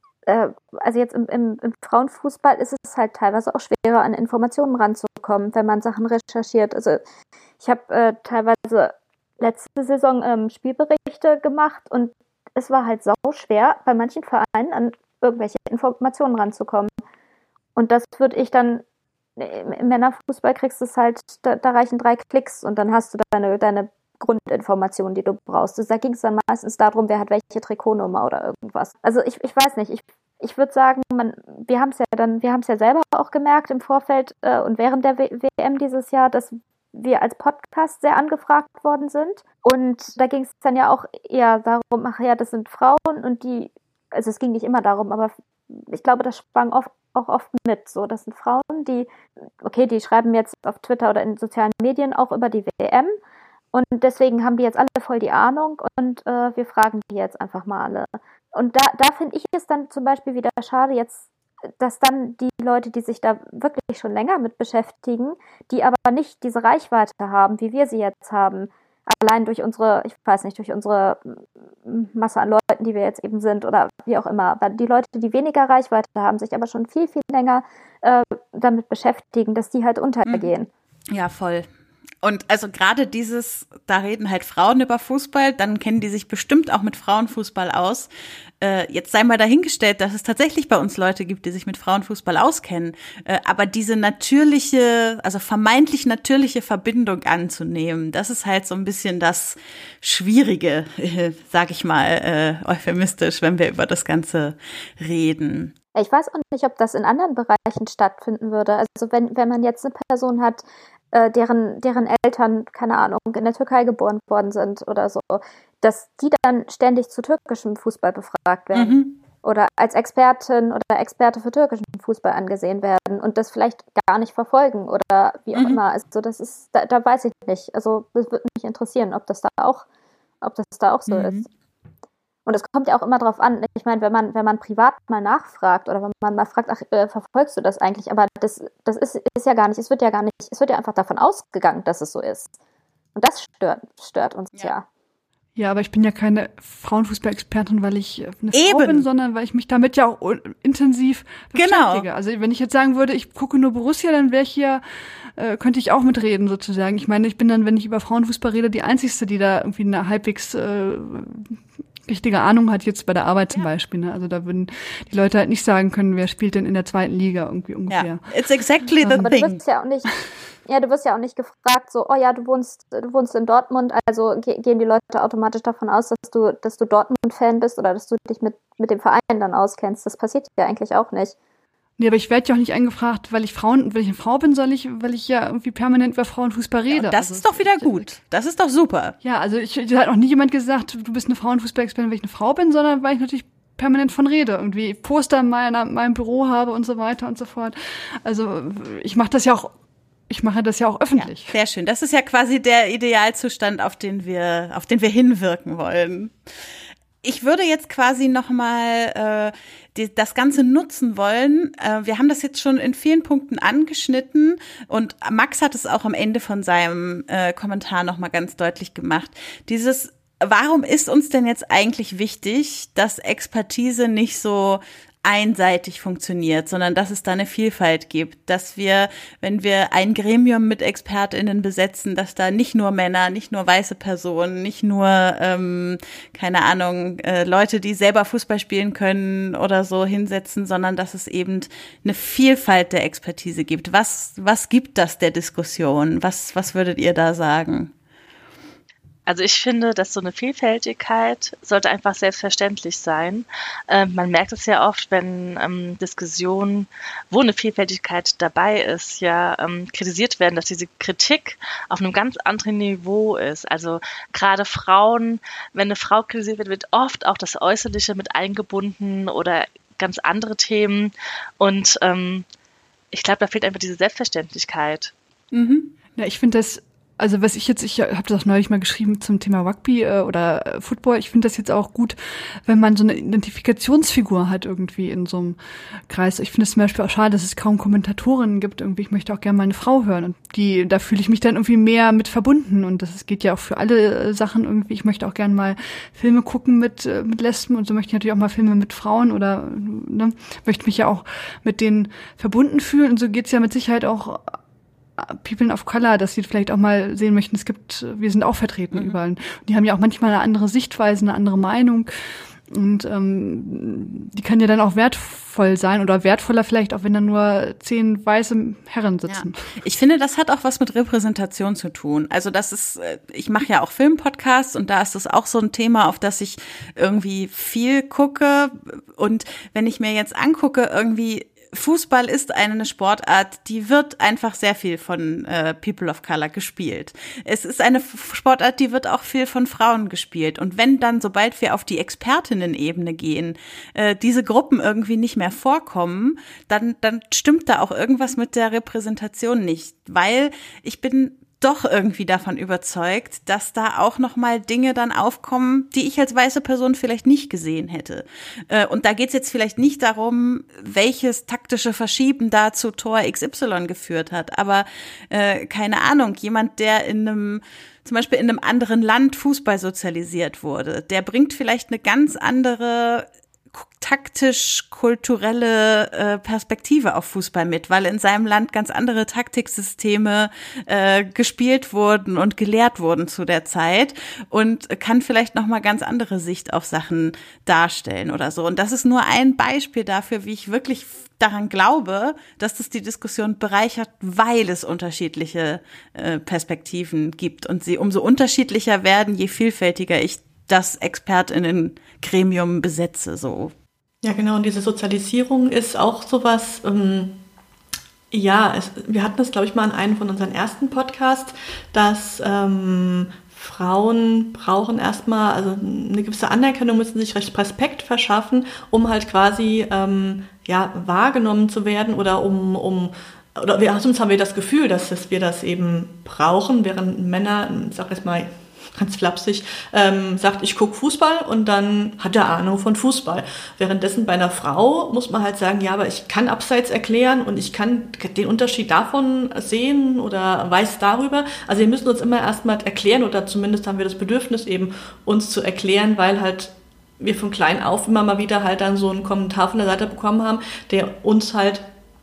also jetzt im, im, im Frauenfußball ist es halt teilweise auch schwerer, an Informationen ranzukommen, wenn man Sachen recherchiert. Also ich habe äh, teilweise letzte Saison ähm, Spielberichte gemacht und es war halt sau schwer, bei manchen Vereinen an irgendwelche Informationen ranzukommen. Und das würde ich dann, im Männerfußball kriegst du es halt, da, da reichen drei Klicks und dann hast du deine, deine Grundinformationen, die du brauchst. Da ging es dann meistens darum, wer hat welche Trikotnummer oder irgendwas. Also ich, ich weiß nicht, ich, ich würde sagen, man, wir haben es ja dann, wir haben es ja selber auch gemerkt im Vorfeld äh, und während der W M dieses Jahr, dass wir als Podcast sehr angefragt worden sind. Und da ging es dann ja auch eher darum, ach ja, das sind Frauen und die, also es ging nicht immer darum, aber ich glaube, das sprang oft, auch oft mit. So, das sind Frauen, die, okay, die schreiben jetzt auf Twitter oder in sozialen Medien auch über die W M. Und deswegen haben die jetzt alle voll die Ahnung und äh, wir fragen die jetzt einfach mal alle. Und da, da finde ich es dann zum Beispiel wieder schade jetzt, dass dann die Leute, die sich da wirklich schon länger mit beschäftigen, die aber nicht diese Reichweite haben, wie wir sie jetzt haben, allein durch unsere, ich weiß nicht, durch unsere Masse an Leuten, die wir jetzt eben sind oder wie auch immer. Aber die Leute, die weniger Reichweite haben, sich aber schon viel, viel länger äh, damit beschäftigen, dass die halt untergehen. Ja, voll. Und also gerade dieses, da reden halt Frauen über Fußball, dann kennen die sich bestimmt auch mit Frauenfußball aus. Äh, jetzt sei mal dahingestellt, dass es tatsächlich bei uns Leute gibt, die sich mit Frauenfußball auskennen. Äh, aber diese natürliche, also vermeintlich natürliche Verbindung anzunehmen, das ist halt so ein bisschen das Schwierige, äh, sag ich mal, äh, euphemistisch, wenn wir über das Ganze reden. Ich weiß auch nicht, ob das in anderen Bereichen stattfinden würde. Also wenn, wenn man jetzt eine Person hat, deren deren Eltern, keine Ahnung, in der Türkei geboren worden sind oder so, dass die dann ständig zu türkischem Fußball befragt werden mhm. oder als Expertin oder Experte für türkischen Fußball angesehen werden und das vielleicht gar nicht verfolgen oder wie auch mhm. immer. Also das ist, da, da weiß ich nicht. Also das würde mich interessieren, ob das da auch, ob das da auch so mhm. ist. Und es kommt ja auch immer drauf an, ich meine, wenn man, wenn man privat mal nachfragt oder wenn man mal fragt, ach, äh, verfolgst du das eigentlich? Aber das, das ist, ist ja gar nicht, es wird ja gar nicht, es wird ja einfach davon ausgegangen, dass es so ist. Und das stört, stört uns ja. ja. Ja, aber ich bin ja keine Frauenfußball-Expertin, weil ich eine Frau Eben. bin, sondern weil ich mich damit ja auch intensiv beschäftige. Genau. Also wenn ich jetzt sagen würde, ich gucke nur Borussia, dann wäre ich hier, äh, könnte ich auch mitreden sozusagen. Ich meine, ich bin dann, wenn ich über Frauenfußball rede, die Einzigste, die da irgendwie eine halbwegs äh, richtige Ahnung hat, jetzt bei der Arbeit zum ja. Beispiel. Ne? Also da würden die Leute halt nicht sagen können, wer spielt denn in der zweiten Liga irgendwie ungefähr. Ja, it's exactly the aber thing. Du wirst ja auch nicht, ja, du wirst ja auch nicht gefragt, so, oh ja, du wohnst, du wohnst in Dortmund, also ge- gehen die Leute automatisch davon aus, dass du, dass du Dortmund-Fan bist oder dass du dich mit, mit dem Verein dann auskennst. Das passiert ja eigentlich auch nicht. Nee, aber ich werde ja auch nicht angefragt, weil ich Frauen, weil ich eine Frau bin, soll ich, weil ich ja irgendwie permanent über Frauenfußball rede. Ja, das also, ist doch wieder gut. Das ist doch super. Ja, also ich, ich hat noch nie jemand gesagt, du bist eine Frauenfußball-Expertin, weil ich eine Frau bin, sondern weil ich natürlich permanent von rede, irgendwie Poster in meiner, meinem Büro habe und so weiter und so fort. Also ich mache das ja auch, ich mache das ja auch öffentlich. Ja, sehr schön. Das ist ja quasi der Idealzustand, auf den wir, auf den wir hinwirken wollen. Ich würde jetzt quasi nochmal äh, das Ganze nutzen wollen. Äh, wir haben das jetzt schon in vielen Punkten angeschnitten und Max hat es auch am Ende von seinem äh, Kommentar nochmal ganz deutlich gemacht. Dieses, warum ist uns denn jetzt eigentlich wichtig, dass Expertise nicht so einseitig funktioniert, sondern dass es da eine Vielfalt gibt, dass wir, wenn wir ein Gremium mit ExpertInnen besetzen, dass da nicht nur Männer, nicht nur weiße Personen, nicht nur, ähm, keine Ahnung, äh, Leute, die selber Fußball spielen können oder so hinsetzen, sondern dass es eben eine Vielfalt der Expertise gibt. Was, was gibt das der Diskussion? Was, was würdet ihr da sagen? Also ich finde, dass so eine Vielfältigkeit sollte einfach selbstverständlich sein. Ähm, man merkt es ja oft, wenn ähm, Diskussionen, wo eine Vielfältigkeit dabei ist, ja ähm, kritisiert werden, dass diese Kritik auf einem ganz anderen Niveau ist. Also gerade Frauen, wenn eine Frau kritisiert wird, wird oft auch das Äußerliche mit eingebunden oder ganz andere Themen. Und ähm, ich glaube, da fehlt einfach diese Selbstverständlichkeit. Mhm. Ja, ich finde das Also was ich jetzt, ich habe das auch neulich mal geschrieben zum Thema Rugby äh, oder äh, Football, ich finde das jetzt auch gut, wenn man so eine Identifikationsfigur hat irgendwie in so einem Kreis. Ich finde es zum Beispiel auch schade, dass es kaum Kommentatorinnen gibt irgendwie. Ich möchte auch gerne mal eine Frau hören und die, da fühle ich mich dann irgendwie mehr mit verbunden und das geht ja auch für alle äh, Sachen irgendwie. Ich möchte auch gerne mal Filme gucken mit äh, mit Lesben und so möchte ich natürlich auch mal Filme mit Frauen oder ne, möchte mich ja auch mit denen verbunden fühlen und so geht's ja mit Sicherheit auch People of Color, dass sie vielleicht auch mal sehen möchten, es gibt, wir sind auch vertreten mhm. überall. Und die haben ja auch manchmal eine andere Sichtweise, eine andere Meinung. Und ähm, die kann ja dann auch wertvoll sein oder wertvoller vielleicht auch, wenn dann nur zehn weiße Herren sitzen. Ja. Ich finde, das hat auch was mit Repräsentation zu tun. Also das ist, ich mache ja auch Filmpodcasts und da ist das auch so ein Thema, auf das ich irgendwie viel gucke. Und wenn ich mir jetzt angucke, irgendwie Fußball ist eine Sportart, die wird einfach sehr viel von äh, People of Color gespielt. Es ist eine Sportart, die wird auch viel von Frauen gespielt. Und wenn dann, sobald wir auf die Expertinnen-Ebene gehen, äh, diese Gruppen irgendwie nicht mehr vorkommen, dann, dann stimmt da auch irgendwas mit der Repräsentation nicht. Weil ich bin doch irgendwie davon überzeugt, dass da auch noch mal Dinge dann aufkommen, die ich als weiße Person vielleicht nicht gesehen hätte. Und da geht es jetzt vielleicht nicht darum, welches taktische Verschieben da zu Tor X Y geführt hat, aber äh, keine Ahnung, jemand, der in einem zum Beispiel in einem anderen Land Fußball sozialisiert wurde, der bringt vielleicht eine ganz andere taktisch-kulturelle äh, Perspektive auf Fußball mit, weil in seinem Land ganz andere Taktiksysteme äh, gespielt wurden und gelehrt wurden zu der Zeit und kann vielleicht noch mal ganz andere Sicht auf Sachen darstellen oder so. Und das ist nur ein Beispiel dafür, wie ich wirklich daran glaube, dass das die Diskussion bereichert, weil es unterschiedliche äh, Perspektiven gibt und sie umso unterschiedlicher werden, je vielfältiger ich das ExpertInnen-Gremium besetze, so. Ja, genau, und diese Sozialisierung ist auch sowas, ähm, ja, es, wir hatten das, glaube ich, mal in einem von unseren ersten Podcasts, dass ähm, Frauen brauchen erstmal, also eine gewisse Anerkennung, müssen sich recht Respekt verschaffen, um halt quasi, ähm, ja, wahrgenommen zu werden oder um, um oder wir, sonst haben wir das Gefühl, dass, dass wir das eben brauchen, während Männer, ich sag jetzt mal, ganz flapsig, ähm, sagt, ich gucke Fußball und dann hat er Ahnung von Fußball. Währenddessen bei einer Frau muss man halt sagen, ja, aber ich kann Abseits erklären und ich kann den Unterschied davon sehen oder weiß darüber. Also wir müssen uns immer erstmal erklären oder zumindest haben wir das Bedürfnis eben, uns zu erklären, weil halt wir von klein auf immer mal wieder halt dann so einen Kommentar von der Seite bekommen haben, der uns halt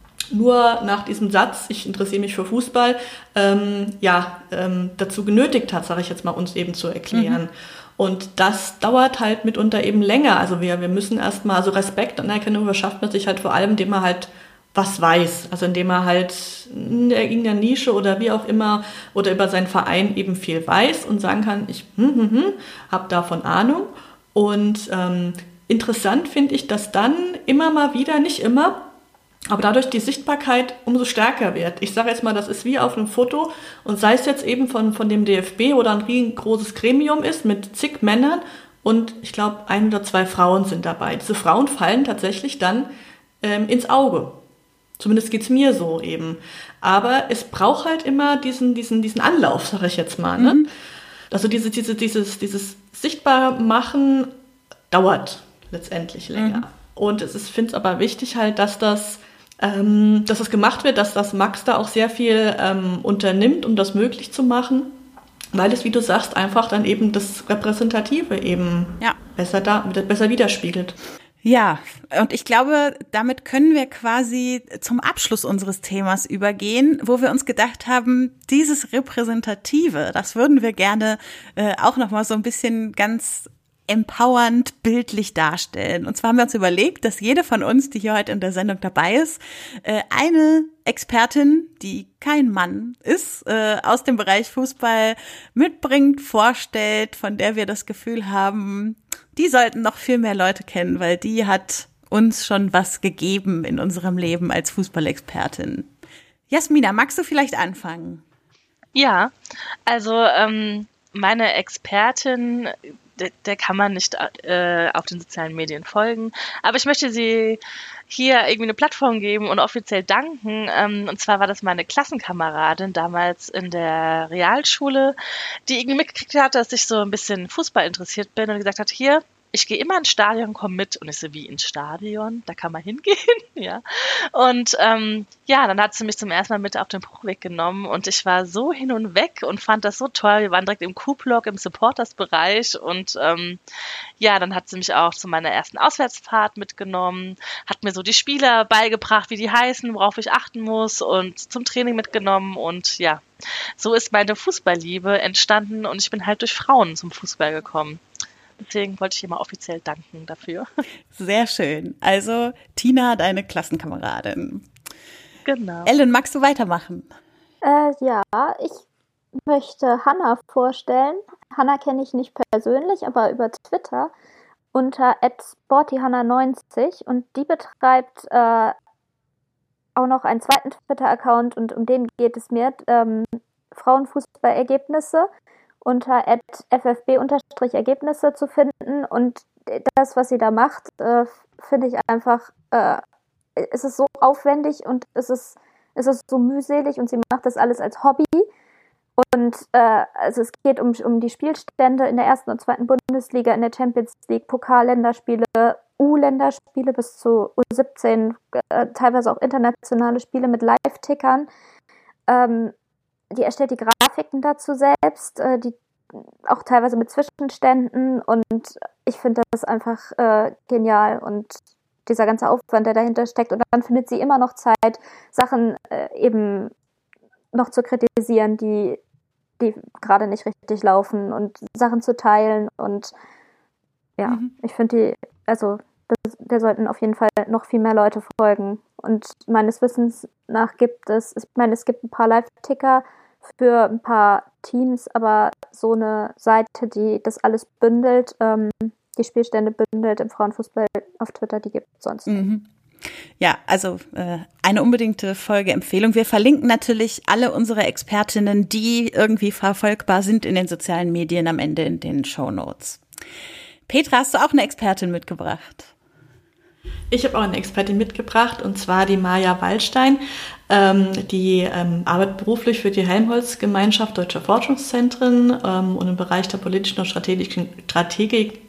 nur nach diesem Satz, ich interessiere mich für Fußball, ähm, ja, ähm, dazu genötigt hat, sage ich jetzt mal, uns eben zu erklären. Mhm. Und das dauert halt mitunter eben länger. Also wir, wir müssen erstmal, also Respekt und Anerkennung verschafft man sich halt vor allem, indem man halt was weiß. Also indem man halt in irgendeiner Nische oder wie auch immer oder über seinen Verein eben viel weiß und sagen kann, ich hm, hm, hm, habe davon Ahnung. Und ähm, interessant finde ich, dass dann immer mal wieder, nicht immer, aber dadurch die Sichtbarkeit umso stärker wird. Ich sage jetzt mal, das ist wie auf einem Foto und sei es jetzt eben von, von dem D F B oder ein riesengroßes Gremium ist mit zig Männern und ich glaube ein oder zwei Frauen sind dabei. Diese Frauen fallen tatsächlich dann ähm, ins Auge. Zumindest geht's mir so eben. Aber es braucht halt immer diesen, diesen, diesen Anlauf, sage ich jetzt mal. Ne? Mhm. Also diese, diese, dieses, dieses Sichtbarmachen dauert letztendlich länger. Mhm. Und es ist, finde es aber wichtig halt, dass das Ähm, dass das gemacht wird, dass das Max da auch sehr viel ähm, unternimmt, um das möglich zu machen, weil es, wie du sagst, einfach dann eben das Repräsentative eben ja. besser, da, besser widerspiegelt. Ja, und ich glaube, damit können wir quasi zum Abschluss unseres Themas übergehen, wo wir uns gedacht haben, dieses Repräsentative, das würden wir gerne äh, auch nochmal so ein bisschen ganz empowernd bildlich darstellen. Und zwar haben wir uns überlegt, dass jede von uns, die hier heute in der Sendung dabei ist, äh, eine Expertin, die kein Mann ist, äh, aus dem Bereich Fußball mitbringt, vorstellt, von der wir das Gefühl haben, die sollten noch viel mehr Leute kennen, weil die hat uns schon was gegeben in unserem Leben als Fußballexpertin. Jasmina, magst du vielleicht anfangen? Ja, also ähm, meine Expertin, der, der kann man nicht äh, auf den sozialen Medien folgen, aber ich möchte sie hier irgendwie eine Plattform geben und offiziell danken. Ähm, und zwar war das meine Klassenkameradin damals in der Realschule, die irgendwie mitgekriegt hat, dass ich so ein bisschen Fußball interessiert bin und gesagt hat, hier, ich gehe immer ins Stadion, komm mit. Und ich so, wie ins Stadion? Da kann man hingehen, ja. Und ähm, ja, dann hat sie mich zum ersten Mal mit auf den Bruchweg genommen und ich war so hin und weg und fand das so toll. Wir waren direkt im Q-Block, im Supporters-Bereich und ähm, ja, dann hat sie mich auch zu meiner ersten Auswärtsfahrt mitgenommen, hat mir so die Spieler beigebracht, wie die heißen, worauf ich achten muss und zum Training mitgenommen und ja, so ist meine Fußballliebe entstanden und ich bin halt durch Frauen zum Fußball gekommen. Deswegen wollte ich ihr mal offiziell danken dafür. Sehr schön. Also Tina, deine Klassenkameradin. Genau. Ellen, magst du weitermachen? Äh, ja, ich möchte Hannah vorstellen. Hannah kenne ich nicht persönlich, aber über Twitter unter at sporty hannah neunzig und die betreibt äh, auch noch einen zweiten Twitter-Account und um den geht es mir, ähm, Frauenfußballergebnisse unter at f f b-Ergebnisse zu finden und das, was sie da macht, äh, finde ich einfach, äh, es ist so aufwendig und es ist, es ist so mühselig und sie macht das alles als Hobby und äh, also es geht um, um die Spielstände in der ersten und zweiten Bundesliga, in der Champions League, Pokalländerspiele, U-Länderspiele bis zu U siebzehn, äh, teilweise auch internationale Spiele mit Live-Tickern. Ähm, Die erstellt die Grafiken dazu selbst, äh, die auch teilweise mit Zwischenständen und ich finde das einfach äh, genial und dieser ganze Aufwand, der dahinter steckt und dann findet sie immer noch Zeit, Sachen äh, eben noch zu kritisieren, die, die gerade nicht richtig laufen und Sachen zu teilen und ja, mhm. ich finde die, also das, der sollten auf jeden Fall noch viel mehr Leute folgen und meines Wissens nach gibt es, ich meine, es gibt ein paar Live-Ticker für ein paar Teams, aber so eine Seite, die das alles bündelt, ähm, die Spielstände bündelt im Frauenfußball auf Twitter, die gibt es sonst nicht. Mhm. Ja, also äh, eine unbedingte Folgeempfehlung. Wir verlinken natürlich alle unsere Expertinnen, die irgendwie verfolgbar sind in den sozialen Medien am Ende in den Shownotes. Petra, hast du auch eine Expertin mitgebracht? Ich habe auch eine Expertin mitgebracht, und zwar die Maja Wallstein. Ähm, die ähm, arbeitet beruflich für die Helmholtz-Gemeinschaft Deutscher Forschungszentren ähm, und im Bereich der politischen und strategischen, Strategik,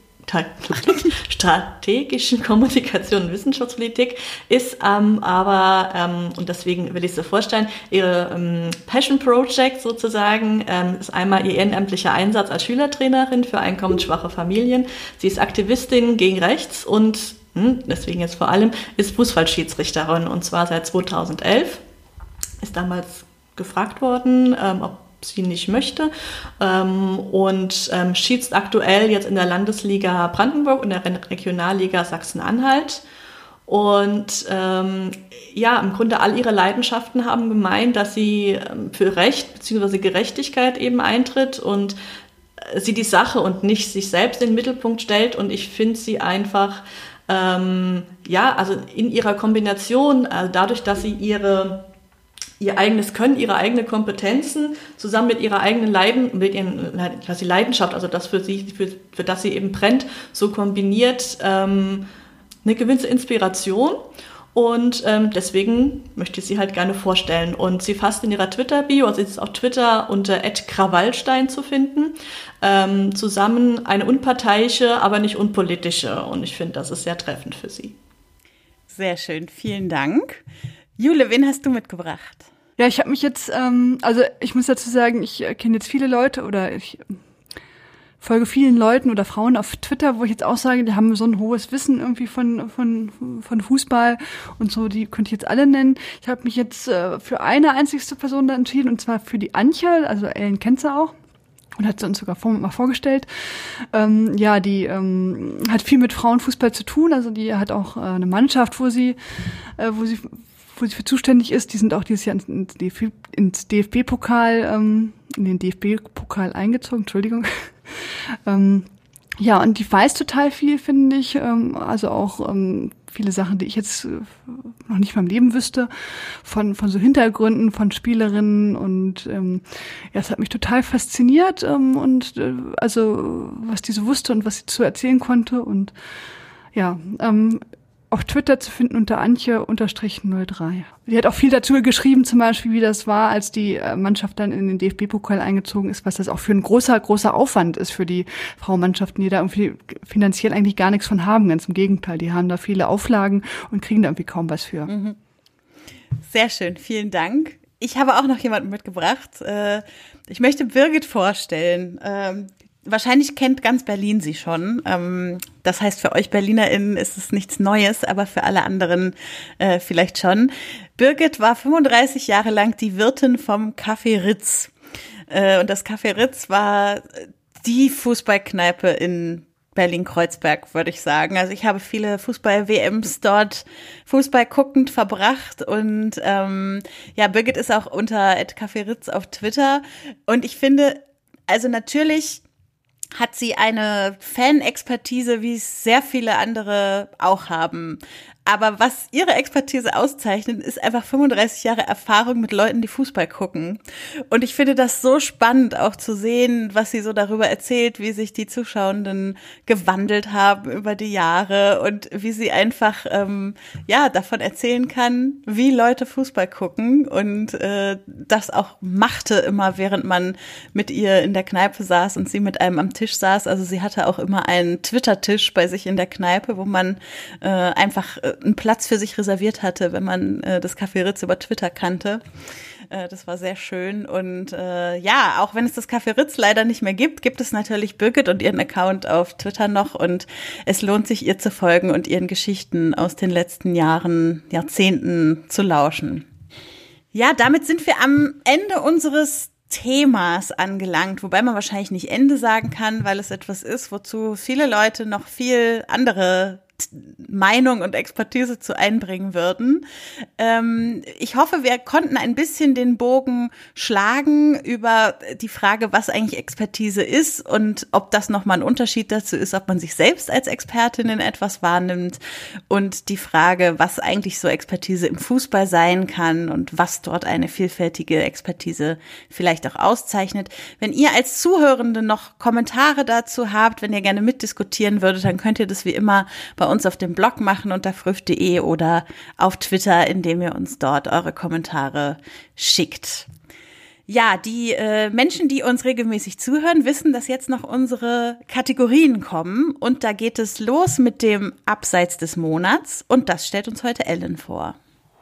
strategischen Kommunikation und Wissenschaftspolitik, ist ähm, aber, ähm, und deswegen will ich sie vorstellen, ihre ähm, Passion Project sozusagen ähm, ist einmal ihr ehrenamtlicher Einsatz als Schülertrainerin für einkommensschwache Familien. Sie ist Aktivistin gegen rechts und deswegen jetzt vor allem, ist Fußballschiedsrichterin und zwar seit zweitausendelf. Ist damals gefragt worden, ähm, ob sie nicht möchte ähm, und ähm, schießt aktuell jetzt in der Landesliga Brandenburg und der Regionalliga Sachsen-Anhalt. Und ähm, ja, im Grunde all ihre Leidenschaften haben gemeint, dass sie ähm, für Recht bzw. Gerechtigkeit eben eintritt und äh, sie die Sache und nicht sich selbst in den Mittelpunkt stellt. Und ich finde sie einfach Ähm, ja, also in ihrer Kombination, also dadurch, dass sie ihre, ihr eigenes Können, ihre eigenen Kompetenzen zusammen mit ihrer eigenen Leiden, mit ihren, quasi Leidenschaft, also das für sie, für, für das sie eben brennt, so kombiniert, ähm, eine gewisse Inspiration. Und ähm, deswegen möchte ich sie halt gerne vorstellen. Und sie fasst in ihrer Twitter-Bio, also ist auf Twitter unter at krawallstein zu finden, ähm, zusammen eine unparteiische, aber nicht unpolitische. Und ich finde, das ist sehr treffend für sie. Sehr schön, vielen Dank. Jule, wen hast du mitgebracht? Ja, ich habe mich jetzt, ähm, also ich muss dazu sagen, ich kenne jetzt viele Leute oder ich folge vielen Leuten oder Frauen auf Twitter, wo ich jetzt auch sage, die haben so ein hohes Wissen irgendwie von von von Fußball und so, die könnte ich jetzt alle nennen. Ich habe mich jetzt äh, für eine einzigste Person da entschieden, und zwar für die Antje, also Ellen kennt sie auch. Und hat sie uns sogar vor, mal vorgestellt. Ähm, ja, die ähm, hat viel mit Frauenfußball zu tun. Also die hat auch äh, eine Mannschaft, wo sie, äh, wo sie, wo sie für zuständig ist. Die sind auch dieses Jahr ins, ins D F B-Pokal, ähm, in den D F B-Pokal eingezogen. Entschuldigung. ähm, ja, und die weiß total viel, finde ich. Ähm, also auch ähm, viele Sachen, die ich jetzt äh, noch nicht mal im Leben wüsste, von von so Hintergründen von Spielerinnen, und ähm, ja, es hat mich total fasziniert, ähm, und äh, also was die so wusste und was sie zu erzählen konnte, und ja, ähm, auf Twitter zu finden unter Antje null drei. Die hat auch viel dazu geschrieben, zum Beispiel, wie das war, als die Mannschaft dann in den D F B-Pokal eingezogen ist, was das auch für ein großer, großer Aufwand ist für die Frauenmannschaften, die da irgendwie finanziell eigentlich gar nichts von haben. Ganz im Gegenteil, die haben da viele Auflagen und kriegen da irgendwie kaum was für. Mhm. Sehr schön, vielen Dank. Ich habe auch noch jemanden mitgebracht. Ich möchte Birgit vorstellen. Wahrscheinlich kennt ganz Berlin sie schon. Das heißt, für euch BerlinerInnen ist es nichts Neues, aber für alle anderen äh, vielleicht schon. Birgit war fünfunddreißig Jahre lang die Wirtin vom Café Ritz. Äh, und das Café Ritz war die Fußballkneipe in Berlin-Kreuzberg, würde ich sagen. Also ich habe viele Fußball-W Ms dort Fußball guckend verbracht, und ähm, ja, Birgit ist auch unter at Café Ritz auf Twitter, und ich finde, also natürlich hat sie eine Fan-Expertise, wie es sehr viele andere auch haben. Aber was ihre Expertise auszeichnet, ist einfach fünfunddreißig Jahre Erfahrung mit Leuten, die Fußball gucken. Und ich finde das so spannend, auch zu sehen, was sie so darüber erzählt, wie sich die Zuschauenden gewandelt haben über die Jahre, und wie sie einfach ähm, ja davon erzählen kann, wie Leute Fußball gucken, und äh, das auch machte immer, während man mit ihr in der Kneipe saß und sie mit einem am Tisch saß. Also sie hatte auch immer einen Twitter-Tisch bei sich in der Kneipe, wo man äh, einfach äh, einen Platz für sich reserviert hatte, wenn man äh, das Café Ritz über Twitter kannte. Äh, das war sehr schön. Und äh, ja, auch wenn es das Café Ritz leider nicht mehr gibt, gibt es natürlich Birgit und ihren Account auf Twitter noch, und es lohnt sich, ihr zu folgen und ihren Geschichten aus den letzten Jahren, Jahrzehnten zu lauschen. Ja, damit sind wir am Ende unseres Themas angelangt, wobei man wahrscheinlich nicht Ende sagen kann, weil es etwas ist, wozu viele Leute noch viel andere Meinung und Expertise zu einbringen würden. Ähm, ich hoffe, wir konnten ein bisschen den Bogen schlagen über die Frage, was eigentlich Expertise ist und ob das nochmal ein Unterschied dazu ist, ob man sich selbst als Expertin in etwas wahrnimmt, und die Frage, was eigentlich so Expertise im Fußball sein kann und was dort eine vielfältige Expertise vielleicht auch auszeichnet. Wenn ihr als Zuhörende noch Kommentare dazu habt, wenn ihr gerne mitdiskutieren würdet, dann könnt ihr das wie immer bei uns auf dem Blog machen unter früff punkt de oder auf Twitter, indem ihr uns dort eure Kommentare schickt. Ja, die äh, Menschen, die uns regelmäßig zuhören, wissen, dass jetzt noch unsere Kategorien kommen, und da geht es los mit dem Abseits des Monats, und das stellt uns heute Ellen vor.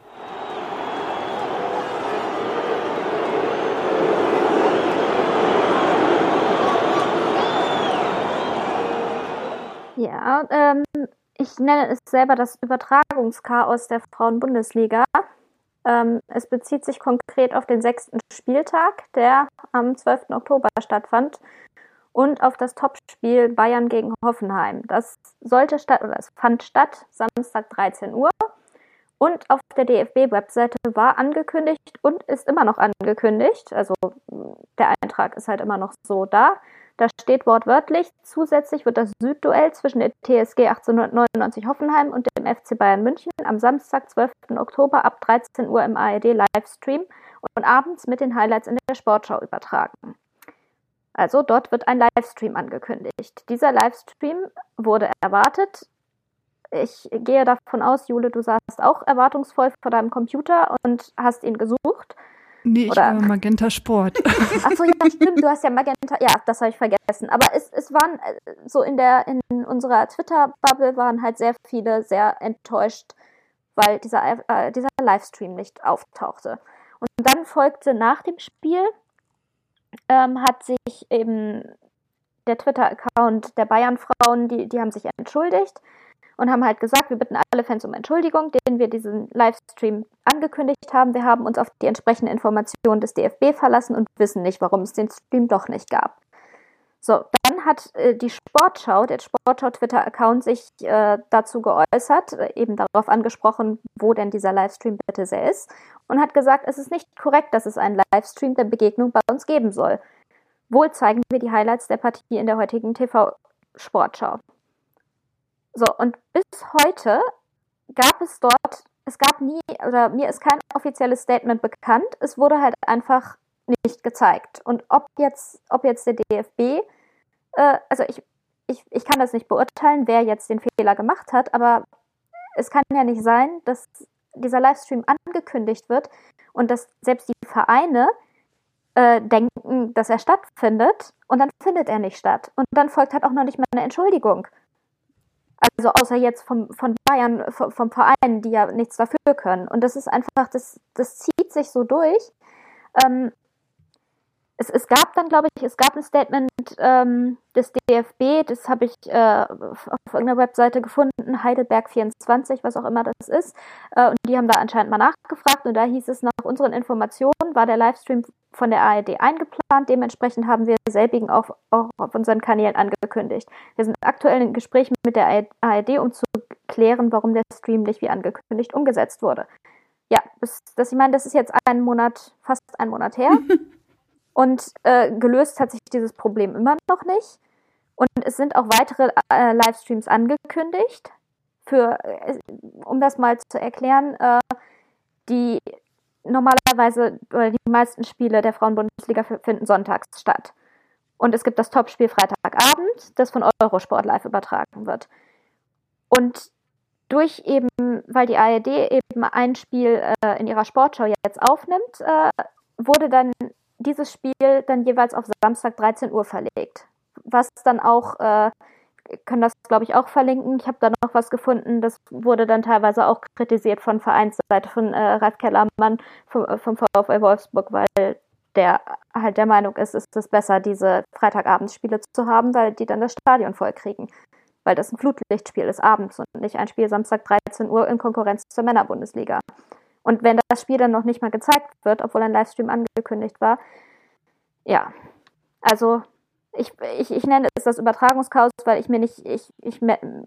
Ja, ähm, ich nenne es selber das Übertragungschaos der Frauen-Bundesliga. Ähm, es bezieht sich konkret auf den sechsten Spieltag, der am zwölften Oktober stattfand, und auf das Topspiel Bayern gegen Hoffenheim. Das sollte statt, oder es fand statt, Samstag dreizehn Uhr. Und auf der D F B-Webseite war angekündigt und ist immer noch angekündigt, also der Eintrag ist halt immer noch so da. Da steht wortwörtlich, zusätzlich wird das Südduell zwischen der T S G achtzehnhundertneunundneunzig Hoffenheim und dem F C Bayern München am Samstag, zwölften Oktober ab dreizehn Uhr im A R D-Livestream und abends mit den Highlights in der Sportschau übertragen. Also dort wird ein Livestream angekündigt. Dieser Livestream wurde erwartet. Ich gehe davon aus, Jule, du saßt auch erwartungsvoll vor deinem Computer und hast ihn gesucht. Nee, ich Oder? war Magenta Sport. Achso, ja, stimmt, du hast ja Magenta, ja, das habe ich vergessen. Aber es, es waren so in der, in unserer Twitter-Bubble waren halt sehr viele sehr enttäuscht, weil dieser, äh, dieser Livestream nicht auftauchte. Und dann folgte nach dem Spiel, ähm, hat sich eben der Twitter-Account der Bayern-Frauen, die, die haben sich entschuldigt und haben halt gesagt, wir bitten alle Fans um Entschuldigung, denen wir diesen Livestream angekündigt haben. Wir haben uns auf die entsprechenden Informationen des D F B verlassen und wissen nicht, warum es den Stream doch nicht gab. So, dann hat äh, die Sportschau, der Sportschau-Twitter-Account, sich äh, dazu geäußert, äh, eben darauf angesprochen, wo denn dieser Livestream bitte sehr ist, und hat gesagt, es ist nicht korrekt, dass es einen Livestream der Begegnung bei uns geben soll. Wohl zeigen wir die Highlights der Partie in der heutigen T V-Sportschau. So, und bis heute gab es dort, es gab nie, oder mir ist kein offizielles Statement bekannt, es wurde halt einfach nicht gezeigt. Und ob jetzt, ob jetzt der D F B, äh, also ich, ich, ich kann das nicht beurteilen, wer jetzt den Fehler gemacht hat, aber es kann ja nicht sein, dass dieser Livestream angekündigt wird und dass selbst die Vereine äh, denken, dass er stattfindet, und dann findet er nicht statt. Und dann folgt halt auch noch nicht mal eine Entschuldigung. Also außer jetzt vom, von Bayern, vom, vom Verein, die ja nichts dafür können. Und das ist einfach, das, das zieht sich so durch. Ähm, Es, es gab dann, glaube ich, es gab ein Statement ähm, des D F B, das habe ich äh, auf irgendeiner Webseite gefunden, Heidelberg vierundzwanzig, was auch immer das ist. Äh, und die haben da anscheinend mal nachgefragt, und da hieß es, nach unseren Informationen war der Livestream von der A R D eingeplant, dementsprechend haben wir selbigen auch, auch auf unseren Kanälen angekündigt. Wir sind aktuell in Gesprächen mit der A R D, um zu klären, warum der Stream nicht wie angekündigt umgesetzt wurde. Ja, das, das, ich meine, das ist jetzt einen Monat, fast einen Monat her. Und äh, gelöst hat sich dieses Problem immer noch nicht. Und es sind auch weitere äh, Livestreams angekündigt. Für, äh, um das mal zu erklären, äh, die normalerweise, oder die meisten Spiele der Frauenbundesliga finden sonntags statt. Und es gibt das Topspiel Freitagabend, das von Eurosport live übertragen wird. Und durch eben, weil die A R D eben ein Spiel äh, in ihrer Sportschau jetzt aufnimmt, äh, wurde dann dieses Spiel dann jeweils auf Samstag dreizehn Uhr verlegt. Was dann auch, äh, können das glaube ich auch verlinken, ich habe da noch was gefunden, das wurde dann teilweise auch kritisiert von Vereinsseite von äh, Ralf Kellermann vom, vom VfL Wolfsburg, weil der halt der Meinung ist, es ist besser, diese Freitagabendspiele zu haben, weil die dann das Stadion voll kriegen. Weil das ein Flutlichtspiel ist abends und nicht ein Spiel Samstag dreizehn Uhr in Konkurrenz zur Männerbundesliga. Und wenn das Spiel dann noch nicht mal gezeigt wird, obwohl ein Livestream angekündigt war, ja, also ich, ich, ich nenne es das Übertragungschaos, weil ich mir nicht, ich, ich,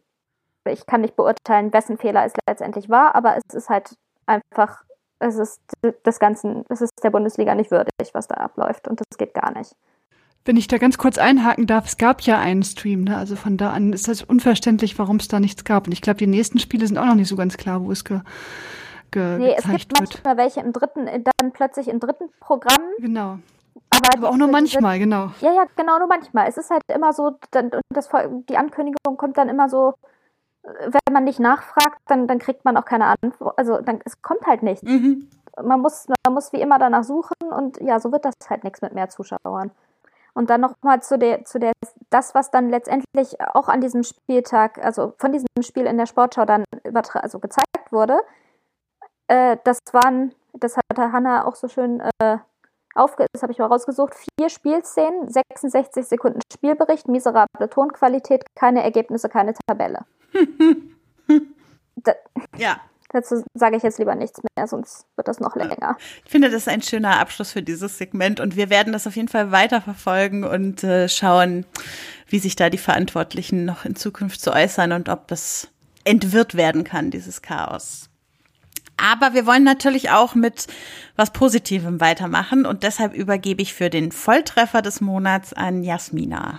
ich kann nicht beurteilen, wessen Fehler es letztendlich war, aber es ist halt einfach, es ist das Ganze, es ist der Bundesliga nicht würdig, was da abläuft, und das geht gar nicht. Wenn ich da ganz kurz einhaken darf, es gab ja einen Stream, ne? Also von da an ist das unverständlich, warum es da nichts gab. Und ich glaube, die nächsten Spiele sind auch noch nicht so ganz klar, wo es ge Ge nee, es gibt manchmal wird. welche im dritten, dann plötzlich im dritten Programm. Genau. Aber, Aber auch nur manchmal, sind, genau. Ja, ja, genau, nur manchmal. Es ist halt immer so, dann, das, die Ankündigung kommt dann immer so, wenn man nicht nachfragt, dann, dann kriegt man auch keine Antwort. Also dann, es kommt halt nichts. Mhm. Man muss, man muss wie immer danach suchen, und ja, so wird das halt nichts mit mehr Zuschauern. Und dann nochmal zu der, zu der, das, was dann letztendlich auch an diesem Spieltag, also von diesem Spiel in der Sportschau dann übertra- also gezeigt wurde. Das waren, das hat Hannah auch so schön äh, aufge... Das habe ich mal rausgesucht. Vier Spielszenen, sechsundsechzig Sekunden Spielbericht, miserable Tonqualität, keine Ergebnisse, keine Tabelle. da, ja. Dazu sage ich jetzt lieber nichts mehr, sonst wird das noch länger. Ich finde, das ist ein schöner Abschluss für dieses Segment, und wir werden das auf jeden Fall weiterverfolgen und äh, schauen, wie sich da die Verantwortlichen noch in Zukunft zu äußern und ob das entwirrt werden kann, dieses Chaos. Aber wir wollen natürlich auch mit was Positivem weitermachen, und deshalb übergebe ich für den Volltreffer des Monats an Jasmina.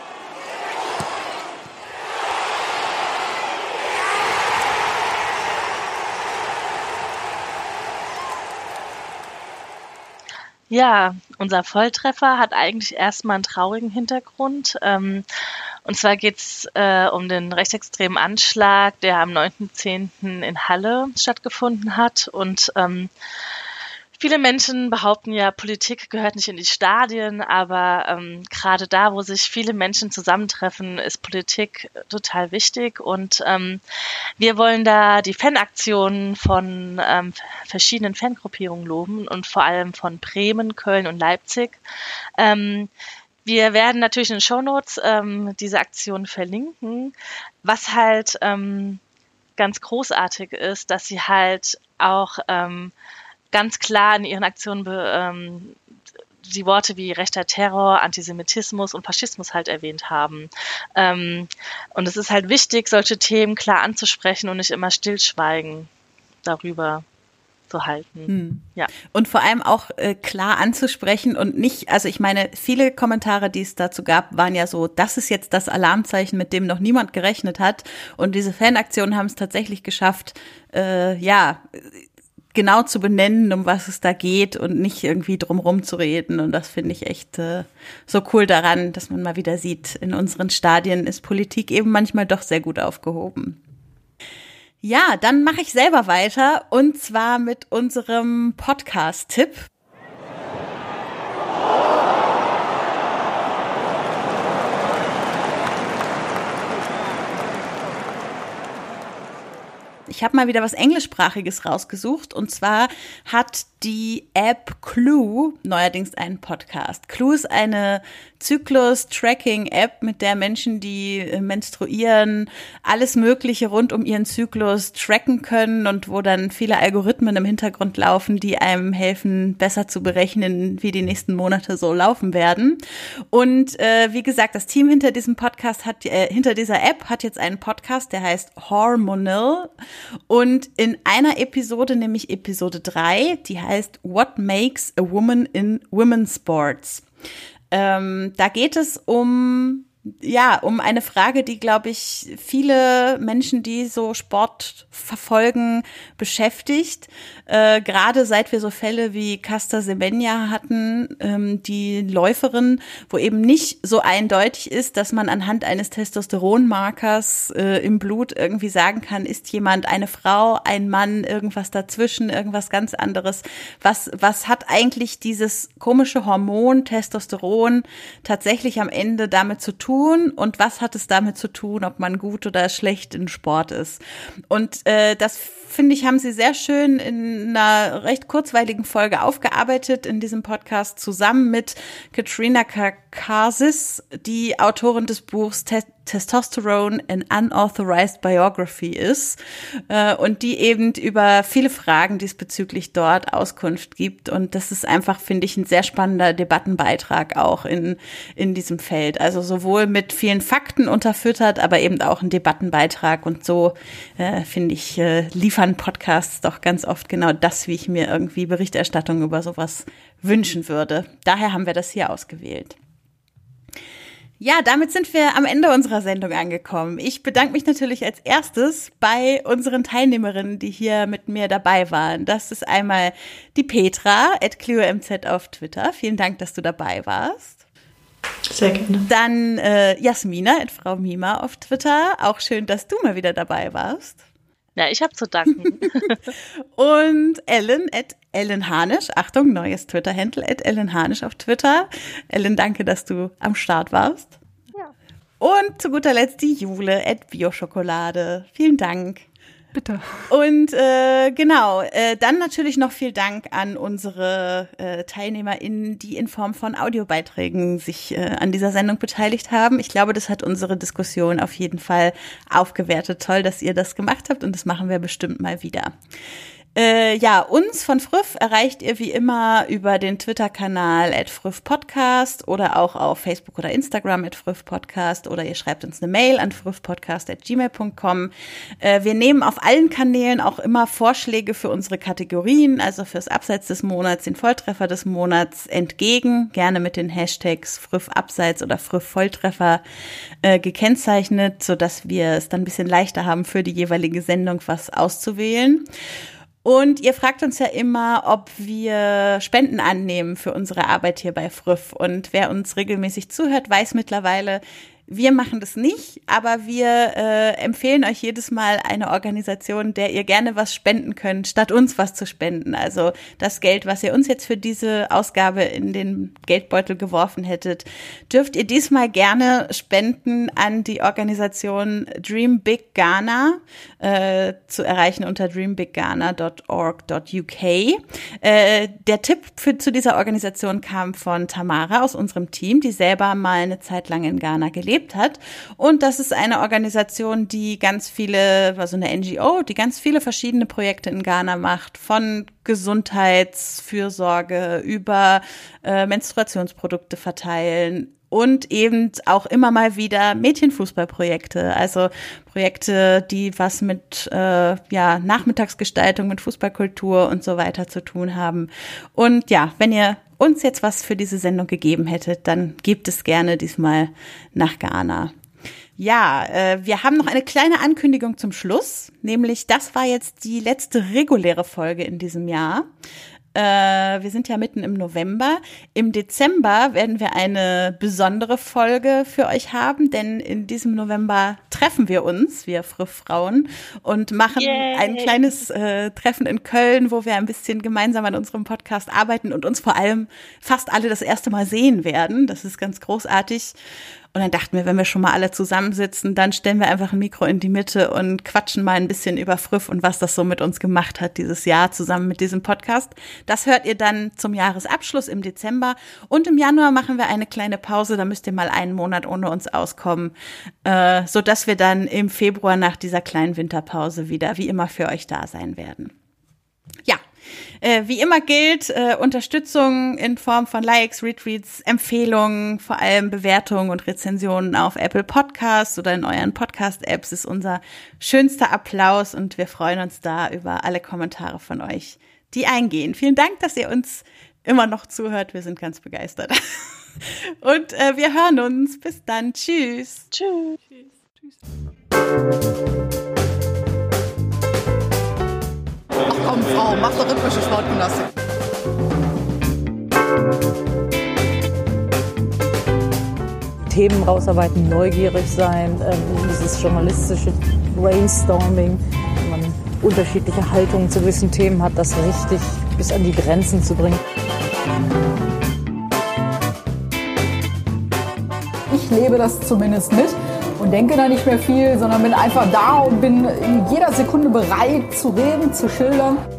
Ja, unser Volltreffer hat eigentlich erstmal einen traurigen Hintergrund. Ähm, und zwar geht's äh, um den rechtsextremen Anschlag, der am neunten zehnten in Halle stattgefunden hat. Und ähm, viele Menschen behaupten ja, Politik gehört nicht in die Stadien, aber ähm, gerade da, wo sich viele Menschen zusammentreffen, ist Politik total wichtig. Und ähm, wir wollen da die Fanaktionen von ähm, verschiedenen Fangruppierungen loben und vor allem von Bremen, Köln und Leipzig. Ähm, Wir werden natürlich in den Shownotes ähm, diese Aktion verlinken, was halt ähm, ganz großartig ist, dass sie halt auch ähm, ganz klar in ihren Aktionen be, ähm, die Worte wie rechter Terror, Antisemitismus und Faschismus halt erwähnt haben. Ähm, und es ist halt wichtig, solche Themen klar anzusprechen und nicht immer stillschweigen darüber zu halten. Hm. Ja. Und vor allem auch äh, klar anzusprechen und nicht, also ich meine, viele Kommentare, die es dazu gab, waren ja so, das ist jetzt das Alarmzeichen, mit dem noch niemand gerechnet hat. Und diese Fanaktionen haben es tatsächlich geschafft, äh, ja, genau zu benennen, um was es da geht und nicht irgendwie drumherum zu reden. Und das finde ich echt äh, so cool daran, dass man mal wieder sieht, in unseren Stadien ist Politik eben manchmal doch sehr gut aufgehoben. Ja, dann mache ich selber weiter und zwar mit unserem Podcast-Tipp. Ich habe mal wieder was Englischsprachiges rausgesucht und zwar hat die App Clue neuerdings einen Podcast. Clue ist eine Zyklus-Tracking-App, mit der Menschen, die menstruieren, alles Mögliche rund um ihren Zyklus tracken können und wo dann viele Algorithmen im Hintergrund laufen, die einem helfen, besser zu berechnen, wie die nächsten Monate so laufen werden. Und äh, wie gesagt, das Team hinter diesem Podcast hat, äh, hinter dieser App hat jetzt einen Podcast, der heißt Hormonal. Und in einer Episode, nämlich Episode drei, die heißt What Makes a Woman in Women's Sports? Ähm, da geht es um, ja, um eine Frage, die, glaube ich, viele Menschen, die so Sport verfolgen, beschäftigt. Äh, gerade seit wir so Fälle wie Caster Semenya hatten, ähm, die Läuferin, wo eben nicht so eindeutig ist, dass man anhand eines Testosteronmarkers äh, im Blut irgendwie sagen kann, ist jemand eine Frau, ein Mann, irgendwas dazwischen, irgendwas ganz anderes. Was, was hat eigentlich dieses komische Hormon Testosteron tatsächlich am Ende damit zu tun und was hat es damit zu tun, ob man gut oder schlecht in Sport ist? Und äh, das finde ich, haben sie sehr schön in einer recht kurzweiligen Folge aufgearbeitet in diesem Podcast zusammen mit Katrina Karkazis, die Autorin des Buchs Te- Testosterone, an Unauthorized Biography ist äh, und die eben über viele Fragen diesbezüglich dort Auskunft gibt. Und das ist einfach, finde ich, ein sehr spannender Debattenbeitrag auch in, in diesem Feld. Also sowohl mit vielen Fakten unterfüttert, aber eben auch ein Debattenbeitrag. Und so, äh, finde ich, äh, liefern Podcasts doch ganz oft genau das, wie ich mir irgendwie Berichterstattung über sowas wünschen würde. Daher haben wir das hier ausgewählt. Ja, damit sind wir am Ende unserer Sendung angekommen. Ich bedanke mich natürlich als erstes bei unseren Teilnehmerinnen, die hier mit mir dabei waren. Das ist einmal die Petra, at CleoMZ auf Twitter. Vielen Dank, dass du dabei warst. Sehr gerne. Dann äh, Jasmina, at Frau Mima auf Twitter. Auch schön, dass du mal wieder dabei warst. Ja, ich habe zu danken. Und Ellen, at Ellen Hanisch, Achtung, neues Twitter-Handle, at Ellen Hanisch auf Twitter. Ellen, danke, dass du am Start warst. Ja. Und zu guter Letzt die Jule, at Bioschokolade. Vielen Dank. Bitte. Und äh, genau, äh, dann natürlich noch viel Dank an unsere äh, TeilnehmerInnen, die in Form von Audiobeiträgen sich äh, an dieser Sendung beteiligt haben. Ich glaube, das hat unsere Diskussion auf jeden Fall aufgewertet. Toll, dass ihr das gemacht habt und das machen wir bestimmt mal wieder. Äh, ja, uns von Früff erreicht ihr wie immer über den Twitter-Kanal at Früff Podcast oder auch auf Facebook oder Instagram at Früff Podcast oder ihr schreibt uns eine Mail an früffpodcast at gmail punkt com. Äh, wir nehmen auf allen Kanälen auch immer Vorschläge für unsere Kategorien, also fürs Abseits des Monats, den Volltreffer des Monats entgegen, gerne mit den Hashtags Früff Abseits oder Früff Volltreffer äh, gekennzeichnet, sodass wir es dann ein bisschen leichter haben, für die jeweilige Sendung was auszuwählen. Und ihr fragt uns ja immer, ob wir Spenden annehmen für unsere Arbeit hier bei Früff. Und wer uns regelmäßig zuhört, weiß mittlerweile, Wir machen das nicht, aber wir äh, empfehlen euch jedes Mal eine Organisation, der ihr gerne was spenden könnt, statt uns was zu spenden. Also das Geld, was ihr uns jetzt für diese Ausgabe in den Geldbeutel geworfen hättet, dürft ihr diesmal gerne spenden an die Organisation Dream Big Ghana, äh, zu erreichen unter dream big ghana dot org dot u k. Äh, der Tipp für, zu dieser Organisation kam von Tamara aus unserem Team, die selber mal eine Zeit lang in Ghana gelebt hat. Und das ist eine Organisation, die ganz viele, also eine N G O, die ganz viele verschiedene Projekte in Ghana macht, von Gesundheitsfürsorge über äh, Menstruationsprodukte verteilen und eben auch immer mal wieder Mädchenfußballprojekte, also Projekte, die was mit äh, ja Nachmittagsgestaltung, mit Fußballkultur und so weiter zu tun haben. Und ja, wenn ihr uns jetzt was für diese Sendung gegeben hättet, dann gebt es gerne diesmal nach Ghana. Ja, äh, wir haben noch eine kleine Ankündigung zum Schluss, nämlich das war jetzt die letzte reguläre Folge in diesem Jahr. Äh, wir sind ja mitten im November. Im Dezember werden wir eine besondere Folge für euch haben, denn in diesem November treffen wir uns, wir Früff-Frauen, und machen Yay. ein kleines äh, Treffen in Köln, wo wir ein bisschen gemeinsam an unserem Podcast arbeiten und uns vor allem fast alle das erste Mal sehen werden. Das ist ganz großartig. Und dann dachten wir, wenn wir schon mal alle zusammensitzen, dann stellen wir einfach ein Mikro in die Mitte und quatschen mal ein bisschen über Früff und was das so mit uns gemacht hat dieses Jahr zusammen mit diesem Podcast. Das hört ihr dann zum Jahresabschluss im Dezember. Und im Januar machen wir eine kleine Pause, da müsst ihr mal einen Monat ohne uns auskommen, äh, sodass wir dann im Februar nach dieser kleinen Winterpause wieder wie immer für euch da sein werden. Ja. Äh, wie immer gilt, äh, Unterstützung in Form von Likes, Retweets, Empfehlungen, vor allem Bewertungen und Rezensionen auf Apple Podcasts oder in euren Podcast-Apps ist unser schönster Applaus und wir freuen uns da über alle Kommentare von euch, die eingehen. Vielen Dank, dass ihr uns immer noch zuhört. Wir sind ganz begeistert. Und äh, wir hören uns. Bis dann. Tschüss. Tschüss. Tschüss. Ach komm, Frau, mach doch rhythmische Sportgymnastik. Themen rausarbeiten, neugierig sein, ähm, dieses journalistische Brainstorming, wenn man unterschiedliche Haltungen zu gewissen Themen hat, das richtig bis an die Grenzen zu bringen. Ich lebe das zumindest mit und denke da nicht mehr viel, sondern bin einfach da und bin in jeder Sekunde bereit zu reden, zu schildern.